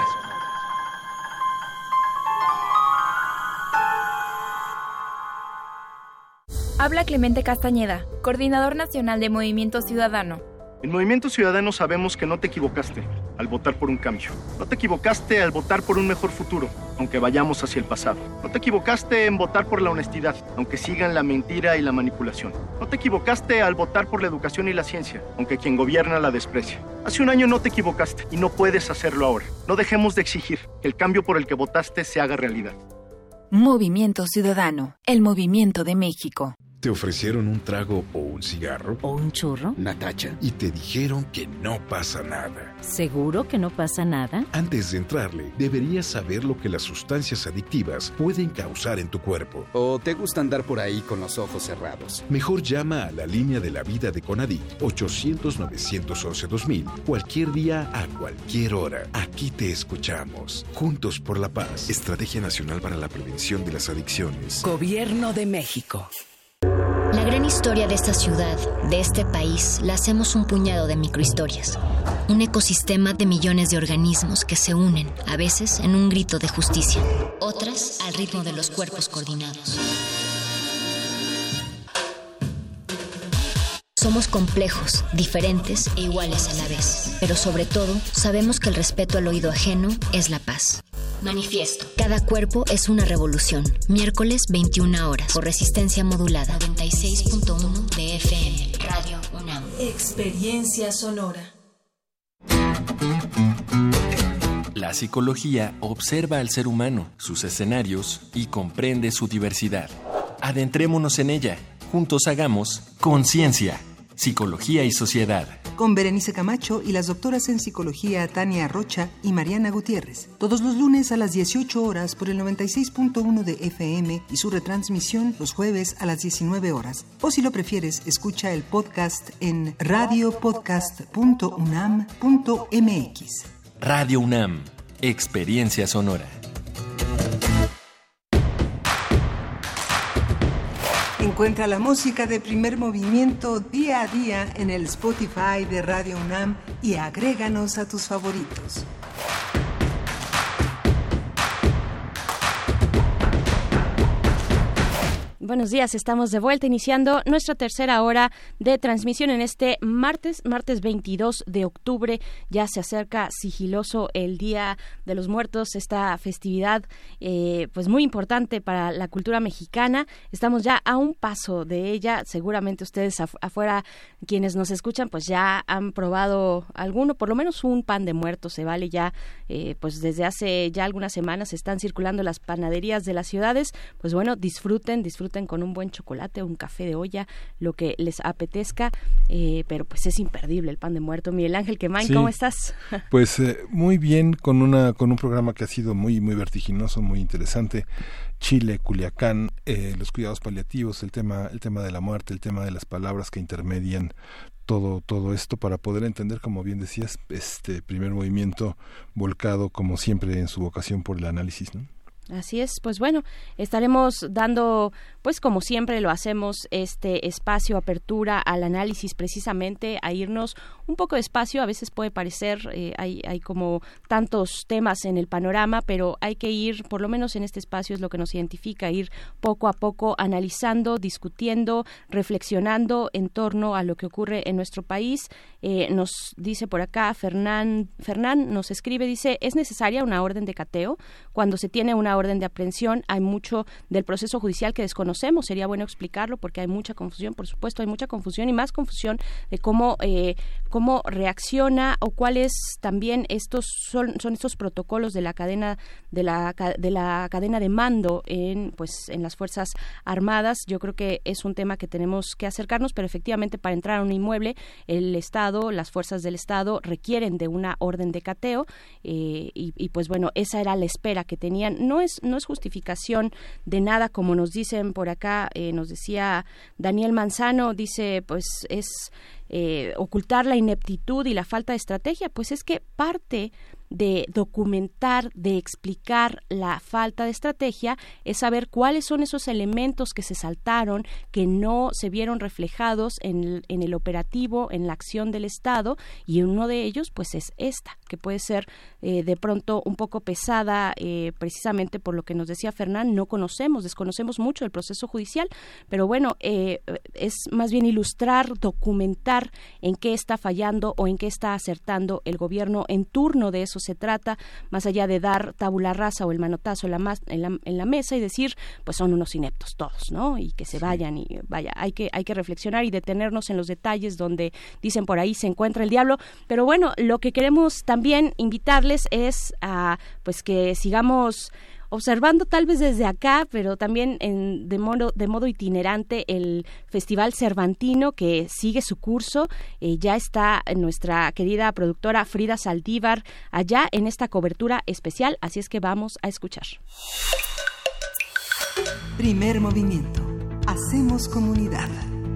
Habla Clemente Castañeda, coordinador nacional de Movimiento Ciudadano. En Movimiento Ciudadano sabemos que no te equivocaste al votar por un cambio. No te equivocaste al votar por un mejor futuro, aunque vayamos hacia el pasado. No te equivocaste en votar por la honestidad, aunque sigan la mentira y la manipulación. No te equivocaste al votar por la educación y la ciencia, aunque quien gobierna la desprecia. Hace un año no te equivocaste y no puedes hacerlo ahora. No dejemos de exigir que el cambio por el que votaste se haga realidad. Movimiento Ciudadano, el movimiento de México. ¿Te ofrecieron un trago o un cigarro? ¿O un churro? Natacha. Y te dijeron que no pasa nada. ¿Seguro que no pasa nada? Antes de entrarle, deberías saber lo que las sustancias adictivas pueden causar en tu cuerpo. ¿O te gusta andar por ahí con los ojos cerrados? Mejor llama a la línea de la vida de CONADIC, 800-911-2000, cualquier día, a cualquier hora. Aquí te escuchamos. Juntos por la paz. Estrategia Nacional para la Prevención de las Adicciones. Gobierno de México. La gran historia de esta ciudad, de este país, la hacemos un puñado de microhistorias. Un ecosistema de millones de organismos que se unen, a veces en un grito de justicia, otras al ritmo de los cuerpos coordinados. Somos complejos, diferentes e iguales a la vez, pero sobre todo sabemos que el respeto al oído ajeno es la paz. Manifiesto. Cada cuerpo es una revolución. Miércoles 21 horas. Por resistencia modulada. 96.1 de FM. Radio UNAM. Experiencia sonora. La psicología observa al ser humano, sus escenarios y comprende su diversidad. Adentrémonos en ella. Juntos hagamos Conciencia, Psicología y Sociedad. con Berenice Camacho y las doctoras en psicología Tania Rocha y Mariana Gutiérrez. Todos los lunes a las 18 horas por el 96.1 de FM y su retransmisión los jueves a las 19 horas. O si lo prefieres, escucha el podcast en radiopodcast.unam.mx. Radio UNAM, experiencia sonora. Encuentra la música de Primer Movimiento día a día en el Spotify de Radio UNAM y agréganos a tus favoritos. Buenos días, estamos de vuelta iniciando nuestra tercera hora de transmisión en este martes 22 de octubre. Ya se acerca sigiloso el Día de los Muertos, esta festividad pues muy importante para la cultura mexicana. Estamos ya a un paso de ella. Seguramente ustedes afuera, quienes nos escuchan, pues ya han probado alguno, por lo menos un pan de muerto. Se vale ya, pues desde hace ya algunas semanas están circulando las panaderías de las ciudades. Pues bueno, disfruten con un buen chocolate, un café de olla, lo que les apetezca, pero pues es imperdible el pan de muerto. Miguel Ángel Quemain, sí. ¿Cómo estás? Pues muy bien, con un programa que ha sido muy vertiginoso, muy interesante. Chile, Culiacán, los cuidados paliativos, el tema de la muerte, el tema de las palabras que intermedian todo esto para poder entender, como bien decías, este Primer Movimiento volcado como siempre en su vocación por el análisis, ¿no? Así es, pues bueno, estaremos dando, pues como siempre lo hacemos, este espacio, apertura al análisis, precisamente a irnos un poco despacio. A veces puede parecer, hay como tantos temas en el panorama, pero hay que ir, por lo menos en este espacio es lo que nos identifica, ir poco a poco analizando, discutiendo, reflexionando en torno a lo que ocurre en nuestro país. Nos dice por acá, Fernán nos escribe, dice, ¿es necesaria una orden de cateo? Cuando se tiene una orden de aprehensión, hay mucho del proceso judicial que desconocemos. Sería bueno explicarlo porque hay mucha confusión, por supuesto, hay mucha confusión y más confusión de cómo reacciona o cuáles también son estos protocolos de la cadena de la cadena de mando en las Fuerzas Armadas. Yo creo que es un tema que tenemos que acercarnos, pero efectivamente para entrar a un inmueble, el Estado, las fuerzas del Estado requieren de una orden de cateo y pues bueno, esa era la espera que tenían. No es justificación de nada, como nos dicen por acá, nos decía Daniel Manzano, dice, pues es ocultar la ineptitud y la falta de estrategia. Pues es que parte de documentar, de explicar la falta de estrategia es saber cuáles son esos elementos que se saltaron, que no se vieron reflejados en el operativo, en la acción del Estado, y uno de ellos pues es esta, que puede ser de pronto un poco pesada, precisamente por lo que nos decía Fernán, desconocemos mucho el proceso judicial, pero bueno, es más bien ilustrar, documentar en qué está fallando o en qué está acertando el gobierno en turno. De eso se trata, más allá de dar tabula rasa o el manotazo en la mesa y decir, pues son unos ineptos todos, ¿no? Y que se vayan, y vaya, hay que reflexionar y detenernos en los detalles donde dicen por ahí se encuentra el diablo. Pero bueno, lo que queremos también invitarles es a pues que sigamos observando tal vez desde acá, pero también de modo itinerante, el Festival Cervantino, que sigue su curso. Ya está nuestra querida productora Frida Saldívar allá en esta cobertura especial, así es que vamos a escuchar. Primer Movimiento. Hacemos comunidad.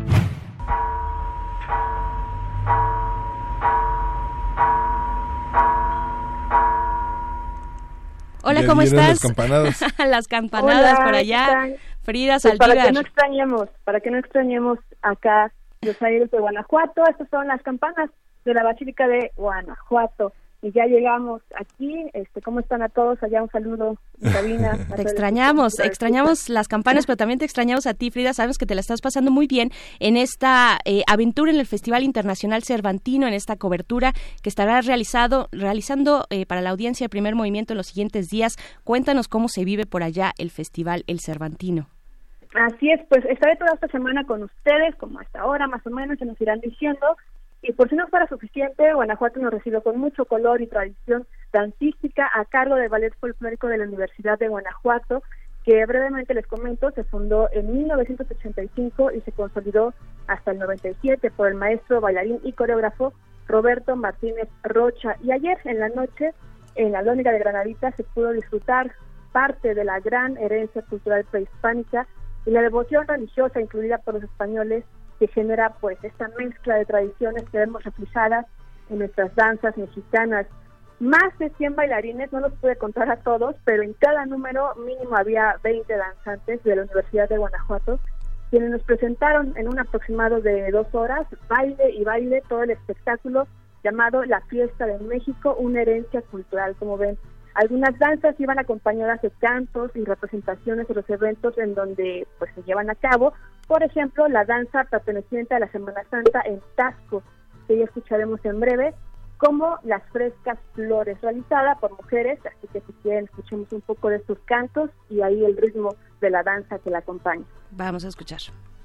Hola, ¿cómo estás? Las campanadas. Las campanadas. Hola, por allá. Frida Saldívar. Pues para que no extrañemos acá, los aires de Guanajuato. Estas son las campanas de la Basílica de Guanajuato. Y ya llegamos aquí. ¿Cómo están a todos? Allá un saludo, Sabina. Te extrañamos las campanas, pero también te extrañamos a ti, Frida. Sabemos que te la estás pasando muy bien en esta aventura en el Festival Internacional Cervantino, en esta cobertura que estará realizando para la audiencia de Primer Movimiento en los siguientes días. Cuéntanos cómo se vive por allá el Festival El Cervantino. Así es, pues estaré toda esta semana con ustedes, como hasta ahora más o menos, se nos irán diciendo. Y por si no fuera suficiente, Guanajuato nos recibe con mucho color y tradición dancística a cargo del Ballet Folclórico de la Universidad de Guanajuato, que brevemente les comento, se fundó en 1985 y se consolidó hasta el 97 por el maestro, bailarín y coreógrafo Roberto Martínez Rocha. Y ayer en la noche, en la Lóndiga de Granaditas, se pudo disfrutar parte de la gran herencia cultural prehispánica y la devoción religiosa incluida por los españoles, que genera pues esta mezcla de tradiciones que vemos reflejadas en nuestras danzas mexicanas. Más de 100 bailarines, no los pude contar a todos, pero en cada número mínimo había 20 danzantes de la Universidad de Guanajuato, quienes nos presentaron en un aproximado de 2 horas, baile y baile, todo el espectáculo llamado La Fiesta de México, una herencia cultural. Como ven, algunas danzas iban acompañadas de cantos y representaciones de los eventos en donde pues se llevan a cabo. Por ejemplo, la danza perteneciente a la Semana Santa en Taxco, que ya escucharemos en breve, como Las Frescas Flores, realizada por mujeres, así que si quieren escuchemos un poco de sus cantos y ahí el ritmo de la danza que la acompaña. Vamos a escuchar.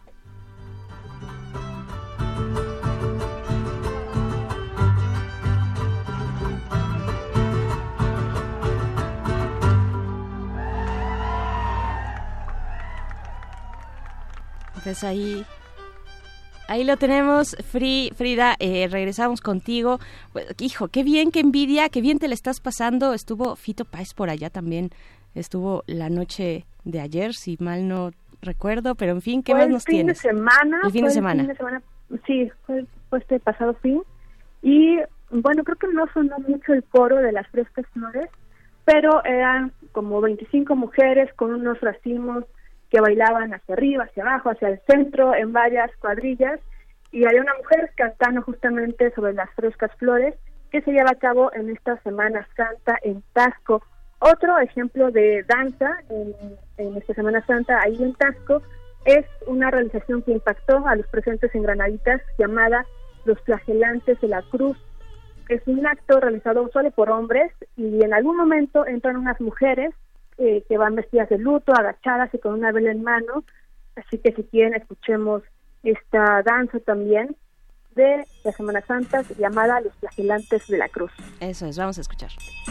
Pues ahí lo tenemos, Frida, regresamos contigo. Pues, hijo, qué bien, qué envidia, qué bien te le estás pasando. Estuvo Fito Páez por allá también, estuvo la noche de ayer, si mal no recuerdo, pero en fin, ¿qué más nos tienes? El fin de semana. Sí, fue este pasado fin. Y bueno, creo que no sonó mucho el coro de Las Frescas Flores, pero eran como 25 mujeres con unos racimos que bailaban hacia arriba, hacia abajo, hacia el centro, en varias cuadrillas, y había una mujer cantando justamente sobre las frescas flores que se lleva a cabo en esta Semana Santa en Taxco. Otro ejemplo de danza en esta Semana Santa ahí en Taxco es una realización que impactó a los presentes en Granaditas, llamada Los Flagelantes de la Cruz. Es un acto realizado solo por hombres y en algún momento entran unas mujeres que van vestidas de luto, agachadas y con una vela en mano, así que si quieren escuchemos esta danza también de la Semana Santa llamada Los Flagelantes de la Cruz. Eso es, vamos a escuchar.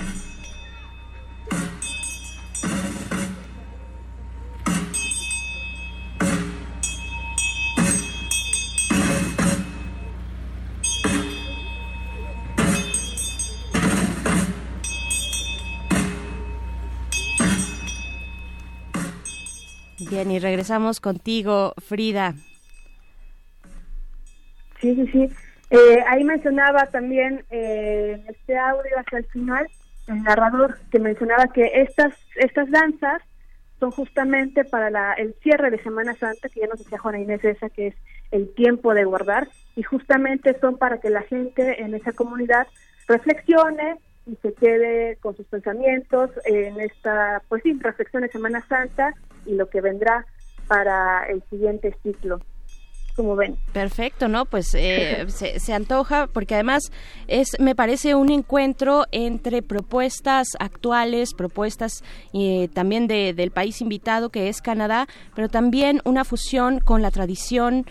Bien, y regresamos contigo, Frida. Sí. Ahí mencionaba también este audio hacia el final, el narrador que mencionaba que estas danzas son justamente para el cierre de Semana Santa, que ya nos decía Juana Inés esa, que es el tiempo de guardar, y justamente son para que la gente en esa comunidad reflexione y se quede con sus pensamientos en esta, pues sí, reflexión de Semana Santa y lo que vendrá para el siguiente ciclo. Como ven. Perfecto, ¿no? Pues se antoja, porque además me parece un encuentro entre propuestas actuales, propuestas también del país invitado que es Canadá, pero también una fusión con la tradición,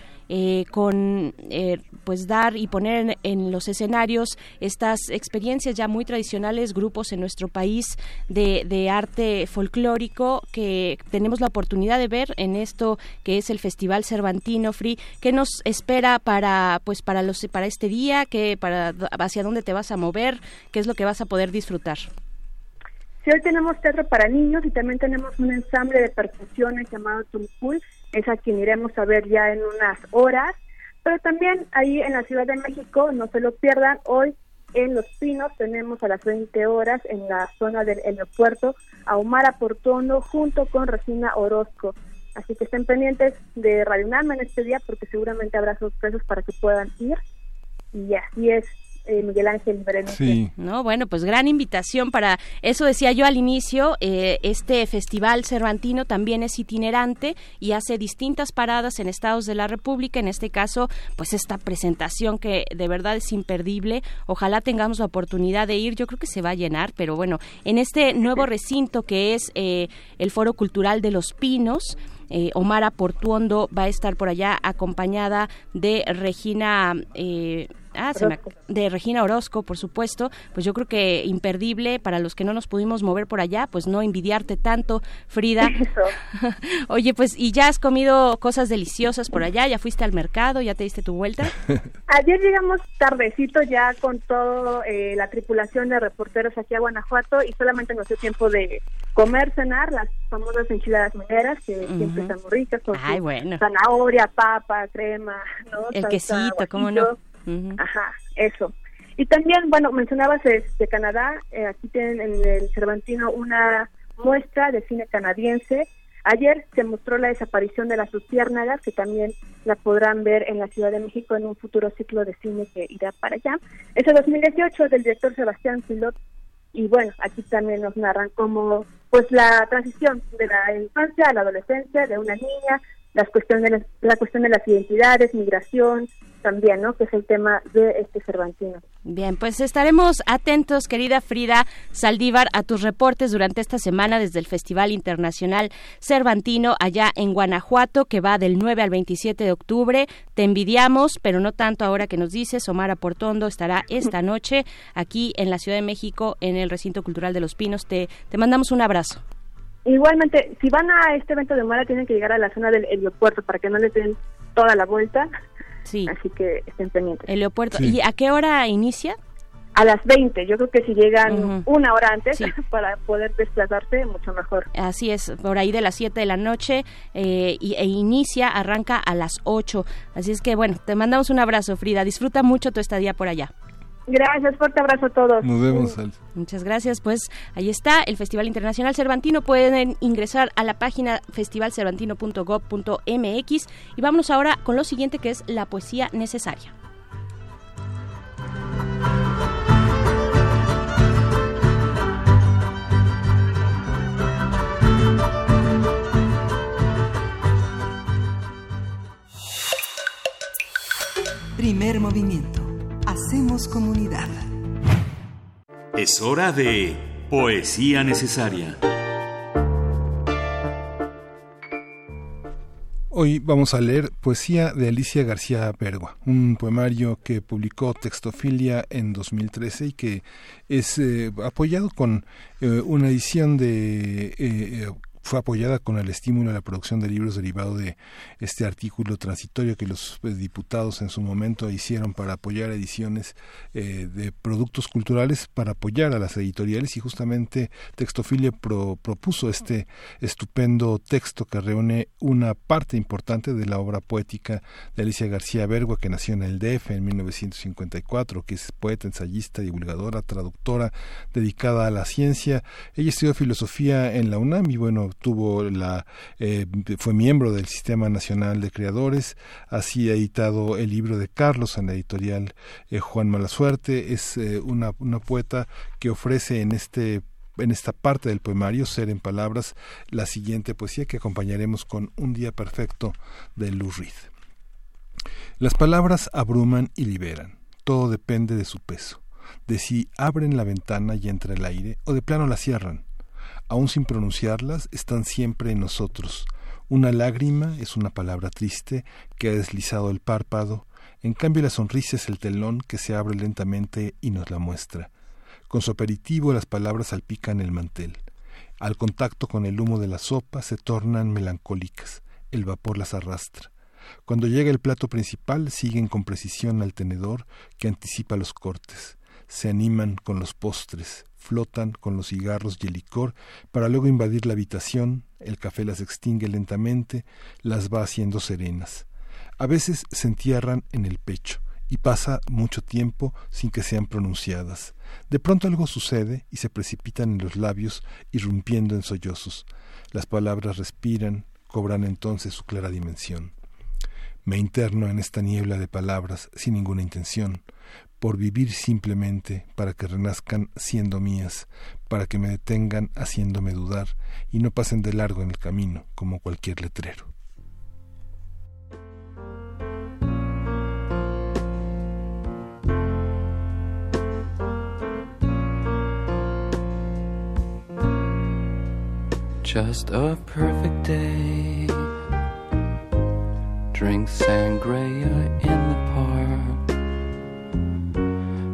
con pues dar y poner en los escenarios estas experiencias ya muy tradicionales, grupos en nuestro país de arte folclórico que tenemos la oportunidad de ver en esto que es el Festival Cervantino. Free, ¿qué nos espera para este día? ¿Hacia dónde te vas a mover? ¿Qué es lo que vas a poder disfrutar? Sí, hoy tenemos teatro para niños y también tenemos un ensamble de percusiones llamado Tumcul, es a quien iremos a ver ya en unas horas, pero también ahí en la Ciudad de México, no se lo pierdan, hoy en Los Pinos tenemos a las 20 horas en la zona del aeropuerto a Omar Portuondo junto con Regina Orozco, así que estén pendientes de Radio UNAM en este día porque seguramente habrá sorpresas para que puedan ir, y así es. Miguel Ángel Berenice. Sí. No, bueno, pues gran invitación para eso. Decía yo al inicio, este Festival Cervantino también es itinerante y hace distintas paradas en estados de la República. En este caso, pues esta presentación que de verdad es imperdible. Ojalá tengamos la oportunidad de ir. Yo creo que se va a llenar, pero bueno, en este nuevo recinto que es el Foro Cultural de Los Pinos, Omar Portuondo va a estar por allá acompañada de Regina de Regina Orozco, por supuesto. Pues yo creo que imperdible para los que no nos pudimos mover por allá, pues no envidiarte tanto, Frida. Eso. Oye, pues, ¿y ya has comido cosas deliciosas por allá? ¿Ya fuiste al mercado? ¿Ya te diste tu vuelta? Ayer llegamos tardecito ya con toda la tripulación de reporteros aquí a Guanajuato y solamente nos dio tiempo de comer, cenar las famosas enchiladas mineras que siempre están muy ricas con zanahoria, papa, crema, ¿no? El quesito, ¿cómo no? Ajá, eso. Y también, bueno, mencionabas de Canadá, aquí tienen en el Cervantino una muestra de cine canadiense. Ayer se mostró la desaparición de las luciérnagas, que también la podrán ver en la Ciudad de México en un futuro ciclo de cine que irá para allá. Es el 2018 del director Sebastián Filot, y bueno, aquí también nos narran cómo pues la transición de la infancia a la adolescencia de una niña, la cuestión de las identidades, migración también, ¿no? Que es el tema de este Cervantino. Bien, pues estaremos atentos, querida Frida Saldívar, a tus reportes durante esta semana desde el Festival Internacional Cervantino allá en Guanajuato, que va del 9 al 27 de octubre. Te envidiamos, pero no tanto ahora que nos dices. Omar Portondo estará esta noche aquí en la Ciudad de México, en el Recinto Cultural de Los Pinos. Te mandamos un abrazo. Igualmente, si van a este evento de Mora, tienen que llegar a la zona del aeropuerto para que no les den toda la vuelta. Sí. Así que estén pendientes. El aeropuerto. Sí. ¿Y a qué hora inicia? A las 20. Yo creo que si llegan una hora antes para poder desplazarse, mucho mejor. Así es, por ahí de las 7 de la noche arranca a las 8. Así es que, bueno, te mandamos un abrazo, Frida. Disfruta mucho tu estadía por allá. Gracias, fuerte abrazo a todos. Nos vemos. Muchas gracias. Pues ahí está el Festival Internacional Cervantino. Pueden ingresar a la página festivalcervantino.gov.mx y vámonos ahora con lo siguiente, que es la poesía necesaria. Primer movimiento. Hacemos comunidad. Es hora de poesía necesaria. Hoy vamos a leer poesía de Alicia García Bergua, un poemario que publicó Textofilia en 2013 y que es apoyado con una edición fue apoyada con el estímulo a la producción de libros derivado de este artículo transitorio que los diputados en su momento hicieron para apoyar ediciones de productos culturales, para apoyar a las editoriales, y justamente Textofilia propuso este estupendo texto que reúne una parte importante de la obra poética de Alicia García Bergua, que nació en el DF en 1954, que es poeta, ensayista, divulgadora, traductora, dedicada a la ciencia. Ella estudió filosofía en la UNAM y bueno, fue miembro del Sistema Nacional de Creadores. Así ha editado el libro de Carlos en la editorial Juan Malasuerte. Es una poeta que ofrece en esta parte del poemario, Ser en Palabras, la siguiente poesía que acompañaremos con Un día perfecto de Lou Reed. Las palabras abruman y liberan. Todo depende de su peso, de si abren la ventana y entra el aire o de plano la cierran. Aún sin pronunciarlas, están siempre en nosotros. Una lágrima es una palabra triste que ha deslizado el párpado, en cambio la sonrisa es el telón que se abre lentamente y nos la muestra. Con su aperitivo las palabras salpican el mantel. Al contacto con el humo de la sopa se tornan melancólicas, el vapor las arrastra. Cuando llega el plato principal siguen con precisión al tenedor que anticipa los cortes. Se animan con los postres, flotan con los cigarros y el licor para luego invadir la habitación. El café las extingue lentamente, las va haciendo serenas. A veces se entierran en el pecho y pasa mucho tiempo sin que sean pronunciadas. De pronto algo sucede y se precipitan en los labios, irrumpiendo en sollozos. Las palabras respiran, cobran entonces su clara dimensión. Me interno en esta niebla de palabras sin ninguna intención, por vivir simplemente, para que renazcan siendo mías, para que me detengan haciéndome dudar y no pasen de largo en el camino como cualquier letrero. Just a perfect day. Drink sangria in the park.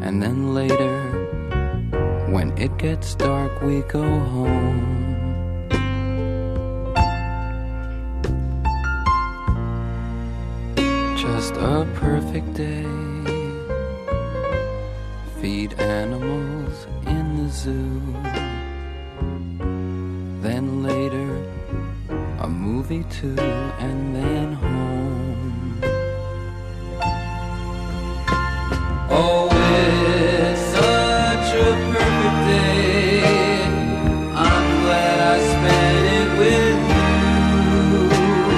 And then later, when it gets dark, we go home. Just a perfect day. Feed animals in the zoo. Then later, a movie too, and then home. Oh, it's such a perfect day. I'm glad I spent it with you.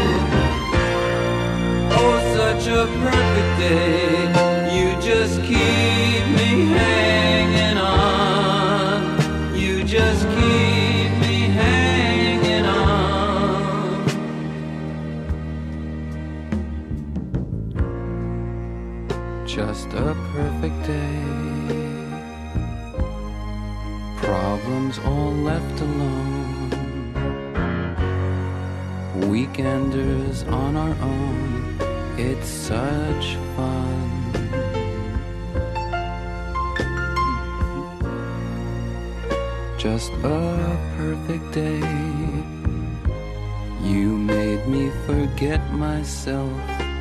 Oh, such a perfect day. You just keep me hanging on. You just keep me hanging on. Just a perfect day. Problems all left alone. Weekenders on our own. It's such fun. Just a perfect day. You made me forget myself.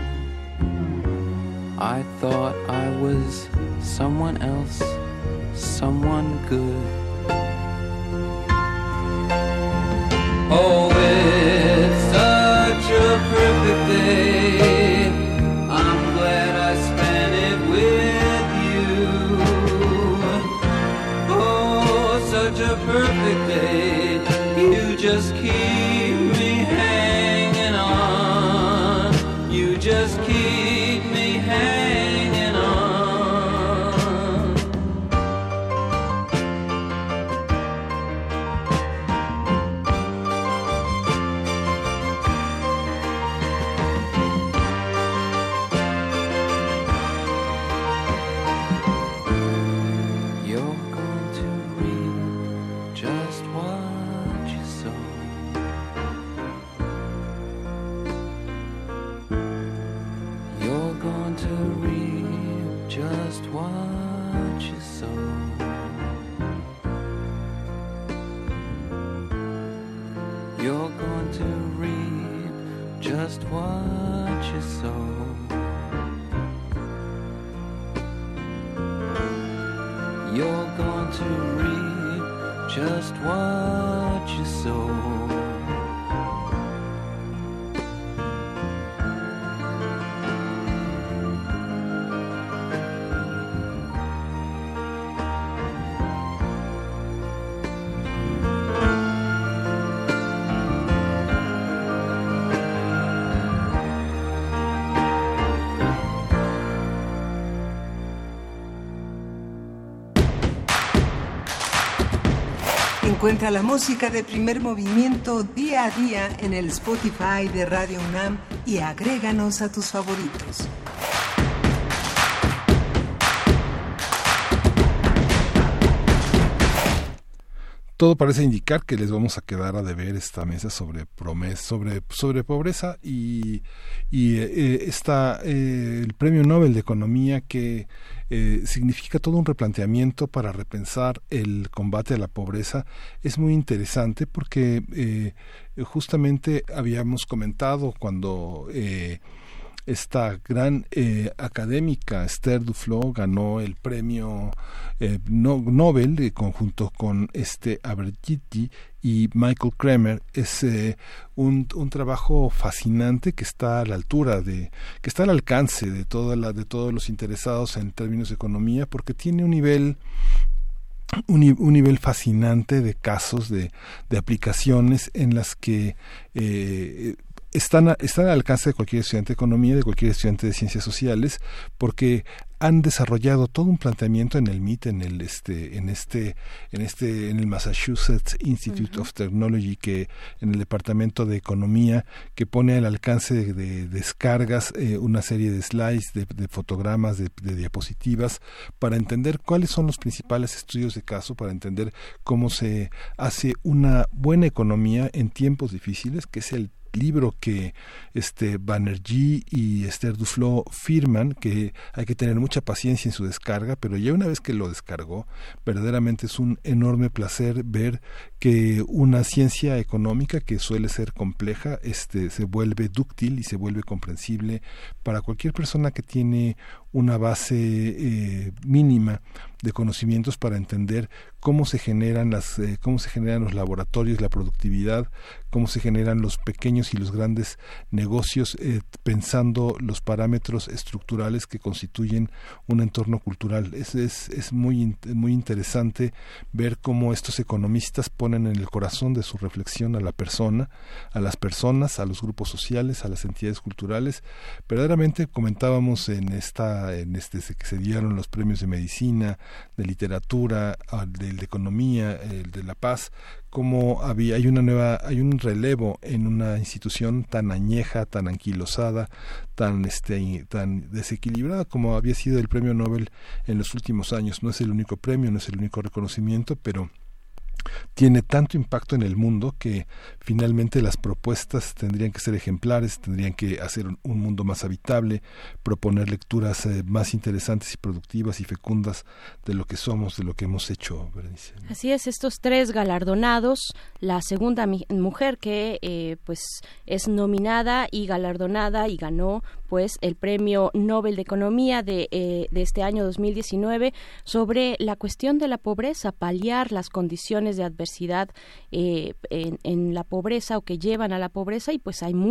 I thought I was someone else, someone good. Oh, it's such a perfect day. I'm glad I spent it with you. Oh, such a perfect day. You just keep me hanging on. You just keep me hanging on. You're going to reap just what you sow. You're going to reap just what you sow. You're going to reap just what you sow. You're going to reap just what you sow. Encuentra la música de Primer Movimiento día a día en el Spotify de Radio UNAM y agréganos a tus favoritos. Todo parece indicar que les vamos a quedar a deber esta mesa sobre pobreza y está el Premio Nobel de Economía, que significa todo un replanteamiento para repensar el combate a la pobreza. Es muy interesante porque justamente habíamos comentado cuando esta gran académica Esther Duflo ganó el premio Nobel conjunto con Abergiti y Michael Kremer. Es un trabajo fascinante que está a la altura que está al alcance de todos los interesados en términos de economía, porque tiene un nivel fascinante de casos, de aplicaciones en las que están al alcance de cualquier estudiante de economía, de cualquier estudiante de ciencias sociales, porque han desarrollado todo un planteamiento en el MIT, en el Massachusetts Institute of Technology, que en el departamento de economía, que pone al alcance de descargas una serie de slides, de fotogramas, de diapositivas, para entender cuáles son los principales estudios de caso, para entender cómo se hace una buena economía en tiempos difíciles, que es el libro que Banerjee y Esther Duflo firman, que hay que tener mucho mucha paciencia en su descarga, pero ya una vez que lo descargó, verdaderamente es un enorme placer ver que una ciencia económica que suele ser compleja se vuelve dúctil y se vuelve comprensible para cualquier persona que tiene una base mínima de conocimientos para entender cómo se generan los laboratorios, la productividad, cómo se generan los pequeños y los grandes negocios, pensando los parámetros estructurales que constituyen un entorno cultural. Es muy interesante ver cómo estos economistas ponen en el corazón de su reflexión a la persona, a las personas, a los grupos sociales, a las entidades culturales. Verdaderamente comentábamos que se dieron los premios de medicina, de literatura, de economía, de la paz, como hay un relevo en una institución tan añeja, tan anquilosada, tan desequilibrada como había sido el premio Nobel en los últimos años. No es el único premio, no es el único reconocimiento, pero tiene tanto impacto en el mundo que finalmente las propuestas tendrían que ser ejemplares, tendrían que hacer un mundo más habitable, proponer lecturas más interesantes y productivas y fecundas de lo que somos, de lo que hemos hecho, Berenice. Así es, estos 3 galardonados, la segunda mujer que pues es nominada y galardonada y ganó pues el Premio Nobel de Economía de este año 2019 sobre la cuestión de la pobreza, paliar las condiciones de adversidad en la pobreza o que llevan a la pobreza, y pues hay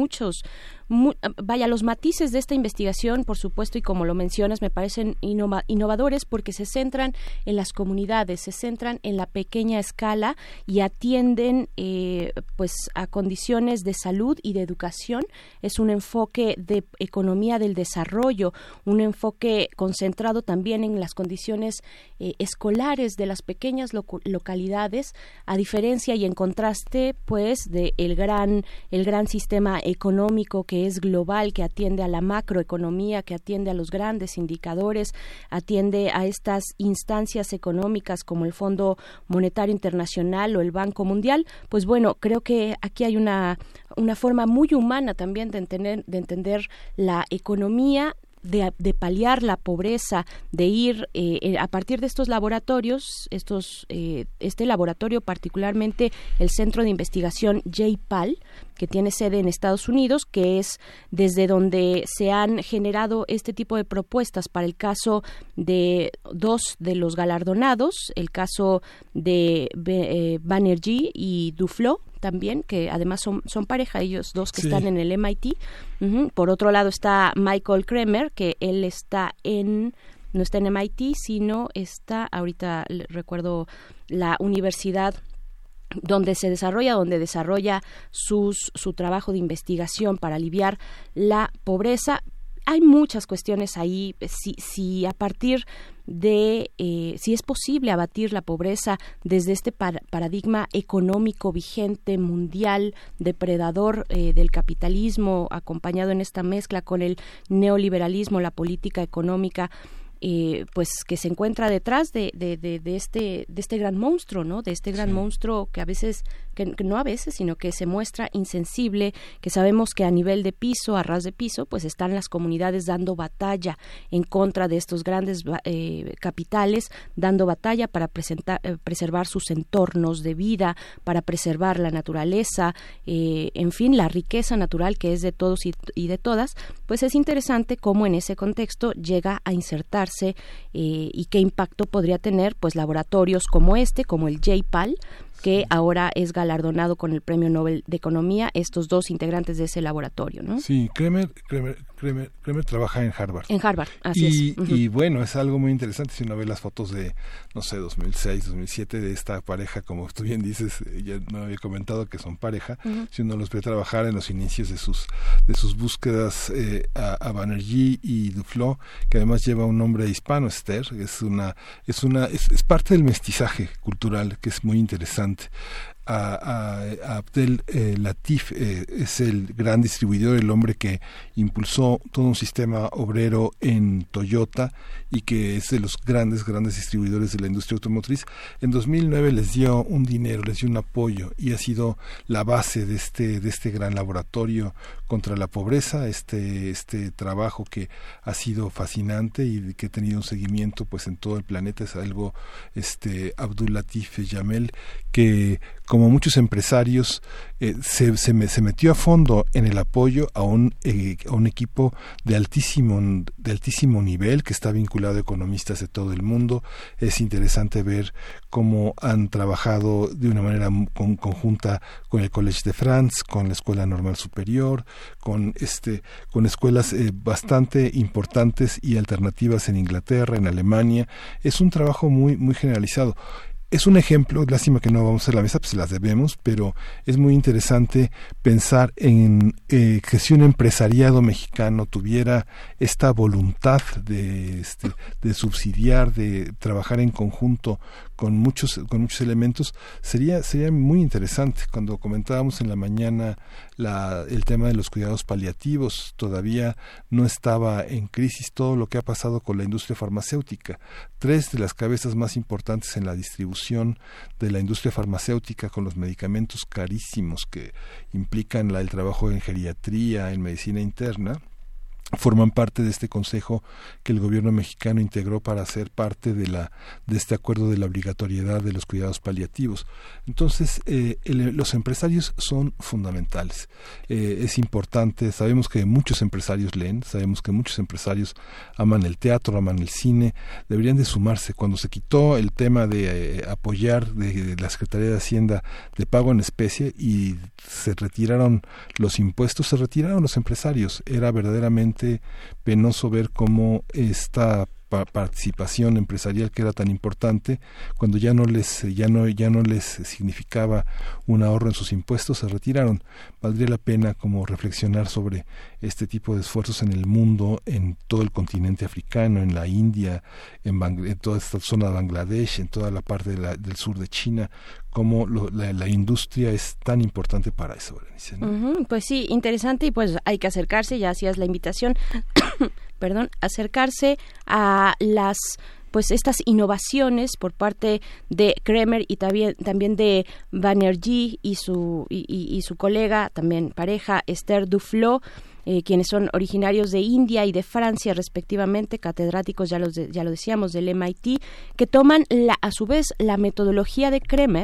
los matices de esta investigación, por supuesto, y como lo mencionas, me parecen innovadores porque se centran en las comunidades, se centran en la pequeña escala y atienden pues a condiciones de salud y de educación. Es un enfoque de economía del desarrollo, un enfoque concentrado también en las condiciones escolares de las pequeñas localidades, a diferencia y en contraste pues de el gran sistema económico que es global, que atiende a la macroeconomía, que atiende a los grandes indicadores, atiende a estas instancias económicas como el Fondo Monetario Internacional o el Banco Mundial. Pues bueno, creo que aquí hay una forma muy humana también de entender la economía, de paliar la pobreza, de ir a partir de estos laboratorios, este laboratorio, particularmente el Centro de Investigación J-PAL, que tiene sede en Estados Unidos, que es desde donde se han generado este tipo de propuestas para el caso de 2 de los galardonados, el caso de Banerjee y Duflo, también, que además son pareja, ellos dos que están en el MIT. Por otro lado está Michael Kremer, que él no está en MIT, sino está, ahorita recuerdo la universidad donde desarrolla su trabajo de investigación para aliviar la pobreza. Hay muchas cuestiones ahí, si a partir de si es posible abatir la pobreza desde este paradigma económico vigente, mundial, depredador del capitalismo, acompañado en esta mezcla con el neoliberalismo, la política económica, pues que se encuentra detrás de este gran monstruo, ¿no? De este gran monstruo que a veces, que no a veces, sino que se muestra insensible, que sabemos que a nivel de piso, a ras de piso, pues están las comunidades dando batalla en contra de estos grandes capitales, dando batalla para preservar sus entornos de vida, para preservar la naturaleza, en fin, la riqueza natural que es de todos y de todas. Pues es interesante cómo en ese contexto llega a insertarse y qué impacto podría tener pues laboratorios como como el J-PAL, que ahora es galardonado con el Premio Nobel de Economía, estos 2 integrantes de ese laboratorio, ¿no? Sí, Kremer trabaja en Harvard. En Harvard, así es. Y bueno, es algo muy interesante si uno ve las fotos de, 2006, 2007, de esta pareja, como tú bien dices, ya no había comentado que son pareja, si uno los ve trabajar en los inicios de sus búsquedas a Banerjee y Duflo, que además lleva un nombre hispano, Esther, es parte del mestizaje cultural que es muy interesante. a Abdel Latif, es el gran distribuidor, el hombre que impulsó todo un sistema obrero en Toyota y que es de los grandes distribuidores de la industria automotriz. En 2009 les dio un dinero, les dio un apoyo y ha sido la base de este gran laboratorio contra la pobreza, este trabajo que ha sido fascinante y que ha tenido un seguimiento pues en todo el planeta. Es algo Abdul Latif Jamel, que como muchos empresarios se metió a fondo en el apoyo a un equipo de altísimo nivel que está vinculado a economistas de todo el mundo. Es interesante ver cómo han trabajado de una manera conjunta con el Collège de France, con la Escuela Normal Superior, con escuelas bastante importantes y alternativas en Inglaterra, en Alemania. Es un trabajo muy muy generalizado. Es un ejemplo, lástima que no vamos a hacer la mesa, pues las debemos, pero es muy interesante pensar en que si un empresariado mexicano tuviera esta voluntad de subsidiar, de trabajar en conjunto con muchos elementos, sería muy interesante. Cuando comentábamos en la mañana el tema de los cuidados paliativos, todavía no estaba en crisis todo lo que ha pasado con la industria farmacéutica. 3 de las cabezas más importantes en la distribución de la industria farmacéutica, con los medicamentos carísimos que implican el trabajo en geriatría, en medicina interna, forman parte de este consejo que el gobierno mexicano integró para ser parte de este acuerdo de la obligatoriedad de los cuidados paliativos. Entonces, los empresarios son fundamentales. Es importante, sabemos que muchos empresarios leen, sabemos que muchos empresarios aman el teatro, aman el cine, deberían de sumarse. Cuando se quitó el tema de apoyar de la Secretaría de Hacienda de pago en especie y se retiraron los impuestos, se retiraron los empresarios. Era verdaderamente penoso ver cómo esta participación empresarial, que era tan importante, cuando ya no les significaba un ahorro en sus impuestos, se retiraron. Valdría la pena como reflexionar sobre este tipo de esfuerzos en el mundo, en todo el continente africano, en la India, en toda esta zona de Bangladesh, en toda la parte del sur de China, cómo la industria es tan importante para eso, Berenice, ¿no? Pues sí, interesante, y pues hay que acercarse, ya hacías la invitación, acercarse a estas innovaciones por parte de Kremer y también de Banerjee y su colega, también pareja, Esther Duflo, quienes son originarios de India y de Francia respectivamente, catedráticos, ya lo decíamos, del MIT, que toman a su vez la metodología de Kremer,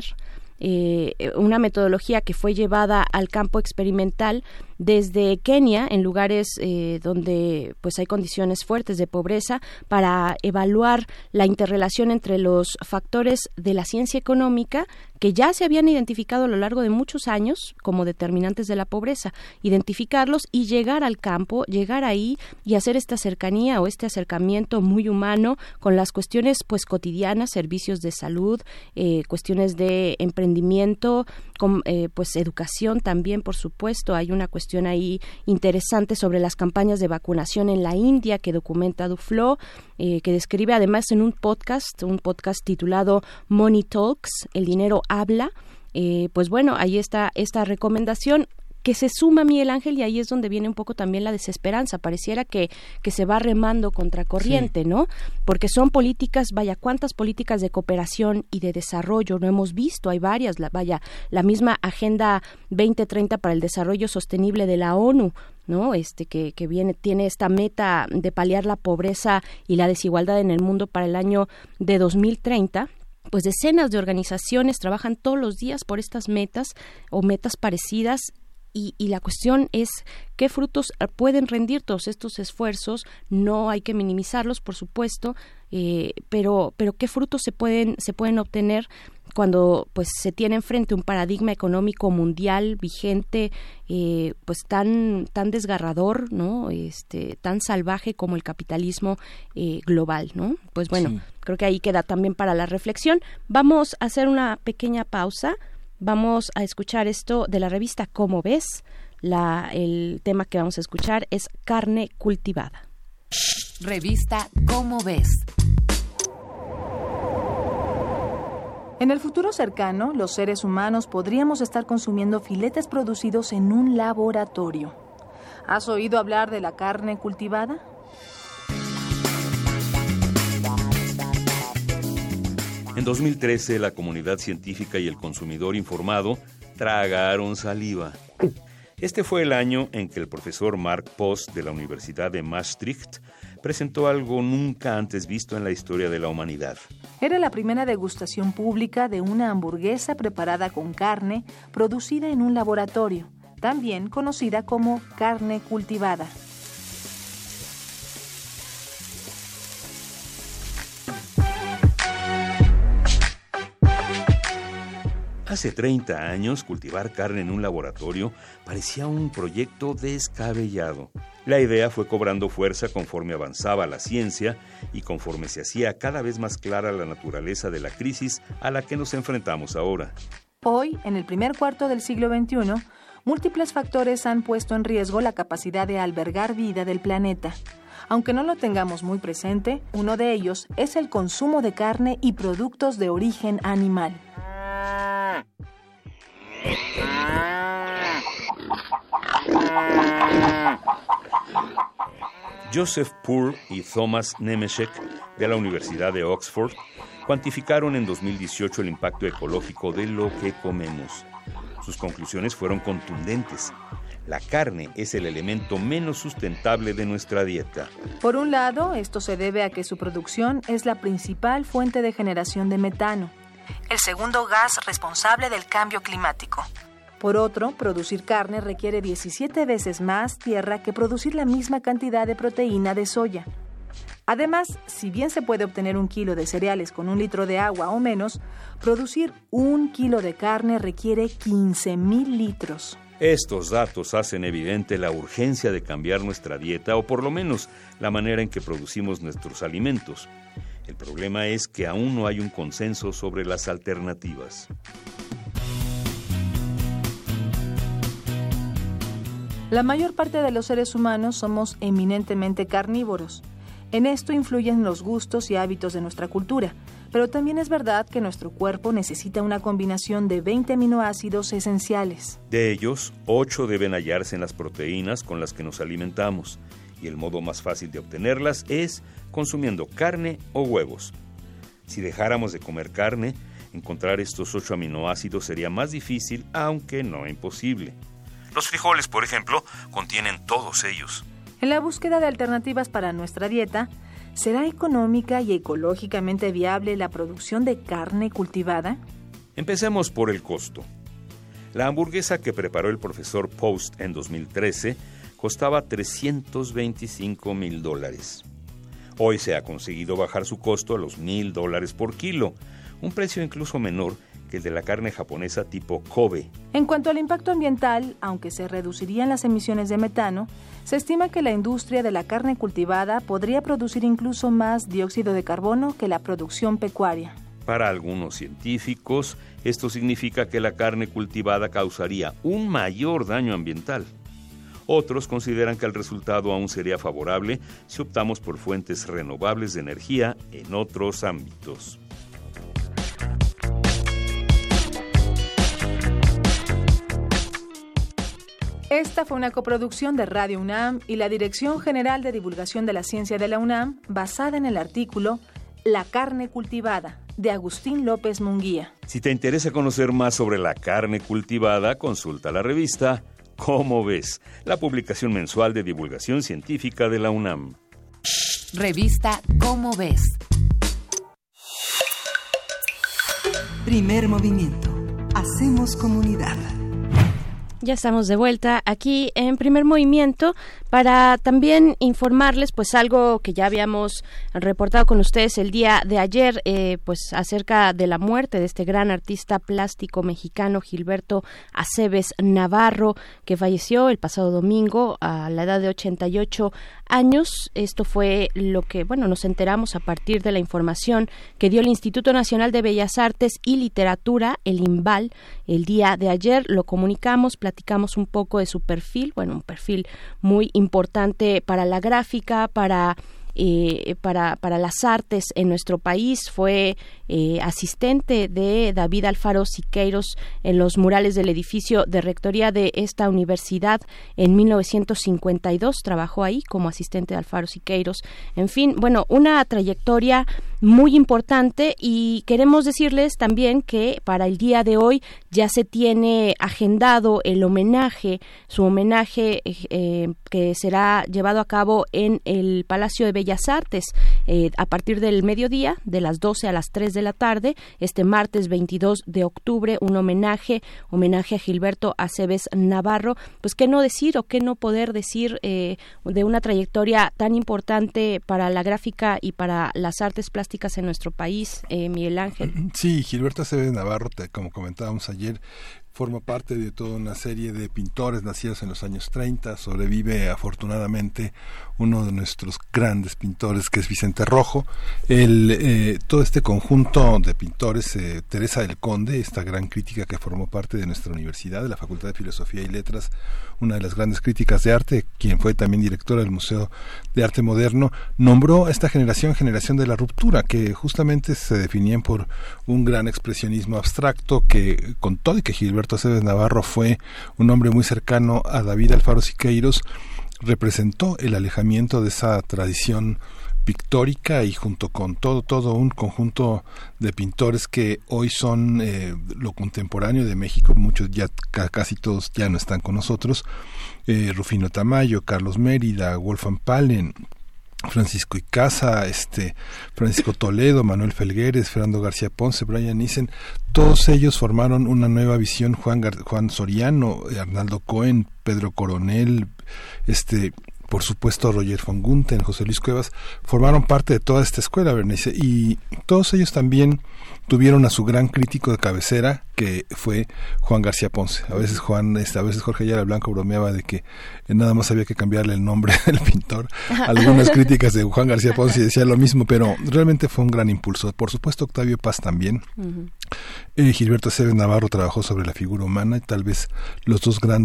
una metodología que fue llevada al campo experimental desde Kenia, en lugares donde pues hay condiciones fuertes de pobreza, para evaluar la interrelación entre los factores de la ciencia económica que ya se habían identificado a lo largo de muchos años como determinantes de la pobreza, identificarlos y llegar al campo, llegar ahí y hacer esta cercanía o este acercamiento muy humano con las cuestiones pues cotidianas, servicios de salud, cuestiones de emprendimiento, pues educación también, por supuesto. Hay una cuestión ahí interesante sobre las campañas de vacunación en la India que documenta Duflo, que describe además en un podcast titulado Money Talks, el dinero habla. Pues bueno, ahí está esta recomendación que se suma, Miguel Ángel, y ahí es donde viene un poco también la desesperanza. Pareciera que se va remando contracorriente, sí, ¿no? Porque son políticas, cuántas políticas de cooperación y de desarrollo no hemos visto. Hay varias, la misma Agenda 2030 para el Desarrollo Sostenible de la ONU, ¿no? Que tiene esta meta de paliar la pobreza y la desigualdad en el mundo para el año de 2030. Pues decenas de organizaciones trabajan todos los días por estas metas o metas parecidas. Y la cuestión es qué frutos pueden rendir todos estos esfuerzos. No hay que minimizarlos, por supuesto, pero qué frutos se pueden obtener cuando pues se tiene enfrente un paradigma económico mundial vigente, pues tan desgarrador, ¿no? Tan salvaje como el capitalismo global, ¿no? Pues bueno, sí, creo que ahí queda también para la reflexión. Vamos a hacer una pequeña pausa. Vamos a escuchar esto de la revista ¿Cómo ves? El tema que vamos a escuchar es Carne Cultivada. Revista ¿Cómo ves? En el futuro cercano, los seres humanos podríamos estar consumiendo filetes producidos en un laboratorio. ¿Has oído hablar de la carne cultivada? En 2013, la comunidad científica y el consumidor informado tragaron saliva. Este fue el año en que el profesor Mark Post de la Universidad de Maastricht presentó algo nunca antes visto en la historia de la humanidad. Era la primera degustación pública de una hamburguesa preparada con carne producida en un laboratorio, también conocida como carne cultivada. Hace 30 años, cultivar carne en un laboratorio parecía un proyecto descabellado. La idea fue cobrando fuerza conforme avanzaba la ciencia y conforme se hacía cada vez más clara la naturaleza de la crisis a la que nos enfrentamos ahora. Hoy, en el primer cuarto del siglo XXI, múltiples factores han puesto en riesgo la capacidad de albergar vida del planeta. Aunque no lo tengamos muy presente, uno de ellos es el consumo de carne y productos de origen animal. Joseph Poore y Thomas Nemechek de la Universidad de Oxford cuantificaron en 2018 el impacto ecológico de lo que comemos. Sus conclusiones fueron contundentes. La carne es el elemento menos sustentable de nuestra dieta. Por un lado, esto se debe a que su producción es la principal fuente de generación de metano, el segundo gas responsable del cambio climático. Por otro, producir carne requiere 17 veces más tierra que producir la misma cantidad de proteína de soya. Además, si bien se puede obtener 1 kilo de cereales con 1 litro de agua o menos, producir 1 kilo de carne requiere 15,000 litros. Estos datos hacen evidente la urgencia de cambiar nuestra dieta, o por lo menos la manera en que producimos nuestros alimentos. El problema es que aún no hay un consenso sobre las alternativas. La mayor parte de los seres humanos somos eminentemente carnívoros. En esto influyen los gustos y hábitos de nuestra cultura, pero también es verdad que nuestro cuerpo necesita una combinación de 20 aminoácidos esenciales. De ellos, 8 deben hallarse en las proteínas con las que nos alimentamos, y el modo más fácil de obtenerlas es consumiendo carne o huevos. Si dejáramos de comer carne, encontrar estos 8 aminoácidos sería más difícil, aunque no imposible. Los frijoles, por ejemplo, contienen todos ellos. En la búsqueda de alternativas para nuestra dieta, ¿será económica y ecológicamente viable la producción de carne cultivada? Empecemos por el costo. La hamburguesa que preparó el profesor Post en 2013 costaba $325,000. Hoy se ha conseguido bajar su costo a los $1,000 por kilo, un precio incluso menor que el de la carne japonesa tipo Kobe. En cuanto al impacto ambiental, aunque se reducirían las emisiones de metano, se estima que la industria de la carne cultivada podría producir incluso más dióxido de carbono que la producción pecuaria. Para algunos científicos, esto significa que la carne cultivada causaría un mayor daño ambiental. Otros consideran que el resultado aún sería favorable si optamos por fuentes renovables de energía en otros ámbitos. Esta fue una coproducción de Radio UNAM y la Dirección General de Divulgación de la Ciencia de la UNAM, basada en el artículo La carne cultivada, de Agustín López Munguía. Si te interesa conocer más sobre la carne cultivada, consulta la revista ¿Cómo ves?, la publicación mensual de divulgación científica de la UNAM. Revista ¿Cómo ves? Primer movimiento. Hacemos comunidad. Ya estamos de vuelta aquí en Primer Movimiento para también informarles pues algo que ya habíamos reportado con ustedes el día de ayer, pues acerca de la muerte de este gran artista plástico mexicano Gilberto Aceves Navarro, que falleció el pasado domingo a la edad de 88 años. Esto fue lo que, nos enteramos a partir de la información que dio el Instituto Nacional de Bellas Artes y Literatura, el INVAL, el día de ayer. Lo comunicamos, platicamos un poco de su perfil, un perfil muy importante para la gráfica, para para las artes en nuestro país. Fue asistente de David Alfaro Siqueiros en los murales del edificio de rectoría de esta universidad en 1952. Trabajó ahí como asistente de Alfaro Siqueiros. En fin, bueno, una trayectoria muy importante, y queremos decirles también que para el día de hoy ya se tiene agendado su homenaje que será llevado a cabo en el Palacio de Bellas Artes a partir del mediodía, de las 12 a las 3 de la tarde, este martes 22 de octubre, un homenaje a Gilberto Aceves Navarro. Pues qué no decir o qué no poder decir de una trayectoria tan importante para la gráfica y para las artes plásticas en nuestro país, Miguel Ángel. Sí, Gilberto Aceves Navarro, como comentábamos ayer, forma parte de toda una serie de pintores nacidos en los años 30. Sobrevive afortunadamente uno de nuestros grandes pintores, que es Vicente Rojo. Todo este conjunto de pintores, Teresa del Conde, esta gran crítica que formó parte de nuestra universidad, de la Facultad de Filosofía y Letras, una de las grandes críticas de arte, quien fue también directora del Museo de Arte Moderno, nombró a esta generación de la ruptura, que justamente se definían por un gran expresionismo abstracto, que con todo y que Gilberto Aceves Navarro fue un hombre muy cercano a David Alfaro Siqueiros, representó el alejamiento de esa tradición pictórica, y junto con todo un conjunto de pintores que hoy son lo contemporáneo de México, muchos ya, casi todos ya no están con nosotros, Rufino Tamayo, Carlos Mérida, Wolfgang Palen, Francisco Icaza, Francisco Toledo, Manuel Felgueres, Fernando García Ponce, Brian Nissen, todos ellos formaron una nueva visión. Juan Soriano, Arnaldo Cohen, Pedro Coronel, por supuesto Roger von Gunther, José Luis Cuevas, formaron parte de toda esta escuela, Bernice, y todos ellos también tuvieron a su gran crítico de cabecera, que fue Juan García Ponce. A veces Jorge Ayala Blanco bromeaba de que nada más había que cambiarle el nombre del pintor. Algunas críticas de Juan García Ponce decían lo mismo, pero realmente fue un gran impulso. Por supuesto Octavio Paz también. Uh-huh. Gilberto Aceves Navarro trabajó sobre la figura humana, y tal vez los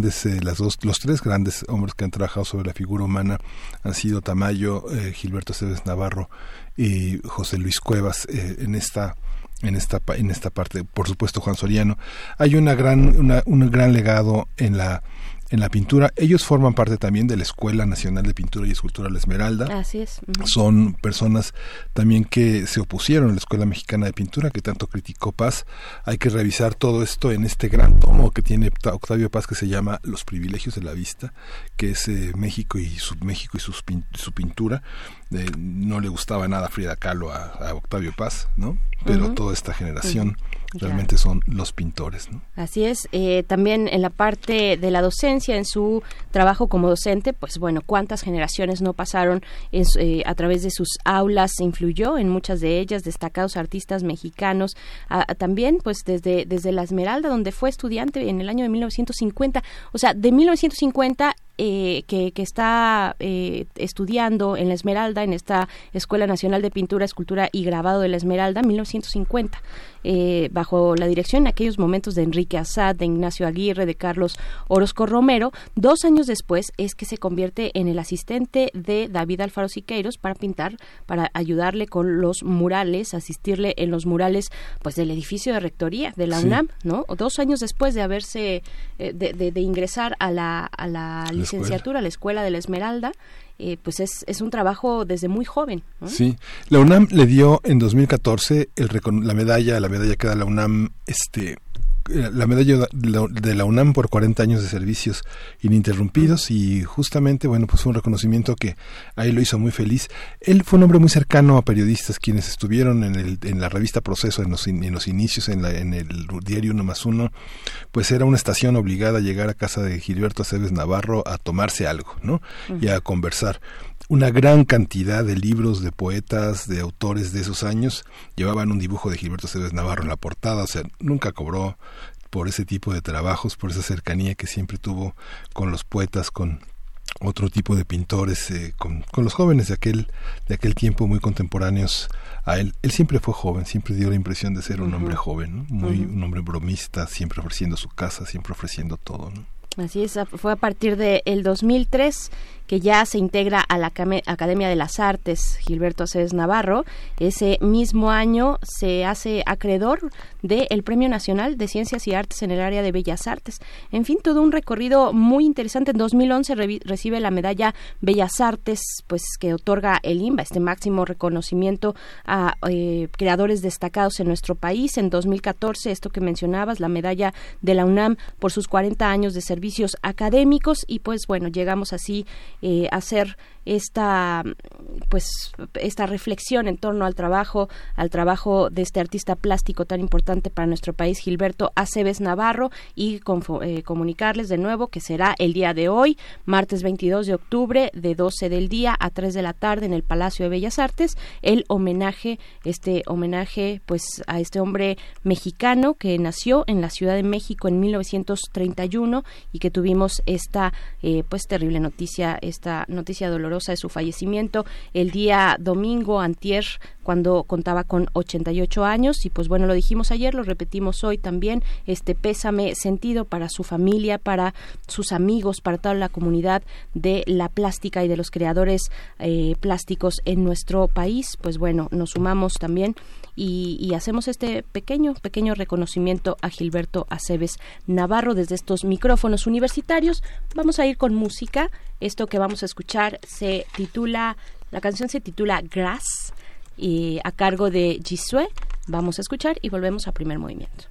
tres grandes hombres que han trabajado sobre la figura humana han sido Tamayo, Gilberto Aceves Navarro y José Luis Cuevas en esta parte. Por supuesto Juan Soriano. Hay un gran legado en la pintura. Ellos forman parte también de la Escuela Nacional de Pintura y Escultura La Esmeralda. Así es. Uh-huh. Son personas también que se opusieron a la Escuela Mexicana de Pintura, que tanto criticó Paz. Hay que revisar todo esto en este gran tomo que tiene Octavio Paz, que se llama Los privilegios de la vista, que es México y su pintura. No le gustaba nada Frida Kahlo a Octavio Paz, ¿no? Pero uh-huh. Toda esta generación realmente son los pintores, ¿no? Así es. También en la parte de la docencia, en su trabajo como docente, pues bueno, cuántas generaciones no pasaron a través de sus aulas, influyó en muchas de ellas, destacados artistas mexicanos, también pues desde La Esmeralda, donde fue estudiante en el año de 1950, o sea, de 1950 que está estudiando en La Esmeralda, en esta Escuela Nacional de Pintura, Escultura y Grabado de La Esmeralda, 1950, bajo la dirección en aquellos momentos de Enrique Assad, de Ignacio Aguirre, de Carlos Orozco Romero. 2 años después es que se convierte en el asistente de David Alfaro Siqueiros para pintar, para ayudarle con los murales, asistirle en los murales pues del edificio de rectoría de la UNAM, ¿no? 2 años después de haberse de ingresar a la licenciatura, a la Escuela de La Esmeralda, pues es un trabajo desde muy joven, ¿no? Sí, la UNAM le dio en 2014 la medalla que da la UNAM, la medalla de la UNAM por 40 años de servicios ininterrumpidos, y justamente, bueno, pues fue un reconocimiento que ahí lo hizo muy feliz. Él fue un hombre muy cercano a periodistas quienes estuvieron en la revista Proceso en los inicios, en el diario 1+1, pues era una estación obligada a llegar a casa de Gilberto Aceves Navarro a tomarse algo, ¿no? Uh-huh. Y a conversar. Una gran cantidad de libros de poetas, de autores de esos años llevaban un dibujo de Gilberto Aceves Navarro en la portada. O sea, nunca cobró por ese tipo de trabajos, por esa cercanía que siempre tuvo con los poetas, con otro tipo de pintores, con los jóvenes de aquel tiempo, muy contemporáneos a él. Él siempre fue joven, siempre dio la impresión de ser un hombre joven, ¿no? Un hombre bromista, siempre ofreciendo su casa, siempre ofreciendo todo, ¿no? Así es, fue a partir del 2003 que ya se integra a la Academia de las Artes, Gilberto Aceves Navarro. Ese mismo año se hace acreedor del Premio Nacional de Ciencias y Artes en el área de Bellas Artes. En fin, todo un recorrido muy interesante. En 2011 recibe la medalla Bellas Artes, pues que otorga el INBA, este máximo reconocimiento a creadores destacados en nuestro país. En 2014, esto que mencionabas, la medalla de la UNAM por sus 40 años de servicios académicos, y pues bueno, llegamos así a hacer esta reflexión en torno al trabajo de este artista plástico tan importante para nuestro país, Gilberto Aceves Navarro, y comunicarles de nuevo que será el día de hoy, martes 22 de octubre, de 12 del día a 3 de la tarde en el Palacio de Bellas Artes, el homenaje pues a este hombre mexicano que nació en la Ciudad de México en 1931 y que tuvimos esta pues terrible noticia, esta noticia dolorosa de su fallecimiento el día domingo antier, cuando contaba con 88 años. Y pues bueno, lo dijimos ayer, lo repetimos hoy también, este pésame sentido para su familia, para sus amigos, para toda la comunidad de la plástica y de los creadores plásticos en nuestro país. Pues bueno, nos sumamos también y hacemos este pequeño reconocimiento a Gilberto Aceves Navarro desde estos micrófonos universitarios. Vamos a ir con música. Esto que vamos a escuchar la canción se titula Grass, y a cargo de Jisue. Vamos a escuchar y volvemos a Primer Movimiento.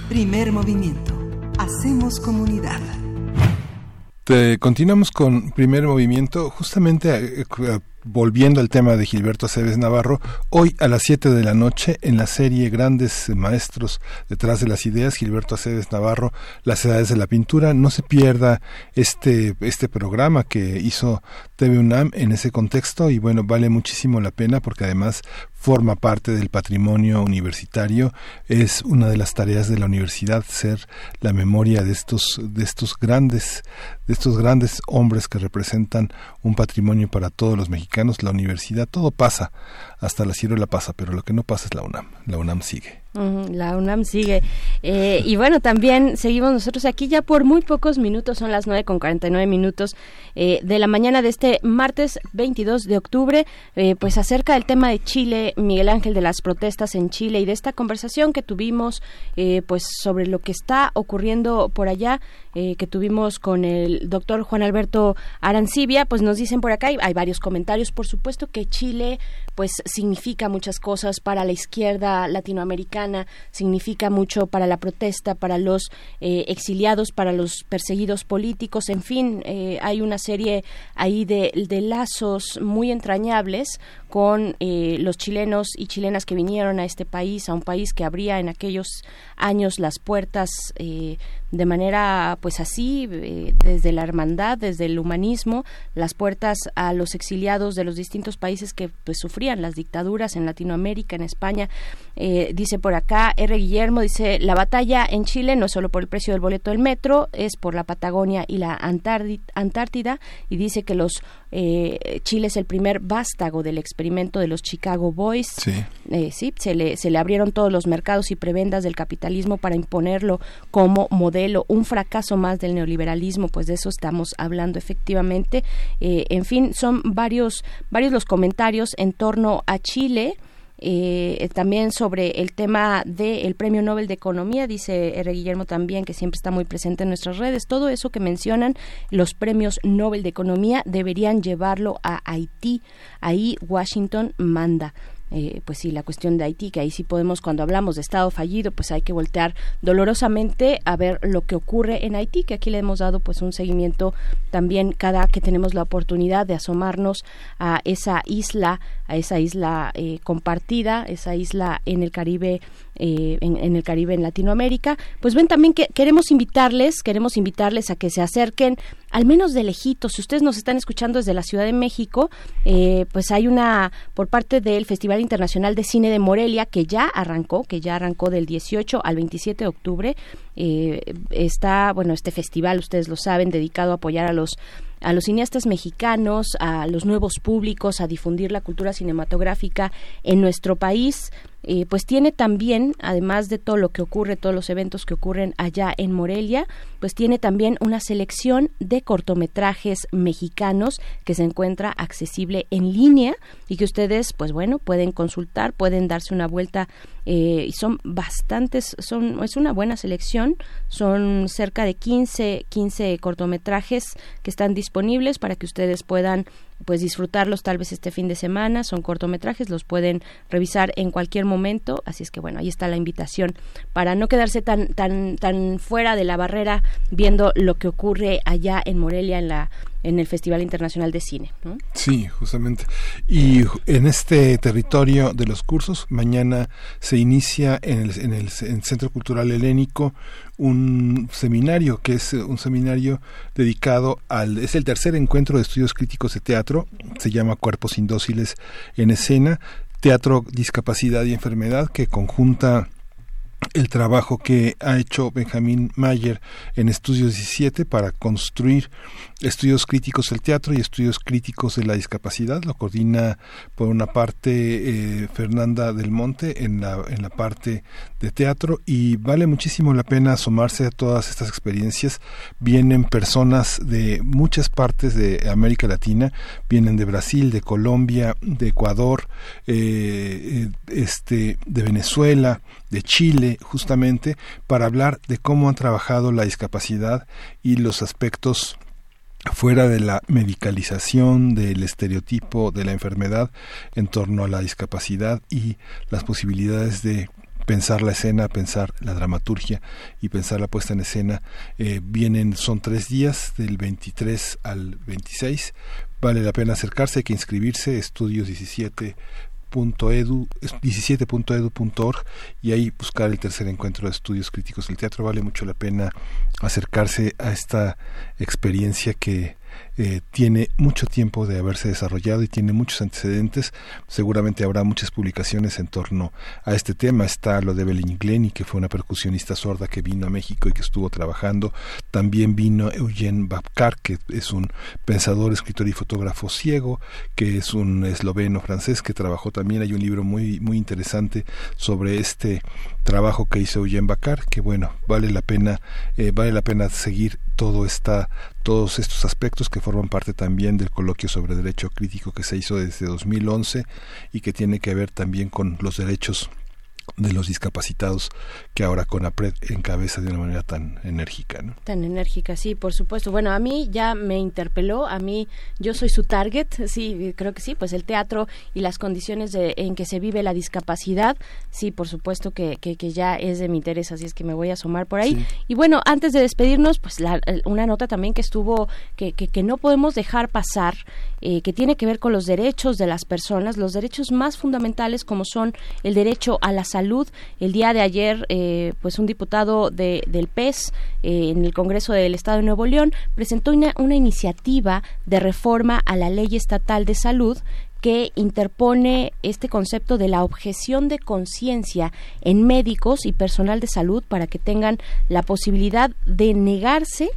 Primer movimiento. Hacemos comunidad. Continuamos con Primer Movimiento, justamente volviendo al tema de Gilberto Aceves Navarro. Hoy a las 7 de la noche, en la serie Grandes Maestros detrás de las ideas, Gilberto Aceves Navarro, Las edades de la pintura. No se pierda este programa que hizo TV UNAM en ese contexto, y bueno, vale muchísimo la pena porque además forma parte del patrimonio universitario. Es una de las tareas de la universidad ser la memoria de estos grandes hombres que representan un patrimonio para todos los mexicanos. La universidad, todo pasa, hasta la ciruela pasa, pero lo que no pasa es la UNAM. La UNAM sigue. La UNAM sigue. Y bueno, también seguimos nosotros aquí ya por muy pocos minutos, son las 9:49 de la mañana de este martes 22 de octubre, pues acerca del tema de Chile, Miguel Ángel, de las protestas en Chile y de esta conversación que tuvimos pues sobre lo que está ocurriendo por allá, que tuvimos con el doctor Juan Alberto Arancibia. Pues nos dicen por acá, hay varios comentarios, por supuesto que Chile pues significa muchas cosas para la izquierda latinoamericana, significa mucho para la protesta, para los exiliados, para los perseguidos políticos, en fin, hay una serie ahí de lazos muy entrañables con los chilenos y chilenas que vinieron a este país, a un país que abría en aquellos años las puertas de manera pues así, desde la hermandad, desde el humanismo, las puertas a los exiliados de los distintos países que pues sufrían las dictaduras en Latinoamérica, en España. Dice por acá R. Guillermo, dice: la batalla en Chile no es solo por el precio del boleto del metro, es por la Patagonia y la Antártida, y dice que Chile es el primer vástago del experimento de los Chicago Boys. Sí, se le abrieron todos los mercados y prebendas del capitalismo para imponerlo como modelo, un fracaso más del neoliberalismo. Pues de eso estamos hablando efectivamente. En fin, son varios los comentarios en torno a Chile. También sobre el tema del Premio Nobel de Economía, dice R. Guillermo también, que siempre está muy presente en nuestras redes. Todo eso que mencionan, los premios Nobel de Economía, deberían llevarlo a Haití. Ahí Washington manda. Pues sí, la cuestión de Haití, que ahí sí podemos, cuando hablamos de Estado fallido, pues hay que voltear dolorosamente a ver lo que ocurre en Haití, que aquí le hemos dado pues un seguimiento también cada que tenemos la oportunidad de asomarnos a esa isla compartida, esa isla en el Caribe, en el Caribe, en Latinoamérica. Pues ven, también que queremos invitarles a que se acerquen, al menos de lejitos. Si ustedes nos están escuchando desde la Ciudad de México, pues hay por parte del Festival Internacional de Cine de Morelia, que ya arrancó del 18 al 27 de octubre. Está, bueno, este festival, ustedes lo saben, dedicado a apoyar a los cineastas mexicanos, a los nuevos públicos, a difundir la cultura cinematográfica en nuestro país. Pues tiene también, además de todo lo que ocurre, todos los eventos que ocurren allá en Morelia, pues tiene también una selección de cortometrajes mexicanos que se encuentra accesible en línea y que ustedes, pues bueno, pueden consultar, pueden darse una vuelta, y son bastantes, es una buena selección, son cerca de 15 cortometrajes que están disponibles para que ustedes puedan pues disfrutarlos tal vez este fin de semana. Son cortometrajes, los pueden revisar en cualquier momento, así es que bueno, ahí está la invitación para no quedarse tan fuera de la barrera viendo lo que ocurre allá en Morelia en el Festival Internacional de Cine, ¿no? Sí, justamente. Y en este territorio de los cursos, mañana se inicia en el Centro Cultural Helénico un seminario que es un seminario dedicado es el tercer encuentro de estudios críticos de teatro, se llama Cuerpos Indóciles en Escena, Teatro, Discapacidad y Enfermedad, que conjunta el trabajo que ha hecho Benjamín Mayer en Estudios 17 para construir estudios críticos del teatro y estudios críticos de la discapacidad. Lo coordina por una parte Fernanda del Monte en la parte de teatro, y vale muchísimo la pena asomarse a todas estas experiencias. Vienen personas de muchas partes de América Latina, vienen de Brasil, de Colombia, de Ecuador, de Venezuela, de Chile, justamente para hablar de cómo han trabajado la discapacidad y los aspectos fuera de la medicalización, del estereotipo de la enfermedad en torno a la discapacidad y las posibilidades de pensar la escena, pensar la dramaturgia y pensar la puesta en escena. Son 3 días, del 23 al 26. Vale la pena acercarse, hay que inscribirse, estudios 17.edu.org, y ahí buscar el tercer encuentro de estudios críticos del teatro. Vale mucho la pena acercarse a esta experiencia que tiene mucho tiempo de haberse desarrollado y tiene muchos antecedentes. Seguramente habrá muchas publicaciones en torno a este tema. Está lo de Evelyn Glennie, que fue una percusionista sorda que vino a México y que estuvo trabajando. También vino Eugen Babkar, que es un pensador, escritor y fotógrafo ciego, que es un esloveno francés que trabajó también. Hay un libro muy muy interesante sobre este trabajo que hizo Eugen Babkar, que bueno, vale la pena seguir todos estos aspectos que forman parte también del coloquio sobre derecho crítico que se hizo desde 2011 y que tiene que ver también con los derechos de los discapacitados, que ahora CONAPRED encabeza de una manera tan enérgica, ¿no? Tan enérgica, sí, por supuesto. Bueno, a mí ya me interpeló, yo soy su target, sí, creo que sí, pues el teatro y las condiciones en que se vive la discapacidad, sí, por supuesto que ya es de mi interés, así es que me voy a asomar por ahí. Sí. Y bueno, antes de despedirnos, pues una nota también que estuvo, que no podemos dejar pasar, que tiene que ver con los derechos de las personas, los derechos más fundamentales, como son el derecho a la salud. El día de ayer, pues un diputado del PES en el Congreso del Estado de Nuevo León presentó una iniciativa de reforma a la Ley Estatal de Salud que interpone este concepto de la objeción de conciencia en médicos y personal de salud para que tengan la posibilidad de negarse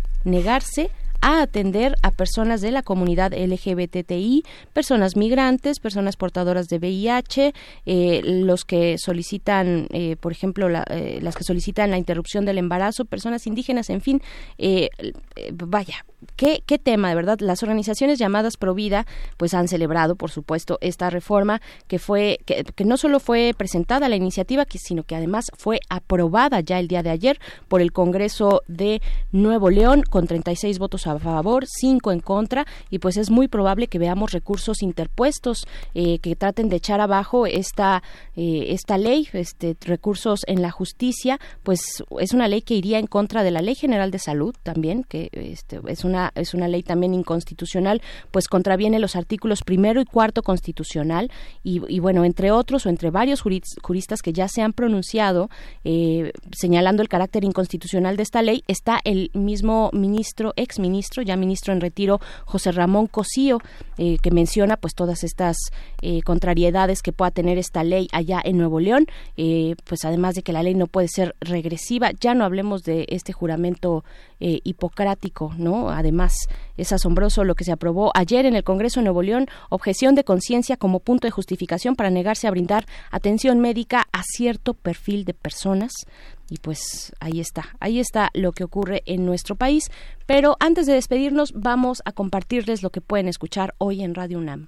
a atender a personas de la comunidad LGBTI, personas migrantes, personas portadoras de VIH, los que solicitan, por ejemplo, las que solicitan la interrupción del embarazo, personas indígenas, en fin, vaya, qué tema, de verdad. Las organizaciones llamadas Provida pues han celebrado, por supuesto, esta reforma que no solo fue presentada la iniciativa, sino que además fue aprobada ya el día de ayer por el Congreso de Nuevo León con 36 votos a favor, 5 en contra, y pues es muy probable que veamos recursos interpuestos que traten de echar abajo esta ley, recursos en la justicia. Pues es una ley que iría en contra de la Ley General de Salud también, que es una ley también inconstitucional, pues contraviene los artículos 1 y 4 constitucional, y bueno, entre otros o entre varios juristas que ya se han pronunciado señalando el carácter inconstitucional de esta ley, está el mismo exministro, ya ministro en retiro, José Ramón Cosío, que menciona pues todas estas contrariedades que pueda tener esta ley allá en Nuevo León, pues además de que la ley no puede ser regresiva. Ya no hablemos de este juramento hipocrático, ¿no? Además, es asombroso lo que se aprobó ayer en el Congreso de Nuevo León, objeción de conciencia como punto de justificación para negarse a brindar atención médica a cierto perfil de personas. Y pues ahí está lo que ocurre en nuestro país. Pero antes de despedirnos, vamos a compartirles lo que pueden escuchar hoy en Radio UNAM.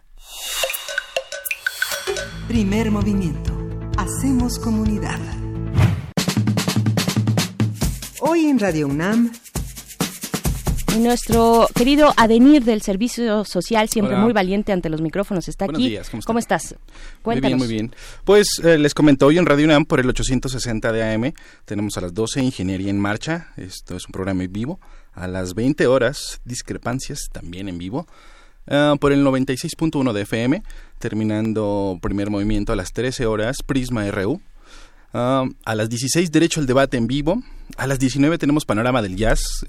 Primer movimiento. Hacemos comunidad. Hoy en Radio UNAM, y nuestro querido Adenir del Servicio Social, siempre Hola. Muy valiente ante los micrófonos, está Buenos aquí. Días, ¿Cómo estás? Cuéntanos. Muy bien. Pues les comento, hoy en Radio UNAM por el 860 de AM tenemos a las 12 Ingeniería en Marcha. Esto es un programa en vivo. A las 20 horas Discrepancias, también en vivo. Por el 96.1 de FM, terminando Primer Movimiento a las 13 horas Prisma RU. A las 16 Derecho al Debate en vivo. A las 19 tenemos Panorama del Jazz.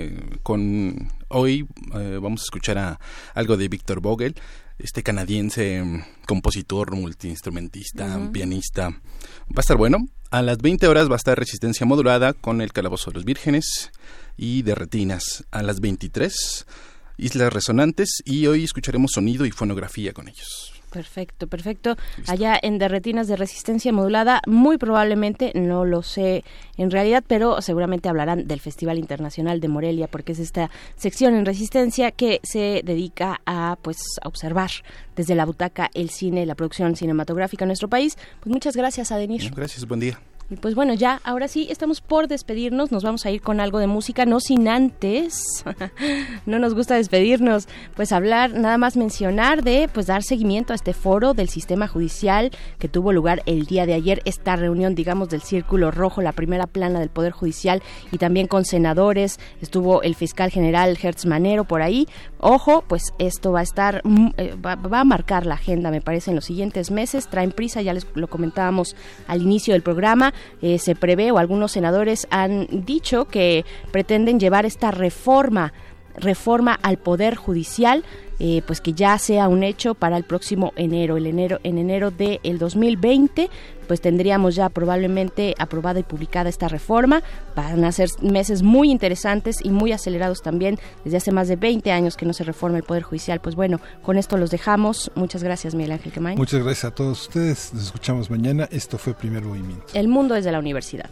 Hoy vamos a escuchar algo de Victor Vogel, este canadiense compositor, multiinstrumentista, pianista. Va a estar bueno. A las 20 horas va a estar Resistencia Modulada con El Calabozo de los Vírgenes y de Retinas. A las 23 Islas Resonantes, y hoy escucharemos sonido y fonografía con ellos. Perfecto. Allá en De Retinas de Resistencia Modulada, muy probablemente, no lo sé en realidad, pero seguramente hablarán del Festival Internacional de Morelia, porque es esta sección en Resistencia que se dedica a observar desde la butaca el cine, la producción cinematográfica en nuestro país. Pues muchas gracias, Adenir. Gracias, buen día. Y pues bueno, ya, ahora sí, estamos por despedirnos, nos vamos a ir con algo de música, no sin antes, no nos gusta despedirnos, pues hablar, nada más mencionar de, pues dar seguimiento a este foro del sistema judicial que tuvo lugar el día de ayer, esta reunión, digamos, del Círculo Rojo, la primera plana del Poder Judicial y también con senadores, estuvo el fiscal general Hertz Manero por ahí, ojo, pues esto va a estar, va a marcar la agenda, me parece, en los siguientes meses, traen prisa, ya les lo comentábamos al inicio del programa. Se prevé, o algunos senadores han dicho que pretenden llevar esta reforma al Poder Judicial, pues que ya sea un hecho para el próximo enero. En enero del 2020, pues tendríamos ya probablemente aprobada y publicada esta reforma. Van a ser meses muy interesantes y muy acelerados también. Desde hace más de 20 años que no se reforma el Poder Judicial. Pues bueno, con esto los dejamos. Muchas gracias, Miguel Ángel Quemain. Muchas gracias a todos ustedes. Nos escuchamos mañana. Esto fue Primer Movimiento. El mundo desde la universidad.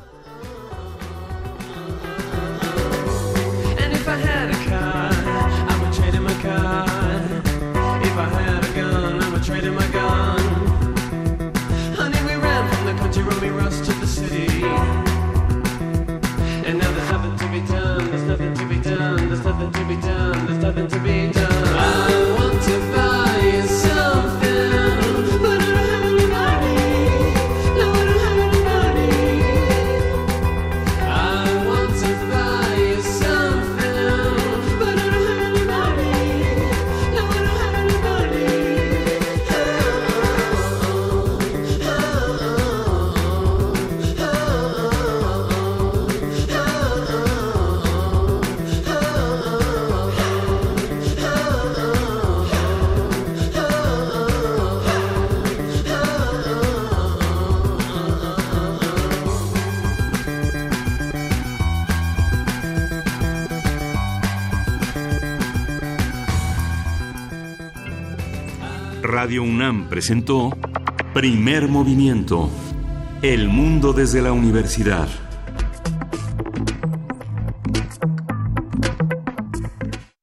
If I had a gun, I would trade in my gun. Honey, we ran from the country when we rushed to the city. And now there's nothing to be done, there's nothing to be done, there's nothing to be done, there's nothing to be done. I want to buy you something, but I don't have any money. No, I don't have any money. I want to buy you something, but I don't have any money. No, I don't have any money. Radio UNAM presentó Primer Movimiento, El mundo desde la universidad.